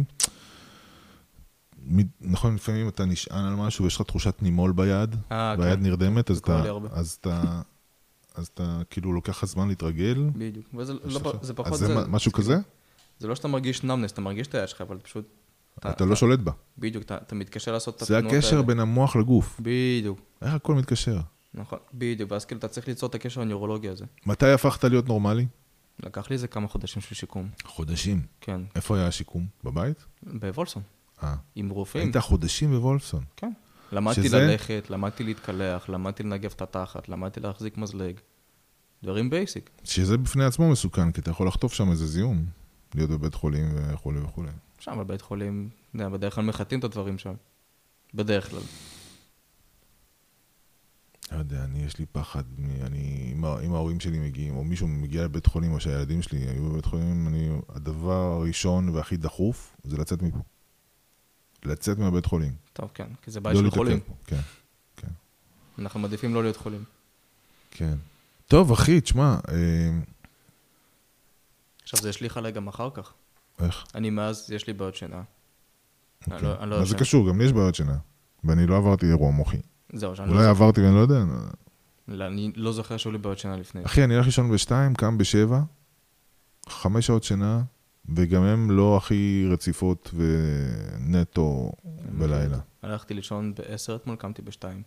S2: מ- נכון, לפעמים אתה נשען על משהו ויש לך תחושת נימול ביד,
S3: אה,
S2: והיד
S3: כן.
S2: נרדמת, אז
S3: קורה
S2: אתה,
S3: לי הרבה.
S2: אז אתה, אז אתה כאילו לוקח לך זמן להתרגל.
S3: בדיוק. וזה
S2: יש
S3: לא,
S2: לך-
S3: זה פחות
S2: אז זה מה- משהו
S3: כאילו,
S2: כזה?
S3: זה לא שאתה מרגיש נמנס, אתה מרגיש את היד שלך, אבל פשוט...
S2: אתה לא שולט בה.
S3: בדיוק, אתה, אתה מתקשר לעשות את
S2: זה
S3: התנועות
S2: הקשר
S3: האלה.
S2: בין המוח לגוף.
S3: בדיוק,
S2: איך הכל מתקשר?
S3: נכון, בדיוק, ואז כאילו אתה צריך ליצור את הקשר הנוירולוגי הזה.
S2: מתי הפכת להיות נורמלי?
S3: לקח לי איזה כמה חודשים של שיקום,
S2: חודשים.
S3: כן,
S2: איפה היה השיקום? בבית?
S3: בוולפסון,
S2: אה.
S3: עם רופאים,
S2: היית חודשים בוולפסון.
S3: כן. למדתי
S2: שזה?
S3: ללכת, למדתי להתקלח, למדתי לנגב את התחת, למדתי להחזיק מזלג, דברים בייסיק.
S2: שזה בפני עצמו מסוכן, כי אתה יכול לחטוף שם איזה זיהום. להיות בבית חולים וכו' וכו'.
S3: שם בבית חולים, אתה יודע, בדרך כלל מחטאים את הדברים שם, בדרך כלל.
S2: לא יודע, אני, יש לי פחד, מ- אני, אם, ה- אם ההורים שלי מגיעים, או מישהו מגיע לבית חולים, או שהילדים שלי היו בבית חולים, אני, הדבר הראשון והכי דחוף, זה לצאת מפה. לצאת מהבית חולים.
S3: טוב, כן, כי זה בעיה
S2: לא
S3: של
S2: להתעכב
S3: חולים.
S2: פה. כן, כן,
S3: אנחנו מעדיפים לא להיות חולים.
S2: כן. טוב, אחי, תשמע, אה,
S3: עכשיו, זה השליך עליי גם אחר כך.
S2: איך?
S3: אני מאז, יש לי בעיות שינה. אני
S2: אוקיי.
S3: לא- אני לא
S2: מה זה
S3: ישן.
S2: קשור? גם לי יש בעיות שינה. ואני לא עברתי אירוע מוחי.
S3: זהו, שאני
S2: אולי
S3: לא
S2: עברתי ואני לא יודע.
S3: זוכר- אני לא זוכר שהיו לי בעיות שינה לפני.
S2: אחי, אני הולך לישון בשתיים, קם בשבע, חמש שעות שינה, וגם הם לא הכי רציפות ונטו בלילה.
S3: הלכתי לישון בעשר, אתמול קמתי בשתיים.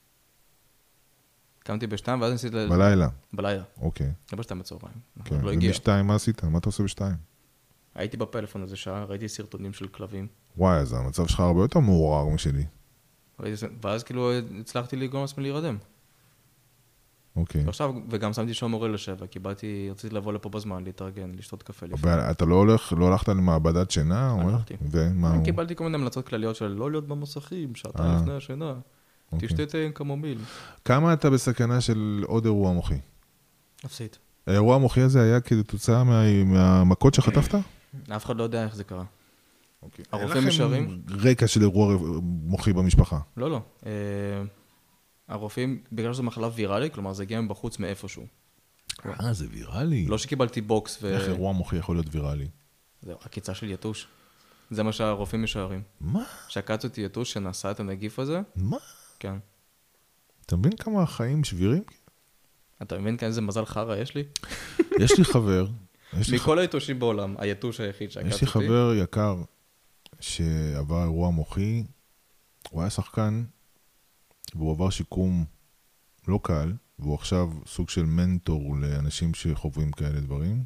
S3: קמתי בשתיים, ואז ניסיתי... ל-
S2: בלילה,
S3: בלילה.
S2: אוקיי.
S3: לא בשתיים בצהריים.
S2: כן.
S3: לא הגיע.
S2: ובשתיים, מה עשית? מה אתה עושה בשתיים?
S3: הייתי בפלאפון איזה שעה, ראיתי סרטונים של כלבים.
S2: וואי, אז המצב שלך הרבה יותר מעורר משלי.
S3: ראיתי, ואז כאילו הצלחתי לגרום לעצמי להירדם.
S2: אוקיי.
S3: ועכשיו, וגם שמתי שם מורה לשבע, כי באתי, רציתי לבוא לפה בזמן, להתארגן, לשתות קפה לפני.
S2: ואתה לא הולך, לא הלכת למעבדת שינה?
S3: הלכתי.
S2: ומה הוא?
S3: קיבלתי כל מיני המלצות כלליות של לא להיות במסכים, שעתיים
S2: אה.
S3: לפני השינה.
S2: אוקיי.
S3: תשתה תה עם קמומיל.
S2: כמה אתה בסכנה של עוד אירוע מוחי?
S3: אפסית.
S2: האירוע המוחי הזה היה כתוצאה מה- מהמכות שחטפת?
S3: אף אחד לא יודע איך זה קרה.
S2: אוקיי.
S3: הרופאים נשארים?
S2: אין לכם רקע של אירוע מוחי במשפחה?
S3: לא, לא. אה, הרופאים, בגלל שזו מחלה ויראלית, כלומר זה הגיע מבחוץ מאיפשהו.
S2: אה, זה ויראלי.
S3: לא שקיבלתי בוקס ו...
S2: איך אירוע מוחי יכול להיות ויראלי?
S3: זהו, הקיצה של יתוש. זה מה שהרופאים משערים.
S2: מה?
S3: שקץ אותי יתוש שנשא את הנגיף הזה.
S2: מה?
S3: כן.
S2: אתה מבין כמה החיים שבירים?
S3: אתה מבין כאן איזה מזל חרא יש לי?
S2: יש לי חבר, יש לי
S3: מכל היתושים בעולם, היתוש היחיד שקץ אותי.
S2: יש לי חבר יקר שעבר אירוע מוחי, הוא היה שחקן, והוא עבר שיקום לא קל, והוא עכשיו סוג של מנטור לאנשים שחווים כאלה דברים.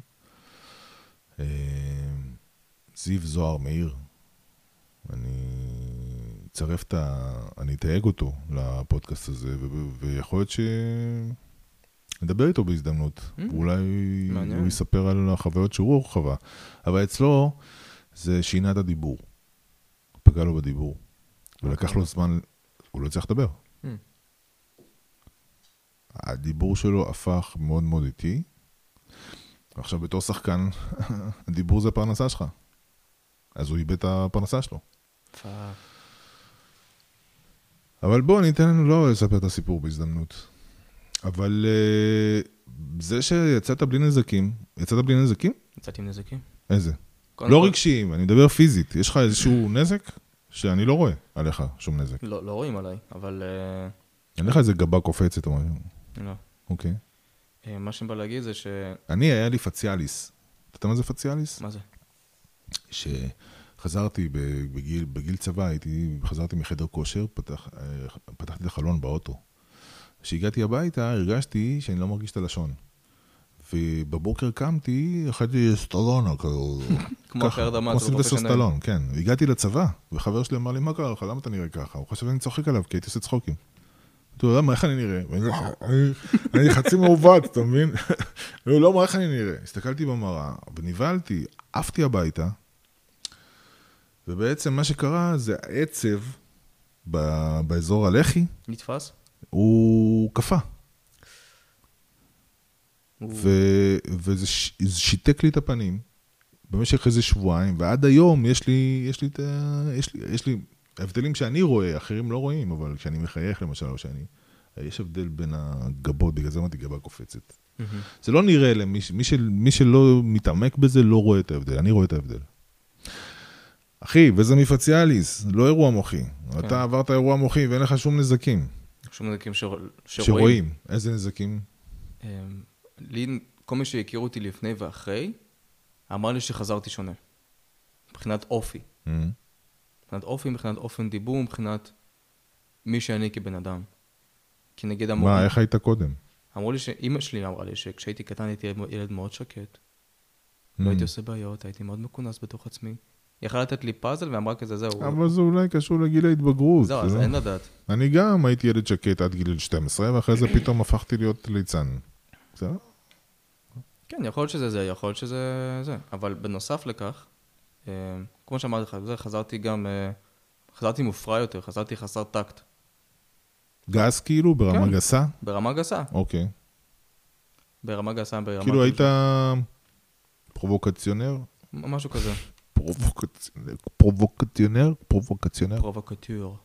S2: זיו זוהר מאיר, אני אצרף את ה... אני אתייג אותו לפודקאסט הזה, ו- ויכול להיות ש... נדבר איתו בהזדמנות,
S3: Mm.
S2: ואולי
S3: מעניין.
S2: הוא יספר על החוויות שהוא חווה. אבל אצלו זה שינה את הדיבור. פגע לו בדיבור. ולקח לו זמן, הוא לא צריך לדבר.
S3: Mm.
S2: הדיבור שלו הפך מאוד מאוד איטי. עכשיו בתור שחקן, הדיבור זה הפרנסה שלך. אז הוא איבד את הפרנסה שלו.
S3: פאק.
S2: אבל בואו ניתן לנו לא לספר את הסיפור בהזדמנות. אבל uh, זה שיצאת בלי נזקים, יצאת בלי נזקים?
S3: יצאתי עם נזקים.
S2: איזה?
S3: קודם
S2: לא
S3: כל-
S2: רגשיים, אני מדבר פיזית. יש לך איזשהו נזק שאני לא רואה עליך שום נזק.
S3: לא, לא רואים עליי, אבל... אה,
S2: אין לך איזה גבה קופצת או משהו.
S3: לא.
S2: אוקיי.
S3: אה, מה שאני בא להגיד זה ש...
S2: אני, היה לי פציאליס. אתה יודע מה זה פציאליס?
S3: מה זה?
S2: שחזרתי בגיל, בגיל צבא, הייתי, חזרתי מחדר כושר, פתח, פתחתי את החלון באוטו. כשהגעתי הביתה, הרגשתי שאני לא מרגיש את הלשון. ובבוקר קמתי, אכלתי סטלונה, כאילו...
S3: כמו אחר דמה,
S2: כמו סילבסטר סטלון, כן. והגעתי לצבא, וחבר שלי אמר לי, מה קרה לך? למה אתה נראה ככה? הוא חשב שאני צוחק עליו, כי הייתי עושה צחוקים. אתה יודע, מה, איך אני נראה? ואני אומר, אני חצי מעובד, אתה מבין? לא, לא, מה, איך אני נראה? הסתכלתי במראה, ונבלתי, עפתי הביתה, ובעצם מה שקרה זה העצב באזור הלחי,
S3: נתפס?
S2: הוא קפה.
S3: הוא-
S2: ו- וזה ש- זה שיתק לי את הפנים במשך איזה שבועיים, ועד היום יש לי, יש לי, את ה- יש לי, יש לי הבדלים שאני רואה, אחרים לא רואים, אבל כשאני מחייך למשל, או שאני, יש הבדל בין הגבות, בגלל זה אמרתי גבה קופצת.
S3: מהמם.
S2: זה לא נראה למי, מי, של, מי שלא מתעמק בזה לא רואה את ההבדל, אני רואה את ההבדל. אחי, וזה מפציאליס, לא אירוע מוחי.
S3: כן.
S2: אתה עברת אירוע מוחי ואין לך שום נזקים.
S3: שום נזקים שרוא- שרואים.
S2: שרואים. איזה נזקים?
S3: אמ, לי, כל מי שהכיר אותי לפני ואחרי, אמר לי שחזרתי שונה. מבחינת אופי.
S2: Mm.
S3: מבחינת אופי, מבחינת אופן דיבור, מבחינת מי שאני כבן אדם. כי נגיד אמרו,
S2: מה, איך היית קודם?
S3: אמרו לי שאימא שלי אמרה לי שכשהייתי קטן הייתי ילד מאוד שקט.
S2: Mm.
S3: לא הייתי עושה בעיות, הייתי מאוד מכונס בתוך עצמי. היא יכלה לתת לי פאזל ואמרה כזה, זהו.
S2: אבל זה אולי קשור לגיל ההתבגרות.
S3: זהו, אז
S2: זה לא-
S3: אין לדעת.
S2: אני גם הייתי ילד שקט עד גיל שתים עשרה, ואחרי זה פתאום הפכתי להיות ליצן. בסדר?
S3: כן, יכול להיות שזה זה, יכול להיות שזה זה. אבל בנוסף לכך, אה, כמו שאמרתי לך, זה, חזרתי גם, אה, חזרתי מופרע יותר, חזרתי חסר טקט.
S2: גס כאילו, ברמה
S3: כן.
S2: גסה?
S3: ברמה גסה.
S2: אוקיי.
S3: ברמה גסה, ברמה...
S2: כאילו היית פרובוקציונר?
S3: משהו כזה.
S2: פרובוקציונר? פרובוקציונר? פרובוקציונר?
S3: פרובוקטור.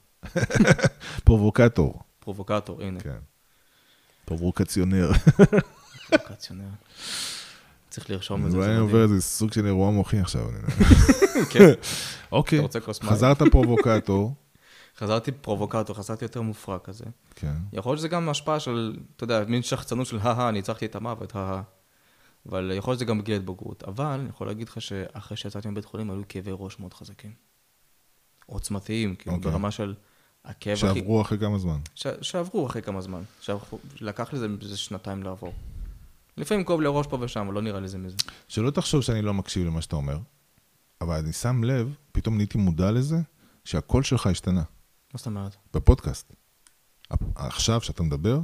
S2: פרובוקטור.
S3: פרובוקטור, הנה.
S2: כן. פרובוקציונר.
S3: פרובוקציונר. צריך לרשום את זה.
S2: אולי
S3: זה
S2: אני
S3: מדהים.
S2: עובר איזה סוג של אירוע מוחי עכשיו. אני יודע.
S3: כן.
S2: אוקיי.
S3: אתה רוצה כוס מים?
S2: חזרת פרובוקטור.
S3: חזרתי פרובוקטור, חזרתי יותר מופרע כזה.
S2: כן.
S3: יכול להיות שזה גם השפעה של, אתה יודע, מין שחצנות של הא-הא, ניצחתי את המוות, הא-הא. אבל יכול להיות שזה גם בגיל התבגרות. אבל אני יכול להגיד לך שאחרי שיצאתי מבית חולים, היו כאבי ראש מאוד חזקים. עוצמתיים, כאילו
S2: אוקיי.
S3: ברמה של הכאב הכי...
S2: שעברו אחרי כמה זמן.
S3: ש... שעברו אחרי כמה זמן. שעברו... לקח לזה איזה שנתיים לעבור. לפעמים כואב לי ראש פה ושם, אבל לא נראה לי זה מזה.
S2: שלא תחשוב שאני לא מקשיב למה שאתה אומר, אבל אני שם לב, פתאום נהייתי מודע לזה, שהקול שלך השתנה.
S3: מה זאת אומרת?
S2: בפודקאסט. עכשיו שאתה מדבר,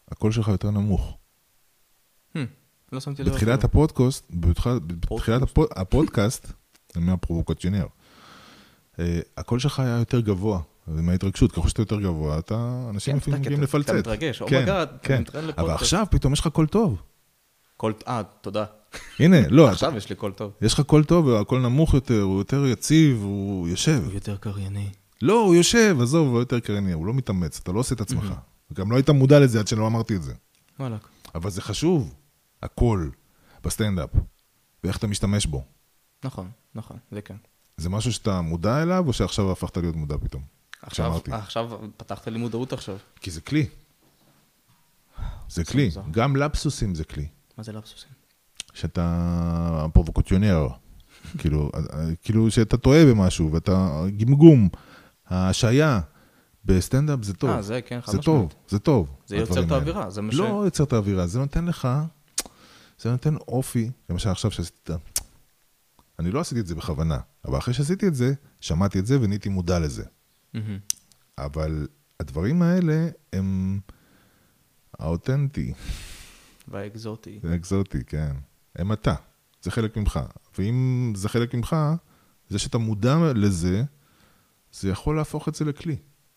S2: הקול שלך יותר נמוך.
S3: לא שמתי לב.
S2: בתחילת הפודקאסט, בתחילת הפודקאסט, מהפרובוקציונר, הקול שלך היה יותר גבוה, מההתרגשות, ככל שאתה יותר גבוה, אנשים לפעמים מגיעים לפלצת.
S3: אתה מתרגש, אומייגאד,
S2: כן, אבל עכשיו פתאום יש לך קול טוב.
S3: אה, תודה.
S2: הנה, לא.
S3: עכשיו יש לי קול טוב.
S2: יש לך קול טוב, הקול נמוך יותר, הוא יותר יציב, הוא יושב.
S3: הוא יותר קרייני.
S2: לא, הוא יושב, עזוב, הוא יותר קרייני, הוא לא מתאמץ, אתה לא עושה את עצמך. גם לא היית מודע לזה עד שלא אמרתי את זה.
S3: וואלק.
S2: אבל זה חשוב, הקול בסטנדאפ, ואיך אתה משתמש בו.
S3: נכון, נכון, זה כן.
S2: זה משהו שאתה מודע אליו, או שעכשיו הפכת להיות מודע פתאום?
S3: עכשיו, עכשיו פתחת לי מודעות עכשיו.
S2: כי זה כלי. זה כלי. גם לפסוסים זה כלי.
S3: מה זה לפסוסים?
S2: שאתה פרובוקציונר. כאילו, כאילו שאתה טועה במשהו, ואתה גמגום, ההשעיה בסטנדאפ זה טוב.
S3: אה, זה כן, חד
S2: זה טוב, זה טוב.
S3: זה יוצר את האווירה, זה מה ש...
S2: לא יוצר את האווירה, זה נותן לך, זה נותן אופי, למשל עכשיו שעשית, אני לא עשיתי את זה בכוונה, אבל אחרי שעשיתי את זה, שמעתי את זה ונהייתי מודע לזה. אבל הדברים האלה הם האותנטי.
S3: והאקזוטי.
S2: זה אקזוטי, כן. הם אתה. זה חלק ממך. ואם זה חלק ממך, זה שאתה מודע לזה, זה יכול להפוך את זה לכלי.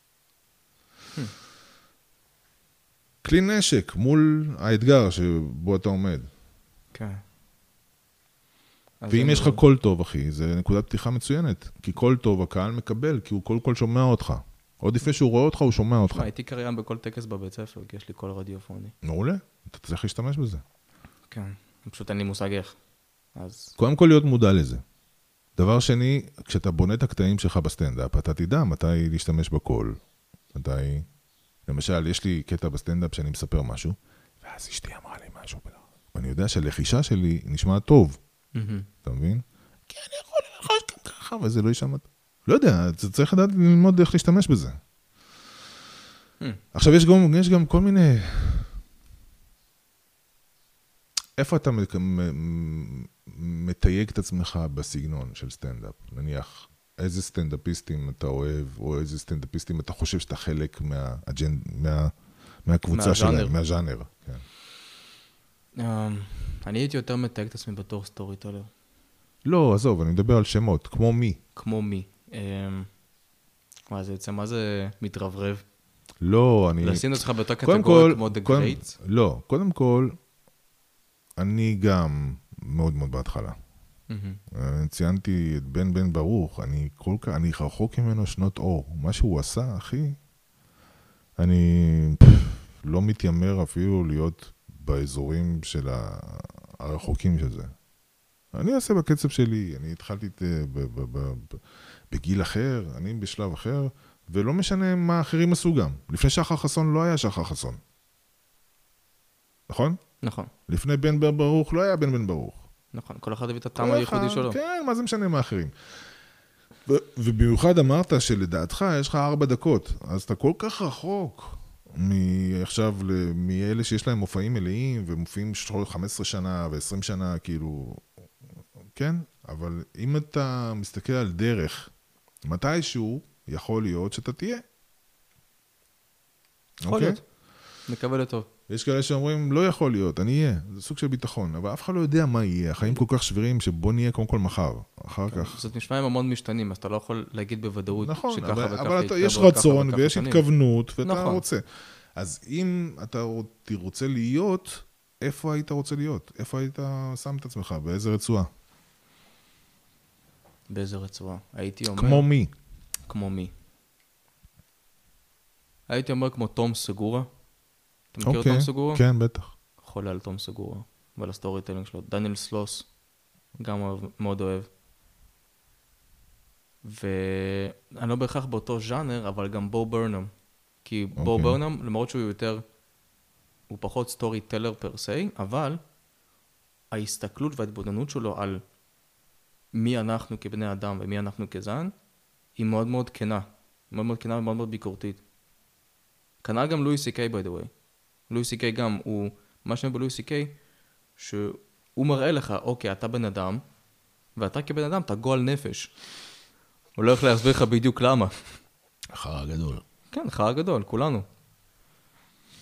S2: כלי נשק מול האתגר שבו אתה עומד.
S3: כן.
S2: ואם יש לך קול טוב, אחי, זה נקודת פתיחה מצוינת. כי קול טוב הקהל מקבל, כי הוא קול קול שומע אותך. עוד לפני שהוא רואה אותך, הוא שומע אותך.
S3: הייתי קריין בכל טקס בבית ספר, כי יש לי קול רדיופוני.
S2: מעולה, אתה צריך להשתמש בזה.
S3: כן, פשוט אין לי מושג איך.
S2: קודם כל להיות מודע לזה. דבר שני, כשאתה בונה את הקטעים שלך בסטנדאפ, אתה תדע מתי להשתמש בקול. מתי... למשל, יש לי קטע בסטנדאפ שאני מספר משהו, ואז אשתי אמרה לי משהו, ואני יודע שהלחישה שלי נשמע טוב. אתה מבין? כי אני יכול ללחוש כאן ככה, וזה לא יישמע... לא יודע, אתה צריך לדעת ללמוד איך להשתמש בזה. עכשיו, יש גם, יש גם כל מיני... איפה אתה מתייג את עצמך בסגנון של סטנדאפ? נניח, איזה סטנדאפיסטים אתה אוהב, או איזה סטנדאפיסטים אתה חושב שאתה חלק מהקבוצה שלהם, מהז'אנר.
S3: אני הייתי יותר מתייג את עצמי בתור סטורי טלר.
S2: לא, עזוב, אני מדבר על שמות, כמו מי.
S3: כמו מי. מה זה יצא, מה זה מתרברב?
S2: לא, אני...
S3: לשים אותך באותה קטגוריה כמו The Greats?
S2: לא, קודם כל, אני גם מאוד מאוד בהתחלה. ציינתי את בן בן ברוך, אני כל כך, אני רחוק ממנו שנות אור. מה שהוא עשה, אחי, אני לא מתיימר אפילו להיות באזורים של הרחוקים של זה. אני אעשה בקצב שלי, אני התחלתי בגיל אחר, אני בשלב אחר, ולא משנה מה האחרים עשו גם. לפני שחר חסון לא היה שחר חסון. נכון?
S3: נכון.
S2: לפני בן בן ברוך לא היה בן בן ברוך.
S3: נכון, כל אחד הביא את הטעם הייחודי שלו.
S2: כן, מה זה משנה מה האחרים. ובמיוחד אמרת שלדעתך יש לך ארבע דקות, אז אתה כל כך רחוק מעכשיו, מאלה שיש להם מופעים מלאים, ומופיעים חמש עשרה שנה ו-עשרים שנה, כאילו, כן? אבל אם אתה מסתכל על דרך, מתישהו יכול להיות שאתה תהיה.
S3: יכול להיות. נקווה לטוב.
S2: יש כאלה שאומרים, לא יכול להיות, אני אהיה. זה סוג של ביטחון, אבל אף אחד לא יודע מה יהיה. החיים כל כך שבירים שבוא נהיה קודם כל מחר. אחר כך...
S3: זאת נשמע עם המון משתנים, אז אתה לא יכול להגיד בוודאות
S2: נכון,
S3: שככה
S2: אבל,
S3: וככה
S2: אבל
S3: יתקבל,
S2: יש רצון
S3: וככה
S2: ויש
S3: שנים.
S2: התכוונות, ואתה
S3: נכון.
S2: רוצה. אז אם אתה רוצה להיות, איפה היית רוצה להיות? איפה היית שם את עצמך? באיזה רצועה?
S3: באיזה רצועה? הייתי אומר...
S2: כמו מי?
S3: כמו מי? הייתי אומר כמו תום סגורה. אתה מכיר את תום סגורה?
S2: כן, בטח.
S3: חולה על תום סגורה, ועל הסטורי טלינג שלו. דניאל סלוס, גם מאוד אוהב. ואני לא בהכרח באותו ז'אנר, אבל גם בו ברנם. כי בו ברנם, למרות שהוא יותר, הוא פחות סטורי טלר פר סי, אבל ההסתכלות וההתבוננות שלו על מי אנחנו כבני אדם ומי אנחנו כזן, היא מאוד מאוד כנה. מאוד מאוד כנה ומאוד מאוד ביקורתית. כנ"ל גם לואי סי קיי, by the way. לואי סי קיי גם, הוא, מה שאני בלואי סי קיי, שהוא מראה לך, אוקיי, אתה בן אדם, ואתה כבן אדם, אתה גועל נפש. הוא לא יכול להסביר לך בדיוק למה.
S2: חרא גדול.
S3: כן, חרא גדול, כולנו.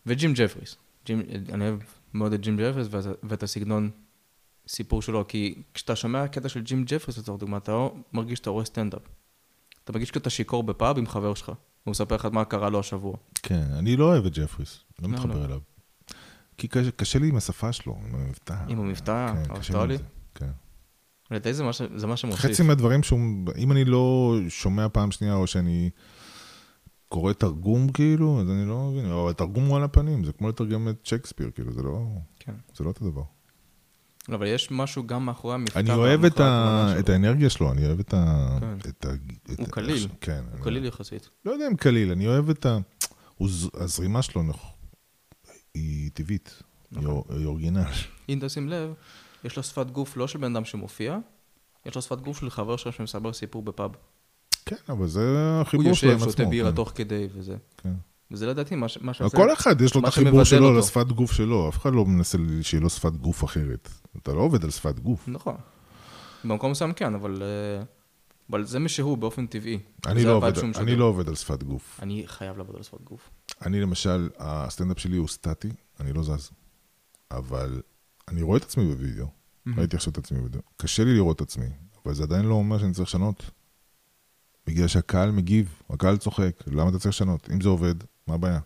S3: וג'ים ג'פריס. ג'ים, אני אוהב מאוד את ג'ים ג'פריס ואת הסגנון סיפור שלו, כי כשאתה שומע קטע של ג'ים ג'פריס, לצורך דוגמה, אתה לא מרגיש שאתה רואה סטנדאפ. אתה מרגיש שאתה שיכור בפאב עם חבר שלך. הוא מספר לך מה קרה לו השבוע.
S2: כן, אני לא אוהב את ג'פריס, לא
S3: לא,
S2: מתחבר
S3: לא.
S2: אליו. כי קשה, קשה לי עם השפה שלו, עם המבטא.
S3: עם המבטא,
S2: כן, קשה לי עם
S3: האוסטרלי.
S2: זה, כן.
S3: לדעתי זה מה ש- זה מה שמוסיף.
S2: חצי מהדברים שהוא, אם אני לא שומע פעם שנייה, או שאני קורא תרגום כאילו, אז אני לא מבין, אבל התרגום הוא על הפנים, זה כמו לתרגם את שייקספיר, כאילו, זה לא,
S3: כן.
S2: זה לא אותו דבר.
S3: לא, אבל יש משהו גם מאחורי המבטא.
S2: אני אוהב את,
S3: ומאחורי
S2: ה...
S3: הכוונה
S2: את
S3: שלו.
S2: האנרגיה שלו, אני אוהב את ה...
S3: כן.
S2: את ה... את
S3: הוא
S2: ה-
S3: קליל.
S2: כן.
S3: הוא
S2: אני-
S3: קליל יחסית.
S2: לא יודע אם קליל, אני אוהב את ה... הוא ז- הזרימה שלו נכ- היא טבעית, היא
S3: נכון.
S2: אור- היא אורגינל.
S3: אם תשים לב, יש לו שפת גוף לא של בן אדם שמופיע, יש לו שפת גוף של חבר שלו שמסבר סיפור בפאב.
S2: כן, אבל זה
S3: הוא
S2: החיבור שלו עם
S3: יושב,
S2: עצמו.
S3: שותה בירה
S2: כן,
S3: תוך כדי וזה.
S2: כן.
S3: וזה לדעתי מה ש- מה שעושה...
S2: כל אחד יש לו את
S3: מה
S2: החיבור
S3: שמבדל
S2: שלו
S3: אותו.
S2: לשפת גוף שלו, אף אחד לא מנסה שיהיה לו שפת גוף אחרת. אתה לא עובד על שפת גוף.
S3: נכון. במקום מסוים כן, אבל... אה, אבל זה מי שהוא באופן טבעי.
S2: אני
S3: זה
S2: לא
S3: הווייב
S2: עובד-
S3: שהוא משדר.
S2: אני לא עובד על שפת גוף.
S3: אני חייב לעבוד על שפת גוף.
S2: אני למשל, הסטנדאפ שלי הוא סטטי, אני לא זז. אבל אני רואה את עצמי בווידאו. ראיתי עכשיו את עצמי בווידאו. קשה לי לראות את עצמי, אבל זה עדיין לא אומר שאני צריך לשנות. בגלל שהקהל מגיב, הקהל צוחק, למה אתה צריך לשנות? אם זה עובד, מה הבעיה?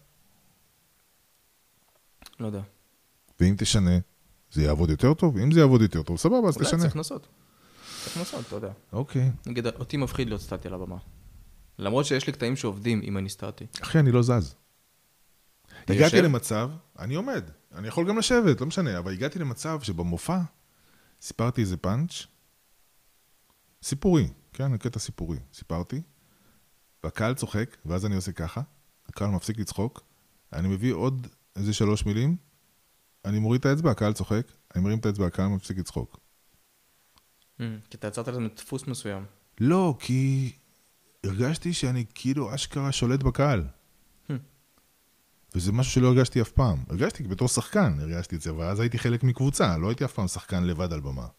S3: לא יודע.
S2: ואם תשנה, זה יעבוד יותר טוב? אם זה יעבוד יותר טוב, סבבה, אז
S3: אולי
S2: תשנה.
S3: צריך לנסות. צריך לנסות, אתה יודע.
S2: אוקיי.
S3: נגיד, אותי מפחיד להיות סטטי על הבמה. למרות שיש לי קטעים שעובדים אם אני סטטי.
S2: אחי, אני לא זז.
S3: אתה
S2: הגעתי
S3: יושב?
S2: למצב, אני עומד, אני יכול גם לשבת, לא משנה, אבל הגעתי למצב שבמופע סיפרתי איזה פאנץ', סיפורי, כן, קטע סיפורי, סיפרתי, והקהל צוחק, ואז אני עושה ככה, הקהל מפסיק לצחוק, אני מביא עוד איזה שלוש מילים, אני מוריד את האצבע, הקהל צוחק, אני מרים את האצבע, הקהל מפסיק לצחוק.
S3: כי אתה יצרת לזה דפוס מסוים.
S2: לא, כי הרגשתי שאני כאילו אשכרה שולט בקהל. וזה משהו שלא הרגשתי אף פעם. הרגשתי בתור שחקן, הרגשתי את זה, ואז הייתי חלק מקבוצה, לא הייתי אף פעם שחקן לבד על במה.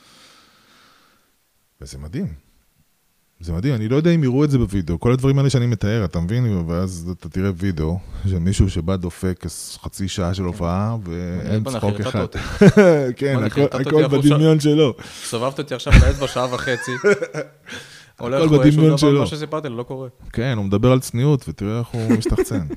S2: וזה מדהים. זה מדהים, אני לא יודע אם יראו את זה בווידאו, כל הדברים האלה שאני מתאר, אתה מבין? ואז אתה תראה וידאו, של מישהו שבא דופק חצי שעה של הופעה, ואין
S3: בוא
S2: צחוק
S3: נחיר,
S2: אחד.
S3: אותי.
S2: כן,
S3: בוא נחיר,
S2: הכל-
S3: נתת
S2: הכל
S3: אותי
S2: בדמיון שלו.
S3: סובבת אותי עכשיו לאצבע שעה וחצי. הולך רואה
S2: בדמיון
S3: שהוא דבר,
S2: שלו.
S3: מה שסיפרתי לו לא קורה.
S2: כן, הוא מדבר על צניעות, ותראה איך הוא משתחצן.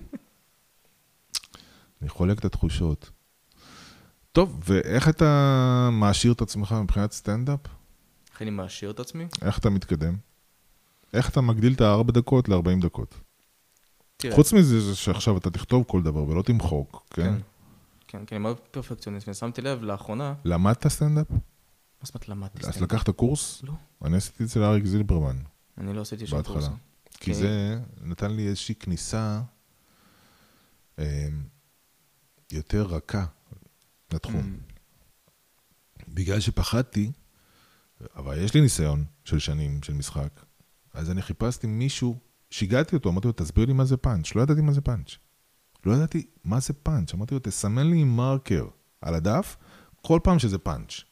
S2: אני חולק את התחושות. טוב, ואיך אתה מעשיר את עצמך מבחינת סטנדאפ?
S3: איך אני מעשיר את עצמי?
S2: איך אתה מתקדם? איך אתה מגדיל את הארבע דקות ל-ארבעים דקות?
S3: תראה.
S2: חוץ מזה שעכשיו אתה תכתוב כל דבר ולא תמחוק, כן?
S3: כן. כן, כי אני מאוד פרפקציוניסט, ושמתי לב לאחרונה,
S2: למדת סטנדאפ?
S3: מה זאת אומרת למדתי
S2: אז
S3: סטנדאפ?
S2: לקחת קורס?
S3: לא.
S2: אני עשיתי אצל אריק זילברמן
S3: אני לא עשיתי שום
S2: בהתחלה.
S3: קורס.
S2: כי זה נתן לי איזושהי כניסה אה, יותר רכה לתחום. בגלל שפחדתי, אבל יש לי ניסיון של שנים של משחק, אז אני חיפשתי מישהו, שיגעתי אותו, אמרתי לו, תסביר לי מה זה פאנץ'. לא ידעתי מה זה פאנץ'. לא ידעתי מה זה פאנץ'. אמרתי לו, תסמן לי עם מרקר על הדף, כל פעם שזה פאנץ'.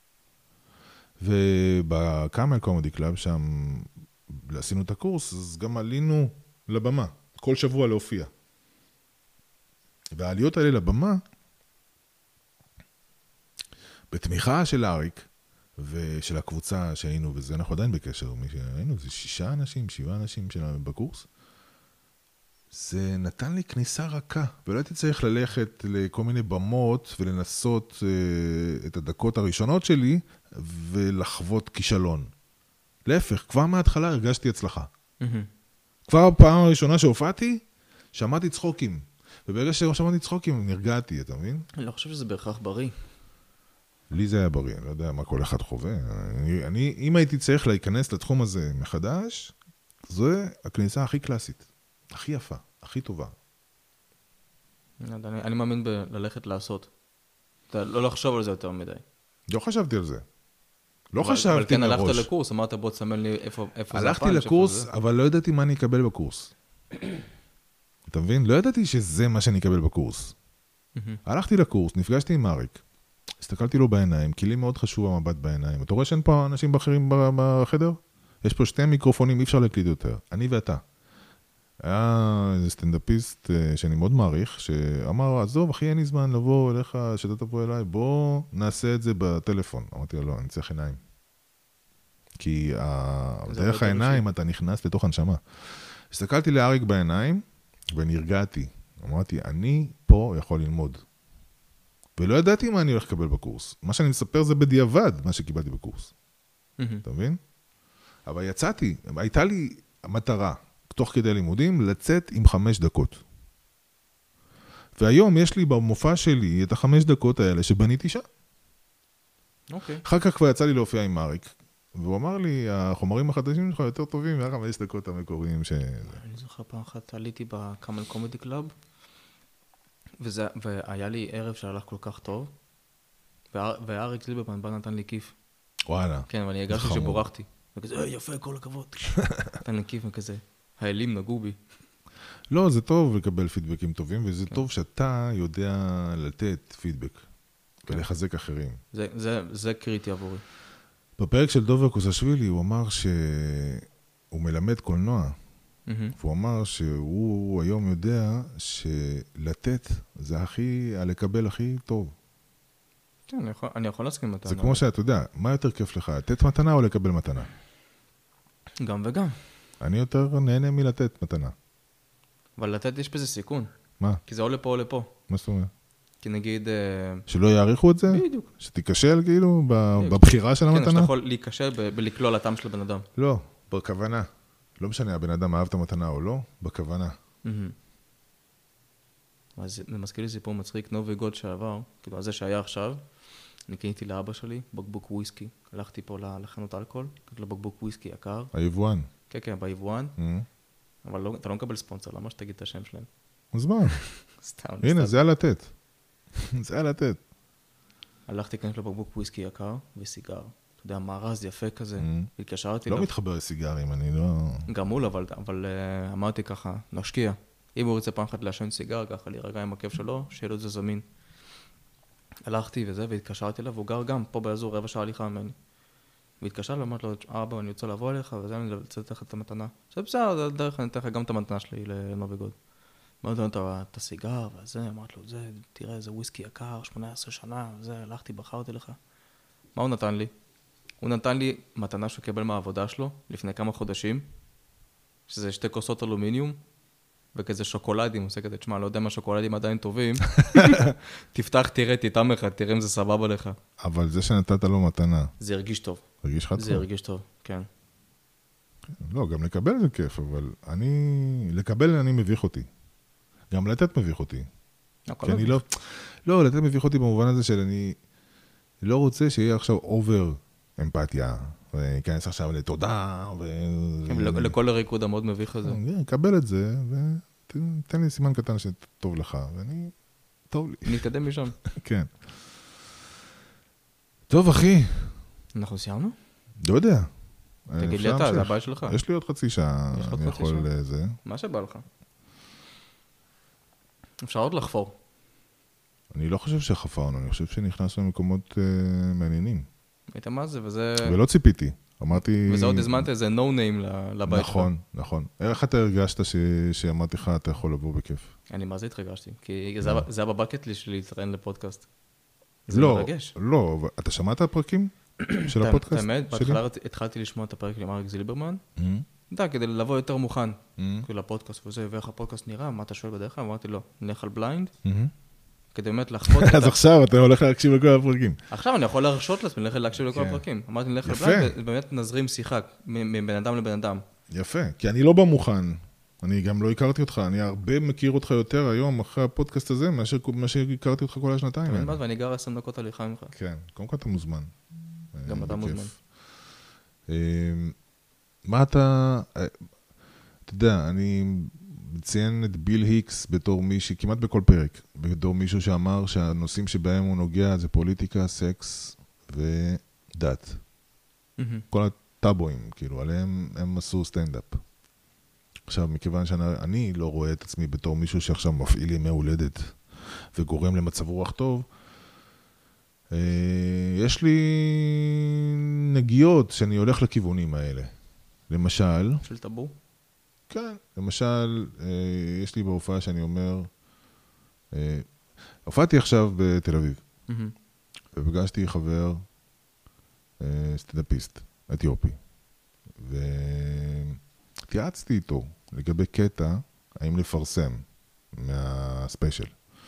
S2: ובקאמל קומדי קלאב שם, עשינו את הקורס, אז גם עלינו לבמה, כל שבוע להופיע. והעליות האלה לבמה, בתמיכה של אריק, ושל הקבוצה שהיינו, וזה אנחנו עדיין בקשר, מי שהיינו, זה שישה אנשים, שבעה אנשים שלנו בקורס, זה נתן לי כניסה רכה, ולא הייתי צריך ללכת לכל מיני במות, ולנסות uh, את הדקות הראשונות שלי, ולחוות כישלון. להפך, כבר מההתחלה הרגשתי הצלחה. כבר הפעם הראשונה שהופעתי, שמעתי צחוקים. וברגע ששמעתי צחוקים, נרגעתי, אתה מבין?
S3: אני לא חושב שזה בהכרח בריא.
S2: לי זה היה בריא, אני לא יודע מה כל אחד חווה. אני, אני, אם הייתי צריך להיכנס לתחום הזה מחדש, זו הכניסה הכי קלאסית, הכי יפה, הכי טובה.
S3: אני, אני מאמין בללכת לעשות. אתה לא לחשוב על זה יותר מדי.
S2: לא חשבתי על זה. לא
S3: אבל,
S2: חשבתי
S3: אבל כן
S2: מראש.
S3: הלכת לקורס, אמרת בוא תסמן לי איפה, איפה זה
S2: הלכתי
S3: הפאנץ',
S2: לקורס,
S3: איפה זה.
S2: אבל לא ידעתי מה אני אקבל בקורס. אתה מבין? לא ידעתי שזה מה שאני אקבל בקורס. הלכתי לקורס, נפגשתי עם אריק, הסתכלתי לו בעיניים, כי לי מאוד חשוב המבט בעיניים. אתה רואה שאין פה אנשים אחרים בחדר? יש פה שתי מיקרופונים, אי אפשר להקליט יותר. אני ואתה. היה איזה סטנדאפיסט שאני מאוד מעריך, שאמר, עזוב, אחי, אין לי זמן לבוא אליך, שאתה תבוא אליי, בוא נעשה את זה בטלפון. אמרתי לו, לא, אני צריך עיניים. כי דרך העיניים אתה נכנס לתוך הנשמה. הסתכלתי לאריק בעיניים, ונרגעתי. אמרתי, אני פה יכול ללמוד. ולא ידעתי מה אני הולך לקבל בקורס. מה שאני מספר זה בדיעבד, מה שקיבלתי בקורס. אתה מבין? אבל יצאתי, הייתה לי מטרה, תוך כדי לימודים, לצאת עם חמש דקות. והיום יש לי במופע שלי את החמש דקות האלה שבניתי שם.
S3: אוקיי.
S2: אחר כך כבר יצא לי להופיע עם אריק, והוא אמר לי, החומרים החדשים שלך יותר טובים מהחמש דקות המקוריים ש...
S3: אני זוכר פעם אחת, עליתי בקאמל קומדי קלאב, וזה, והיה לי ערב שהלך כל כך טוב, ואריק זילברמן בא נתן לי כיף.
S2: וואלה.
S3: כן, ואני הגעתי שבורחתי. וכזה, אה, יפה, כל הכבוד. נתן לי כיף וכזה, האלים נגעו בי.
S2: לא, זה טוב לקבל פידבקים טובים, וזה טוב שאתה יודע לתת פידבק, ולחזק אחרים.
S3: זה, זה, זה קריטי עבורי.
S2: בפרק של דובר קוסאשווילי, הוא אמר שהוא מלמד קולנוע, והוא אמר שהוא היום יודע שלתת זה הכי, הלקבל הכי טוב.
S3: כן, אני יכול, אני יכול להסכים מתנה.
S2: זה כמו שאתה יודע, מה יותר כיף לך, לתת מתנה או לקבל מתנה?
S3: גם וגם.
S2: אני יותר נהנה מלתת מתנה.
S3: אבל לתת יש בזה סיכון.
S2: מה?
S3: כי זה או לפה או לפה.
S2: מה זאת אומרת?
S3: כי נגיד...
S2: שלא יעריכו את זה?
S3: בדיוק.
S2: שתיכשל כאילו בבחירה של המתנה?
S3: כן, שאתה יכול להיכשל בלקלוע לטעם של הבן אדם.
S2: לא, בכוונה. לא משנה, הבן אדם אהב את המתנה או לא, בכוונה.
S3: אז זה מזכיר לי סיפור מצחיק, נובי גוד שעבר, כאילו, זה שהיה עכשיו, אני קניתי לאבא שלי בקבוק וויסקי. הלכתי פה לחנות אלכוהול, קניתי לו בקבוק וויסקי יקר.
S2: היבואן.
S3: כן, כן, ביבואן. אבל לא, אתה לא מקבל ספונסר, למה שתגיד את השם שלהם?
S2: אז מה?
S3: סתם.
S2: הנה, זה היה לתת. זה היה לתת.
S3: הלכתי קניתי לו בקבוק וויסקי יקר וסיגר. אתה יודע, מארז יפה כזה. והתקשרתי
S2: לא
S3: לו.
S2: מתחבר לסיגרים, אני לא...
S3: גם מול, אבל, אבל uh, אמרתי ככה, נשקיע. אם הוא רוצה פעם אחת לעשן סיגר, ככה להירגע עם הכיף שלו, שיהיה לו את זה זמין. הלכתי וזה, והתקשרתי אליו, והוא גר גם פה באזור רבע שעה הליכה ממני. והתקשר לו, אמרתי לו, אבא, אני רוצה לבוא אליך, וזה אני רוצה לתת לך את המתנה. זה בסדר, דרך אני אתן לך גם את המתנה שלי לנובי גוד. אמרתי לו, את הסיגר, וזה, אמרתי לו, זה, תראה, זה וויסקי יקר, שמונה עשרה שנה, וזה, הלכתי, בחרתי לך. מה הוא נתן לי? הוא נתן לי מתנה שהוא קיבל מהעבודה שלו, לפני כמה חודשים, שזה שתי כוסות אלומיניום, וכזה שוקולדים, עושה כזה, תשמע, לא יודע מה שוקולדים עדיין טובים, תפתח, תראה, תטעם לך, תראה אם זה סבבה לך.
S2: אבל זה שנתת לו מתנה.
S3: זה הרגיש טוב.
S2: הרגיש לך טוב?
S3: זה הרגיש טוב, כן.
S2: לא, גם לקבל זה כיף, אבל אני... לקבל אני מביך אותי. גם לתת מביך אותי. כי אני לא... לא, לתת מביך אותי במובן הזה של אני לא רוצה שיהיה עכשיו אובר אמפתיה, וכנס עכשיו לתודה, ו...
S3: לכל הריקוד המאוד מביך הזה.
S2: קבל את זה, ותן לי סימן קטן שטוב לך, ואני... טוב לי.
S3: נתקדם משם.
S2: כן. טוב, אחי.
S3: אנחנו סיימנו?
S2: לא יודע.
S3: תגיד לי אתה, זה הבעיה שלך.
S2: יש לי עוד חצי שעה.
S3: יש עוד חצי שעה? מה שבא לך. אפשר עוד לחפור.
S2: אני לא חושב שחפרנו, אני חושב שנכנסנו למקומות מעניינים.
S3: היית מה זה, וזה...
S2: ולא ציפיתי. אמרתי...
S3: וזה עוד הזמנת איזה no name לבית שלך.
S2: נכון, נכון. איך אתה הרגשת שאמרתי לך, אתה יכול לבוא בכיף?
S3: אני מה זה התרגשתי, כי זה היה בבקט לי שלי להתראיין לפודקאסט.
S2: זה מרגש. לא, לא, אתה שמעת הפרקים של הפודקאסט?
S3: האמת, בהתחלה התחלתי לשמוע את הפרק עם אריק זילברמן. אתה יודע, כדי לבוא יותר מוכן לפודקאסט וזה, ואיך הפודקאסט נראה, מה אתה שואל בדרך כלל? אמרתי לו, נלך על בליינד. כדי באמת לחוות...
S2: אז עכשיו אתה הולך להקשיב לכל הפרקים.
S3: עכשיו אני יכול להרשות לעצמי, ללכת להקשיב לכל הפרקים. אמרתי, נלך לבליינד, ובאמת נזרים שיחה מבן אדם לבן אדם.
S2: יפה, כי אני לא במוכן. אני גם לא הכרתי אותך, אני הרבה מכיר אותך יותר היום אחרי הפודקאסט הזה, מאשר הכרתי אותך כל השנתיים.
S3: ואני גר עשרים דקות הליכה ממך.
S2: כן, קודם כל אתה מוזמן.
S3: גם אתה מוזמן.
S2: מה אתה... אתה יודע, אני... מציין את ביל היקס בתור מישהו, כמעט בכל פרק, בתור מישהו שאמר שהנושאים שבהם הוא נוגע זה פוליטיקה, סקס ודת. Mm-hmm. כל הטאבואים, כאילו, עליהם הם עשו סטנדאפ. עכשיו, מכיוון שאני לא רואה את עצמי בתור מישהו שעכשיו מפעיל ימי הולדת וגורם למצב רוח טוב, יש לי נגיעות שאני הולך לכיוונים האלה. למשל...
S3: של טאבו?
S2: כן, למשל, יש לי בהופעה שאני אומר, הופעתי עכשיו בתל אביב, ופגשתי חבר סטנדאפיסט, אתיופי, ותיעצתי איתו לגבי קטע, האם לפרסם מהספיישל.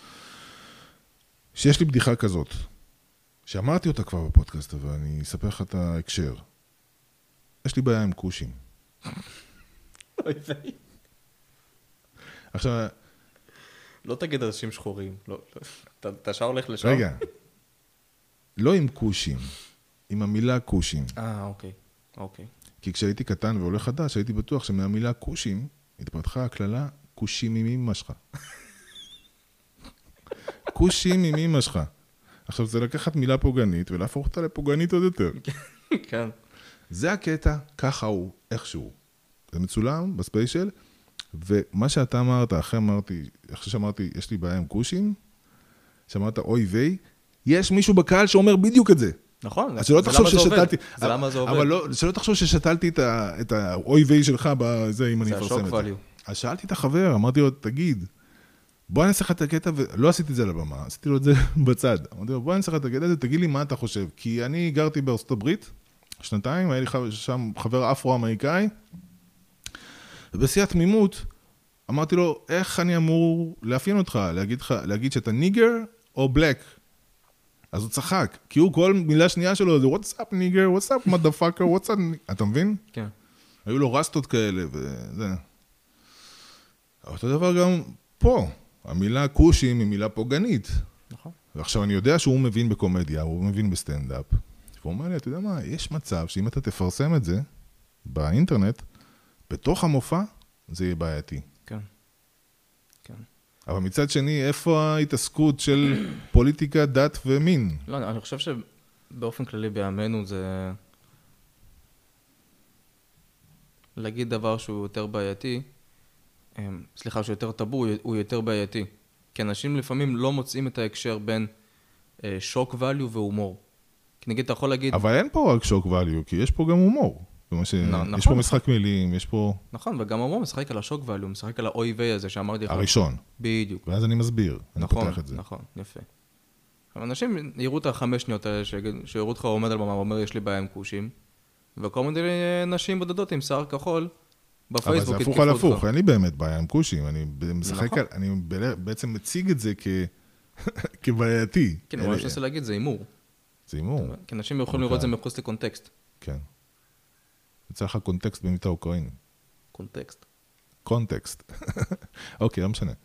S2: שיש לי בדיחה כזאת, שאמרתי אותה כבר בפודקאסט, אבל אני אספר לך את ההקשר. יש לי בעיה עם קושים.
S3: אוי ואי.
S2: עכשיו...
S3: לא תגיד אנשים שחורים. אתה ישר הולך לשם?
S2: רגע. לא עם קושים, עם המילה קושים.
S3: אה, אוקיי. אוקיי.
S2: כי כשהייתי קטן ועולה חדש, הייתי בטוח שמהמילה קושים, התפתחה הכללה קושים עם אמא שלך. קושים עם אמא שלך. עכשיו זה לקחת מילה פוגענית ולהפוך אותה לפוגענית עוד יותר.
S3: כן.
S2: זה הקטע, ככה הוא, איכשהו. זה מצולם בספיישל, ומה שאתה אמרת, אחרי אמרתי, אחרי שאמרתי, יש לי בעיה עם קושים, שאמרת אוי ויי, יש מישהו בקהל שאומר בדיוק את זה.
S3: נכון,
S2: אז שלא תחשוב ששתלתי,
S3: זה למה זה עובד.
S2: אבל לא, שלא תחשוב ששתלתי את האוי ויי שלך בזה, אם אני אפרסם את זה.
S3: זה השוק value.
S2: אז שאלתי את החבר, אמרתי לו, תגיד, בוא אני אעשה לך את הקטע, ולא עשיתי את זה לבמה, עשיתי לו את זה בצד. אמרתי לו, בוא אני אעשה לך את הקטע הזה, תגיד לי מה אתה חושב. כי אני גרתי בארצות הברית, שנתיים, היה לי שם חבר אפרו-אמריקאי, ובשיא התמימות, אמרתי לו, איך אני אמור לאפיין אותך, להגיד, להגיד שאתה ניגר או בלק? אז הוא צחק, כי הוא כל מילה שנייה שלו, זה what's up ניגר, what's up motherfucker, what's up, אתה מבין?
S3: כן.
S2: היו לו רסטות כאלה, וזה. אותו דבר גם פה, המילה קושים היא מילה פוגענית.
S3: נכון.
S2: ועכשיו אני יודע שהוא מבין בקומדיה, הוא מבין בסטנדאפ. והוא אומר לי, אתה יודע מה, יש מצב שאם אתה תפרסם את זה באינטרנט, בתוך המופע, זה יהיה בעייתי.
S3: כן. כן.
S2: אבל מצד שני, איפה ההתעסקות של פוליטיקה, דת ומין?
S3: לא, אני חושב שבאופן כללי בימינו זה... להגיד דבר שהוא יותר בעייתי, סליחה, שהוא יותר טבו, הוא יותר בעייתי. כי אנשים לפעמים לא מוצאים את ההקשר בין שוק value והומור. כי נגיד, אתה יכול להגיד...
S2: אבל אין פה רק שוק value, כי יש פה גם הומור. ש...
S3: נכון,
S2: יש פה משחק מילים, יש פה...
S3: נכון, וגם הומור משחק על השוק value, משחק על האוי ויי הזה שאמרתי לך.
S2: הראשון.
S3: בדיוק.
S2: ואז אני מסביר, אני
S3: נכון,
S2: פותח את זה.
S3: נכון, יפה. אנשים יראו את החמש שניות האלה, שיראו אותך עומד על במה, ואומר, יש לי בעיה עם קושים, וכל מיני נשים בודדות עם שיער כחול, בפייסבוק.
S2: אבל זה הפוך על הפוך, אין לי באמת בעיה עם קושים, אני משחק
S3: נכון.
S2: על, אני בעצם מציג את זה כ... כבעייתי.
S3: כן, אבל מה שאני רוצה להגיד, זה הימור.
S2: זה הימור.
S3: כי אנשים יכולים לראות את זה מחוץ לקונטקסט.
S2: כן. יצא לך קונטקסט במבטא אוקראיני.
S3: קונטקסט.
S2: קונטקסט. אוקיי, לא משנה.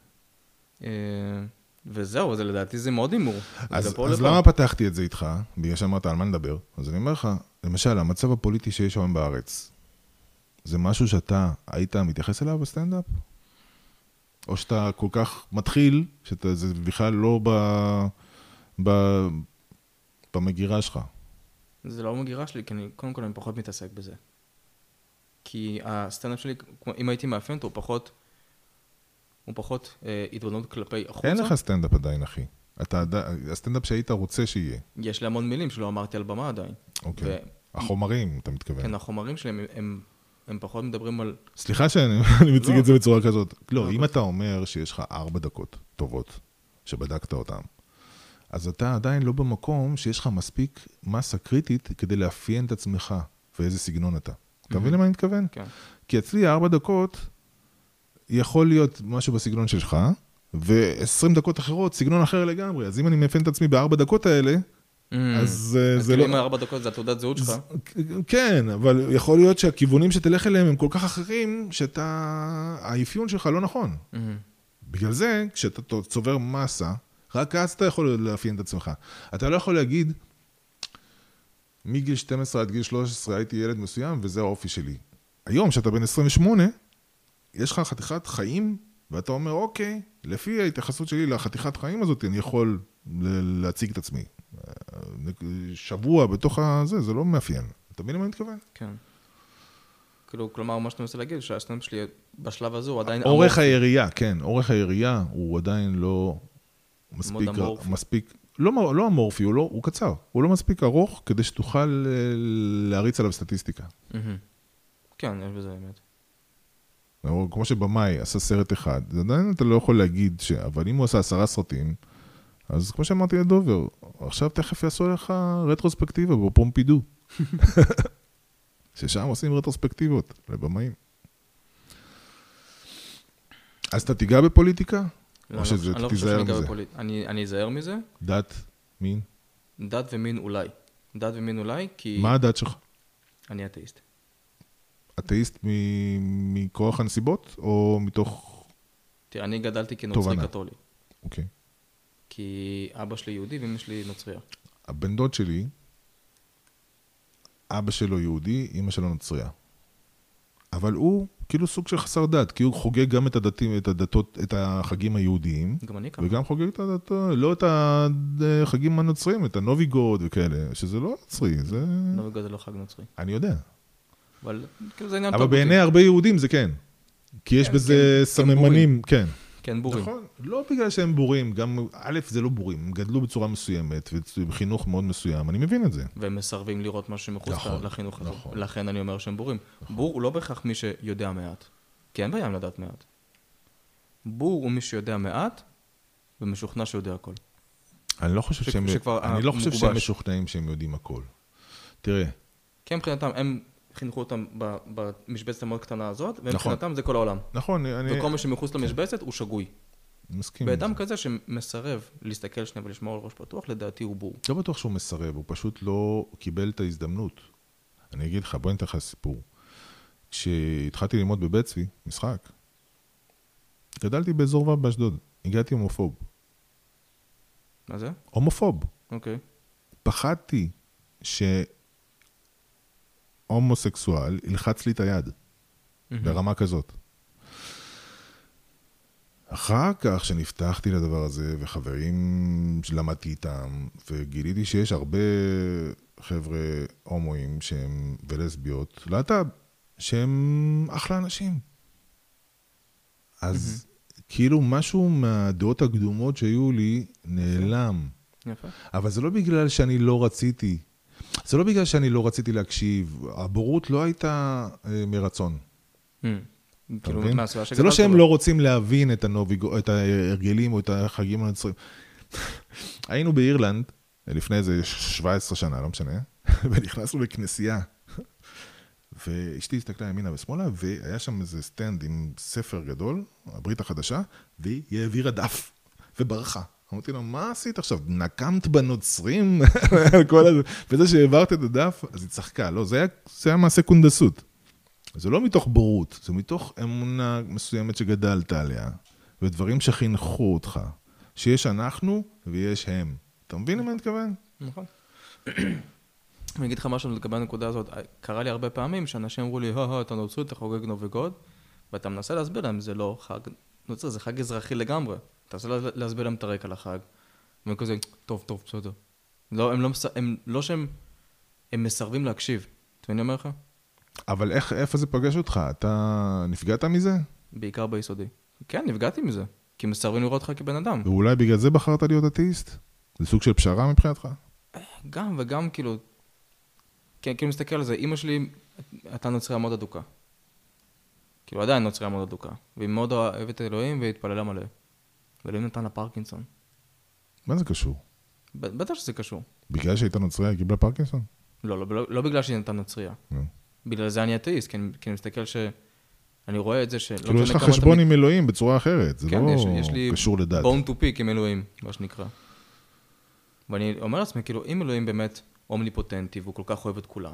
S3: וזהו, זה לדעתי זה מאוד הימור.
S2: אז, אז למה פתחתי את זה איתך? בגלל שאמרת על מה נדבר. אז אני אומר לך, למשל, המצב הפוליטי שיש היום בארץ, זה משהו שאתה היית מתייחס אליו בסטנדאפ? או שאתה כל כך מתחיל, שזה בכלל לא ב, ב, במגירה שלך?
S3: זה לא במגירה שלי, כי אני, קודם כל אני פחות מתעסק בזה. כי הסטנדאפ שלי, אם הייתי מאפיין אותו, הוא פחות, הוא פחות אה, התבוננות כלפי החוצה.
S2: אין לך סטנדאפ עדיין, אחי. אתה, הסטנדאפ שהיית רוצה שיהיה.
S3: יש לי המון מילים שלא אמרתי על במה עדיין.
S2: אוקיי. ו... החומרים, אתה מתכוון.
S3: כן, החומרים שלהם, הם, הם פחות מדברים על...
S2: סליחה שאני מציג את זה בצורה כזאת. לא, אם אתה אומר שיש לך ארבע דקות טובות, שבדקת אותם, אז אתה עדיין לא במקום שיש לך מספיק מסה קריטית כדי לאפיין את עצמך ואיזה סגנון אתה. אתה מבין למה אני מתכוון?
S3: כן.
S2: כי אצלי ארבע דקות יכול להיות משהו בסגנון שלך, ו-עשרים דקות אחרות, סגנון אחר לגמרי. אז אם אני מאפיין את עצמי בארבע דקות האלה, אז זה לא...
S3: אז אם ארבע דקות זה התעודת זהות שלך?
S2: כן, אבל יכול להיות שהכיוונים שתלך אליהם הם כל כך אחרים, שאתה... האפיון שלך לא נכון. בגלל זה, כשאתה צובר מסה, רק אז אתה יכול לאפיין את עצמך. אתה לא יכול להגיד, מגיל שתים עשרה עד גיל שלוש עשרה הייתי ילד מסוים, וזה האופי שלי. היום, שאתה בן עשרים ושמונה, יש לך חתיכת חיים, ואתה אומר, אוקיי, לפי ההתייחסות שלי לחתיכת חיים הזאת, אני יכול להציג את עצמי. שבוע בתוך הזה, זה לא מאפיין. אתה מבין למה אני מתכוון?
S3: כן. כאילו, כלומר, מה שאתה מנסה להגיד, שהסטנדאפ שלי בשלב הזה הוא עדיין...
S2: אורך הירייה, כן, אורך הירייה הוא עדיין לא מספיק... מספיק לא, לא אמורפי, הוא, לא, הוא קצר. הוא לא מספיק ארוך כדי שתוכל להריץ עליו סטטיסטיקה.
S3: כן, יש בזה אמת.
S2: כמו שבמאי עשה סרט אחד, זה עדיין אתה לא יכול להגיד ש... אבל אם הוא עשה עשרה סרטים, אז כמו שאמרתי לדובר, עכשיו תכף יעשו לך רטרוספקטיבה בפומפידו. ששם עושים רטרוספקטיבות לבמאים. אז אתה תיגע בפוליטיקה? או שזה תיזהר מזה?
S3: אני אזהר מזה.
S2: דת, מין?
S3: דת ומין אולי. דת ומין אולי, כי...
S2: מה הדת שלך?
S3: אני אתאיסט.
S2: אתאיסט מכוח הנסיבות, או מתוך...
S3: תראה, אני גדלתי כנוצרי קתולי.
S2: אוקיי.
S3: כי אבא שלי יהודי ואמא שלי נוצריה.
S2: הבן דוד שלי, אבא שלו יהודי, אמא שלו נוצריה. אבל הוא כאילו סוג של חסר דת, כי הוא חוגג גם את הדתים, את הדתות, את החגים היהודיים.
S3: גם אני ככה.
S2: וגם חוגג את הדתות, לא את החגים הנוצרים, את הנוביגוד וכאלה, שזה לא נוצרי, זה...
S3: נוביגוד זה לא חג נוצרי.
S2: אני יודע.
S3: אבל כאילו זה עניין
S2: אבל בעיני הרבה יהודים זה כן. כי יש בזה סממנים, כן.
S3: כן, בורים.
S2: נכון, לא בגלל שהם בורים, גם א' זה לא בורים, הם גדלו בצורה מסוימת, ובחינוך מאוד מסוים, אני מבין את זה.
S3: והם מסרבים לראות משהו שמחוץ לחינוך הזה. לכן אני אומר שהם בורים. בור הוא לא בהכרח מי שיודע מעט, כי אין בעיה עם לדעת מעט. בור הוא מי שיודע מעט, ומשוכנע שיודע הכל.
S2: אני לא חושב שהם, אני לא חושב שהם משוכנעים שהם יודעים הכל. תראה.
S3: כי מבחינתם, הם חינכו אותם במשבצת המאוד קטנה הזאת, ומבחינתם זה כל העולם.
S2: נכון.
S3: וכל מה שמחוץ למשבצת הוא שגוי.
S2: מסכים.
S3: באדם כזה שמסרב להסתכל שנייה ולשמור על ראש פתוח, לדעתי הוא בור.
S2: לא בטוח שהוא מסרב, הוא פשוט לא קיבל את ההזדמנות. אני אגיד לך, בוא ניתן לך סיפור. כשהתחלתי ללמוד בבית צבי, משחק, גדלתי באזור ו' באשדוד, הגעתי הומופוב.
S3: מה זה?
S2: הומופוב.
S3: אוקיי.
S2: פחדתי שהומוסקסואל ילחץ לי את היד, ברמה כזאת. אחר כך שנפתחתי לדבר הזה, וחברים שלמדתי איתם, וגיליתי שיש הרבה חבר'ה הומואים שהם ולסביות, להט"ב, שהם אחלה אנשים. אז כאילו משהו מהדעות הקדומות שהיו לי נעלם.
S3: יפה.
S2: אבל זה לא בגלל שאני לא רציתי. זה לא בגלל שאני לא רציתי להקשיב. הבורות לא הייתה מרצון. זה לא שהם לא רוצים להבין את הנוביגו, את ההרגלים או את החגים הנוצרים. היינו באירלנד, לפני איזה שבע עשרה שנה, לא משנה, ונכנסנו לכנסייה. ואשתי הסתכלה ימינה ושמאלה, והיה שם איזה סטנד עם ספר גדול, הברית החדשה, והיא העבירה דף, וברחה. אמרתי לו, מה עשית עכשיו? נקמת בנוצרים? וזה שהעברת את הדף, אז היא צחקה. לא, זה היה, זה היה מעשה קונדסות. זה לא מתוך בורות, זה מתוך אמונה מסוימת שגדלת עליה, ודברים שחינכו אותך, שיש אנחנו ויש הם. אתה מבין למה אני מתכוון?
S3: נכון. אני אגיד לך משהו לגבי הנקודה הזאת, קרה לי הרבה פעמים שאנשים אמרו לי, הא, אתה נוצרי, אתה חוגג נוביגוד, ואתה מנסה להסביר להם, זה לא חג נוצרי, זה חג אזרחי לגמרי. אתה מנסה להסביר להם את הרקע לחג, והם כזה, טוב, טוב, בסדר. לא, הם לא, הם לא שהם, הם מסרבים להקשיב. אתה מבין, אני אומר לך?
S2: אבל איך, איפה זה פגש אותך? אתה נפגעת מזה?
S3: בעיקר ביסודי. כן, נפגעתי מזה, כי מסרבים לראות אותך כבן אדם.
S2: ואולי בגלל זה בחרת להיות אתאיסט? זה סוג של פשרה מבחינתך?
S3: גם וגם כאילו, כן, כאילו מסתכל על זה, אמא שלי, אתה נוצריה מאוד אדוקה. כאילו עדיין נוצריה מאוד אדוקה. והיא מאוד אוהבת את אלוהים והתפללה מלא. ואלוהים נתן לה פרקינסון.
S2: מה זה קשור?
S3: בטח שזה קשור.
S2: בגלל שהייתה נוצריה, היא קיבלה פרקינסון?
S3: לא, לא, לא בגלל שהיא נתן נוצריה. בגלל זה אני אתאיסט, כי אני, כי אני מסתכל ש... אני רואה את זה ש...
S2: כאילו יש לך חשבון עם אלוהים בצורה אחרת, זה לא קשור לדת.
S3: בון טו פיק עם אלוהים, מה שנקרא. ואני אומר לעצמי, כאילו, אם אלוהים באמת אומניפוטנטי, והוא כל כך אוהב את כולם,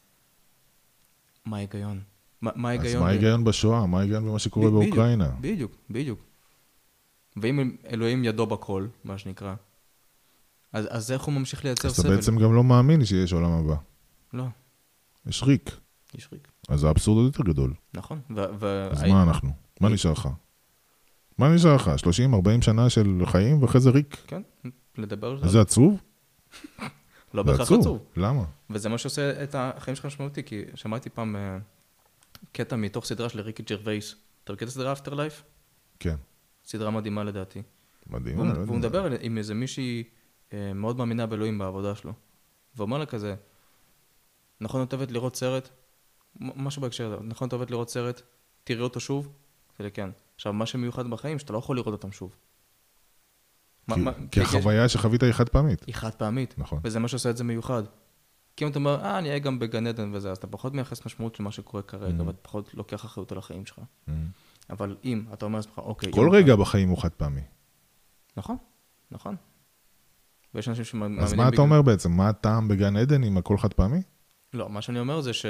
S3: מה ההיגיון? מה ההיגיון?
S2: אז מה ההיגיון בשואה? מה ההיגיון במה שקורה באוקראינה?
S3: בדיוק, בדיוק. ואם אלוהים ידו בכל, מה שנקרא, אז, אז איך הוא ממשיך לייצר סבל?
S2: אז אתה בעצם גם לא מאמין שיש עולם הבא.
S3: לא.
S2: יש ריק.
S3: יש ריק.
S2: אז האבסורד עוד יותר גדול.
S3: נכון.
S2: אז מה אנחנו? מה נשאר לך? מה נשאר לך? שלושים ארבעים שנה של חיים ואחרי זה ריק?
S3: כן, לדבר על זה.
S2: זה עצוב?
S3: לא בהכרח עצוב.
S2: למה?
S3: וזה מה שעושה את החיים שלך משמעותי, כי שמעתי פעם קטע מתוך סדרה של ריקי ג'רווייס. אתה מכיר את הסדרה אפטר לייף?
S2: כן.
S3: סדרה מדהימה לדעתי.
S2: מדהימה.
S3: והוא מדבר עם איזה מישהי מאוד מאמינה באלוהים בעבודה שלו. ואומר לה כזה, נכון, את אוהבת לראות סרט, משהו בהקשר הזה, נכון, את אוהבת לראות סרט תראי אותו שוב? זה כן. עכשיו, מה שמיוחד בחיים, שאתה לא יכול לראות אותם שוב.
S2: כי, מה, כי החוויה שחווית היא חד פעמית.
S3: היא חד פעמית.
S2: נכון.
S3: וזה מה שעושה את זה מיוחד. כי אם אתה אומר, אה, אני אהיה גם בגן עדן וזה, אז אתה פחות מייחס משמעות של מה שקורה כרגע, ואתה פחות לוקח אחריות על החיים שלך. אבל אם אתה אומר לעצמך, אוקיי...
S2: כל רגע בחיים הוא חד פעמי.
S3: נכון, נכון. ויש אנשים שמאמינים...
S2: אז מה אתה אומר בעצם? מה הטעם בגן עדן אם הכל חד פעמי?
S3: לא, מה שאני אומר זה ש...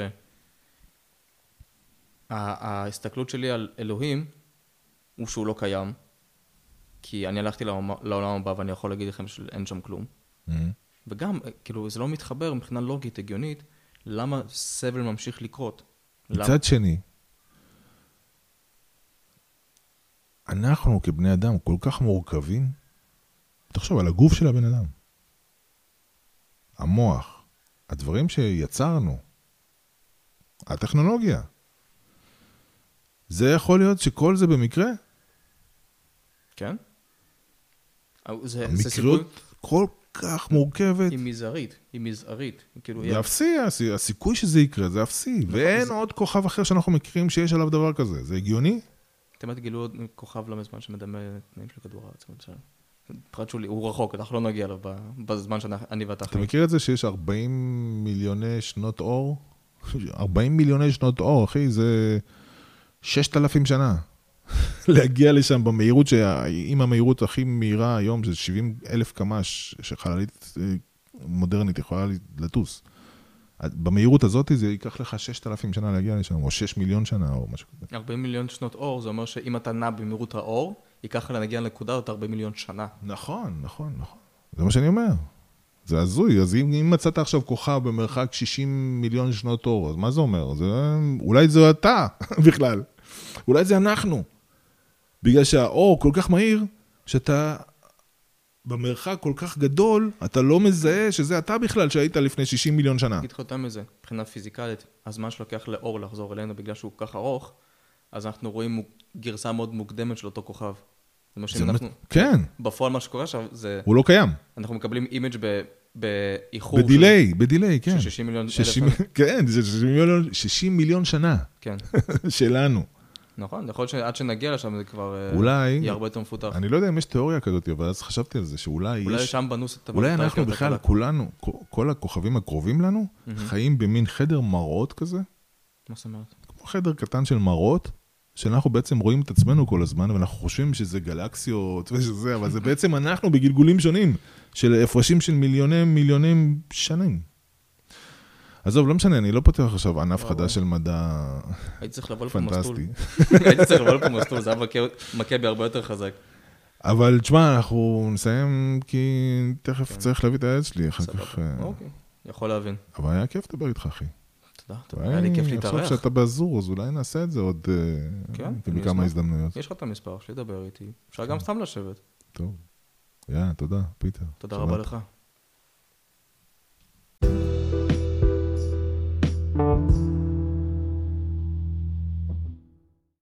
S3: ההסתכלות שלי על אלוהים הוא שהוא לא קיים, כי אני הלכתי לעולם הבא ואני יכול להגיד לכם שאין שם כלום. וגם, כאילו, זה לא מתחבר מבחינה לוגית, הגיונית, למה סבל ממשיך לקרות.
S2: מצד שני, אנחנו כבני אדם כל כך מורכבים, תחשוב על הגוף של הבן אדם. המוח, הדברים שיצרנו, הטכנולוגיה. זה יכול להיות שכל זה במקרה?
S3: כן. זה,
S2: המקריות כל כך מורכבת.
S3: היא מזערית, היא מזערית. כאילו,
S2: זה אפסי, הסיכוי שזה יקרה, זה אפסי. ואין עוד כוכב אחר שאנחנו מכירים שיש עליו דבר כזה. זה הגיוני?
S3: אתם גילו עוד כוכב לא מזמן שמדמה תנאים של כדור הארץ. פרט שולי, הוא רחוק, אנחנו לא נגיע אליו בזמן שאני ואתה חיים.
S2: אתה מכיר את זה שיש ארבעים מיליוני שנות אור? ארבעים מיליוני שנות אור, אחי, זה ששת אלפים שנה. להגיע לשם במהירות, עם המהירות הכי מהירה היום, זה שבעים אלף קמ"ש, שחללית מודרנית יכולה לטוס. במהירות הזאת זה ייקח לך ששת אלפים שנה להגיע לשם, או שש מיליון שנה, או משהו כזה.
S3: ארבעים מיליון שנות אור, זה אומר שאם אתה נע במהירות האור, ייקח לך להגיע לנקודה עוד ארבעים מיליון שנה.
S2: נכון, נכון, נכון. זה מה שאני אומר. זה הזוי. אז אם, אם מצאת עכשיו כוכב במרחק שישים מיליון שנות אור, אז מה זה אומר? זה, אולי זה אתה בכלל. אולי זה אנחנו. בגלל שהאור כל כך מהיר, שאתה במרחק כל כך גדול, אתה לא מזהה שזה אתה בכלל שהיית לפני שישים מיליון שנה.
S3: תגיד חותם מזה, מבחינה פיזיקלית, הזמן שלוקח לאור לחזור אלינו בגלל שהוא כל כך ארוך, אז אנחנו רואים גרסה מאוד מוקדמת של אותו כוכב. זה מה שאנחנו...
S2: כן.
S3: בפועל מה שקורה עכשיו זה...
S2: הוא לא קיים.
S3: אנחנו מקבלים אימג' באיחור...
S2: בדיליי, בדיליי, כן.
S3: של שישים מיליון אלף...
S2: כן, זה שישים מיליון שנה.
S3: כן.
S2: שלנו.
S3: נכון, יכול להיות שעד שנגיע לשם זה כבר
S2: אולי,
S3: יהיה הרבה יותר מפותח.
S2: אני לא יודע אם יש תיאוריה כזאת, אבל אז חשבתי על זה, שאולי יש...
S3: אולי שם בנוס את...
S2: אולי אנחנו בכלל, כולנו, כל הכוכבים הקרובים לנו, חיים במין חדר מראות כזה.
S3: מה זאת אומרת?
S2: כמו חדר קטן של מראות, שאנחנו בעצם רואים את עצמנו כל הזמן, ואנחנו חושבים שזה גלקסיות ושזה, אבל זה בעצם אנחנו בגלגולים שונים, של הפרשים של מיליוני מיליונים שנים. עזוב, לא משנה, אני לא פותח עכשיו ענף חדש של מדע פנטסטי.
S3: הייתי צריך לבוא לפה מסלול. הייתי צריך לבוא לפה מסלול, זה היה מכה בי הרבה יותר חזק.
S2: אבל תשמע, אנחנו נסיים כי תכף צריך להביא את העד שלי, אחר כך...
S3: אוקיי, יכול להבין.
S2: אבל היה כיף לדבר איתך, אחי.
S3: תודה, תודה. היה לי כיף להתארח.
S2: עכשיו שאתה באזור, אז אולי נעשה את זה עוד בכמה הזדמנויות.
S3: יש לך את המספר, שלי לדבר איתי. אפשר גם סתם לשבת.
S2: טוב. יאללה, תודה, פיטר.
S3: תודה רבה לך.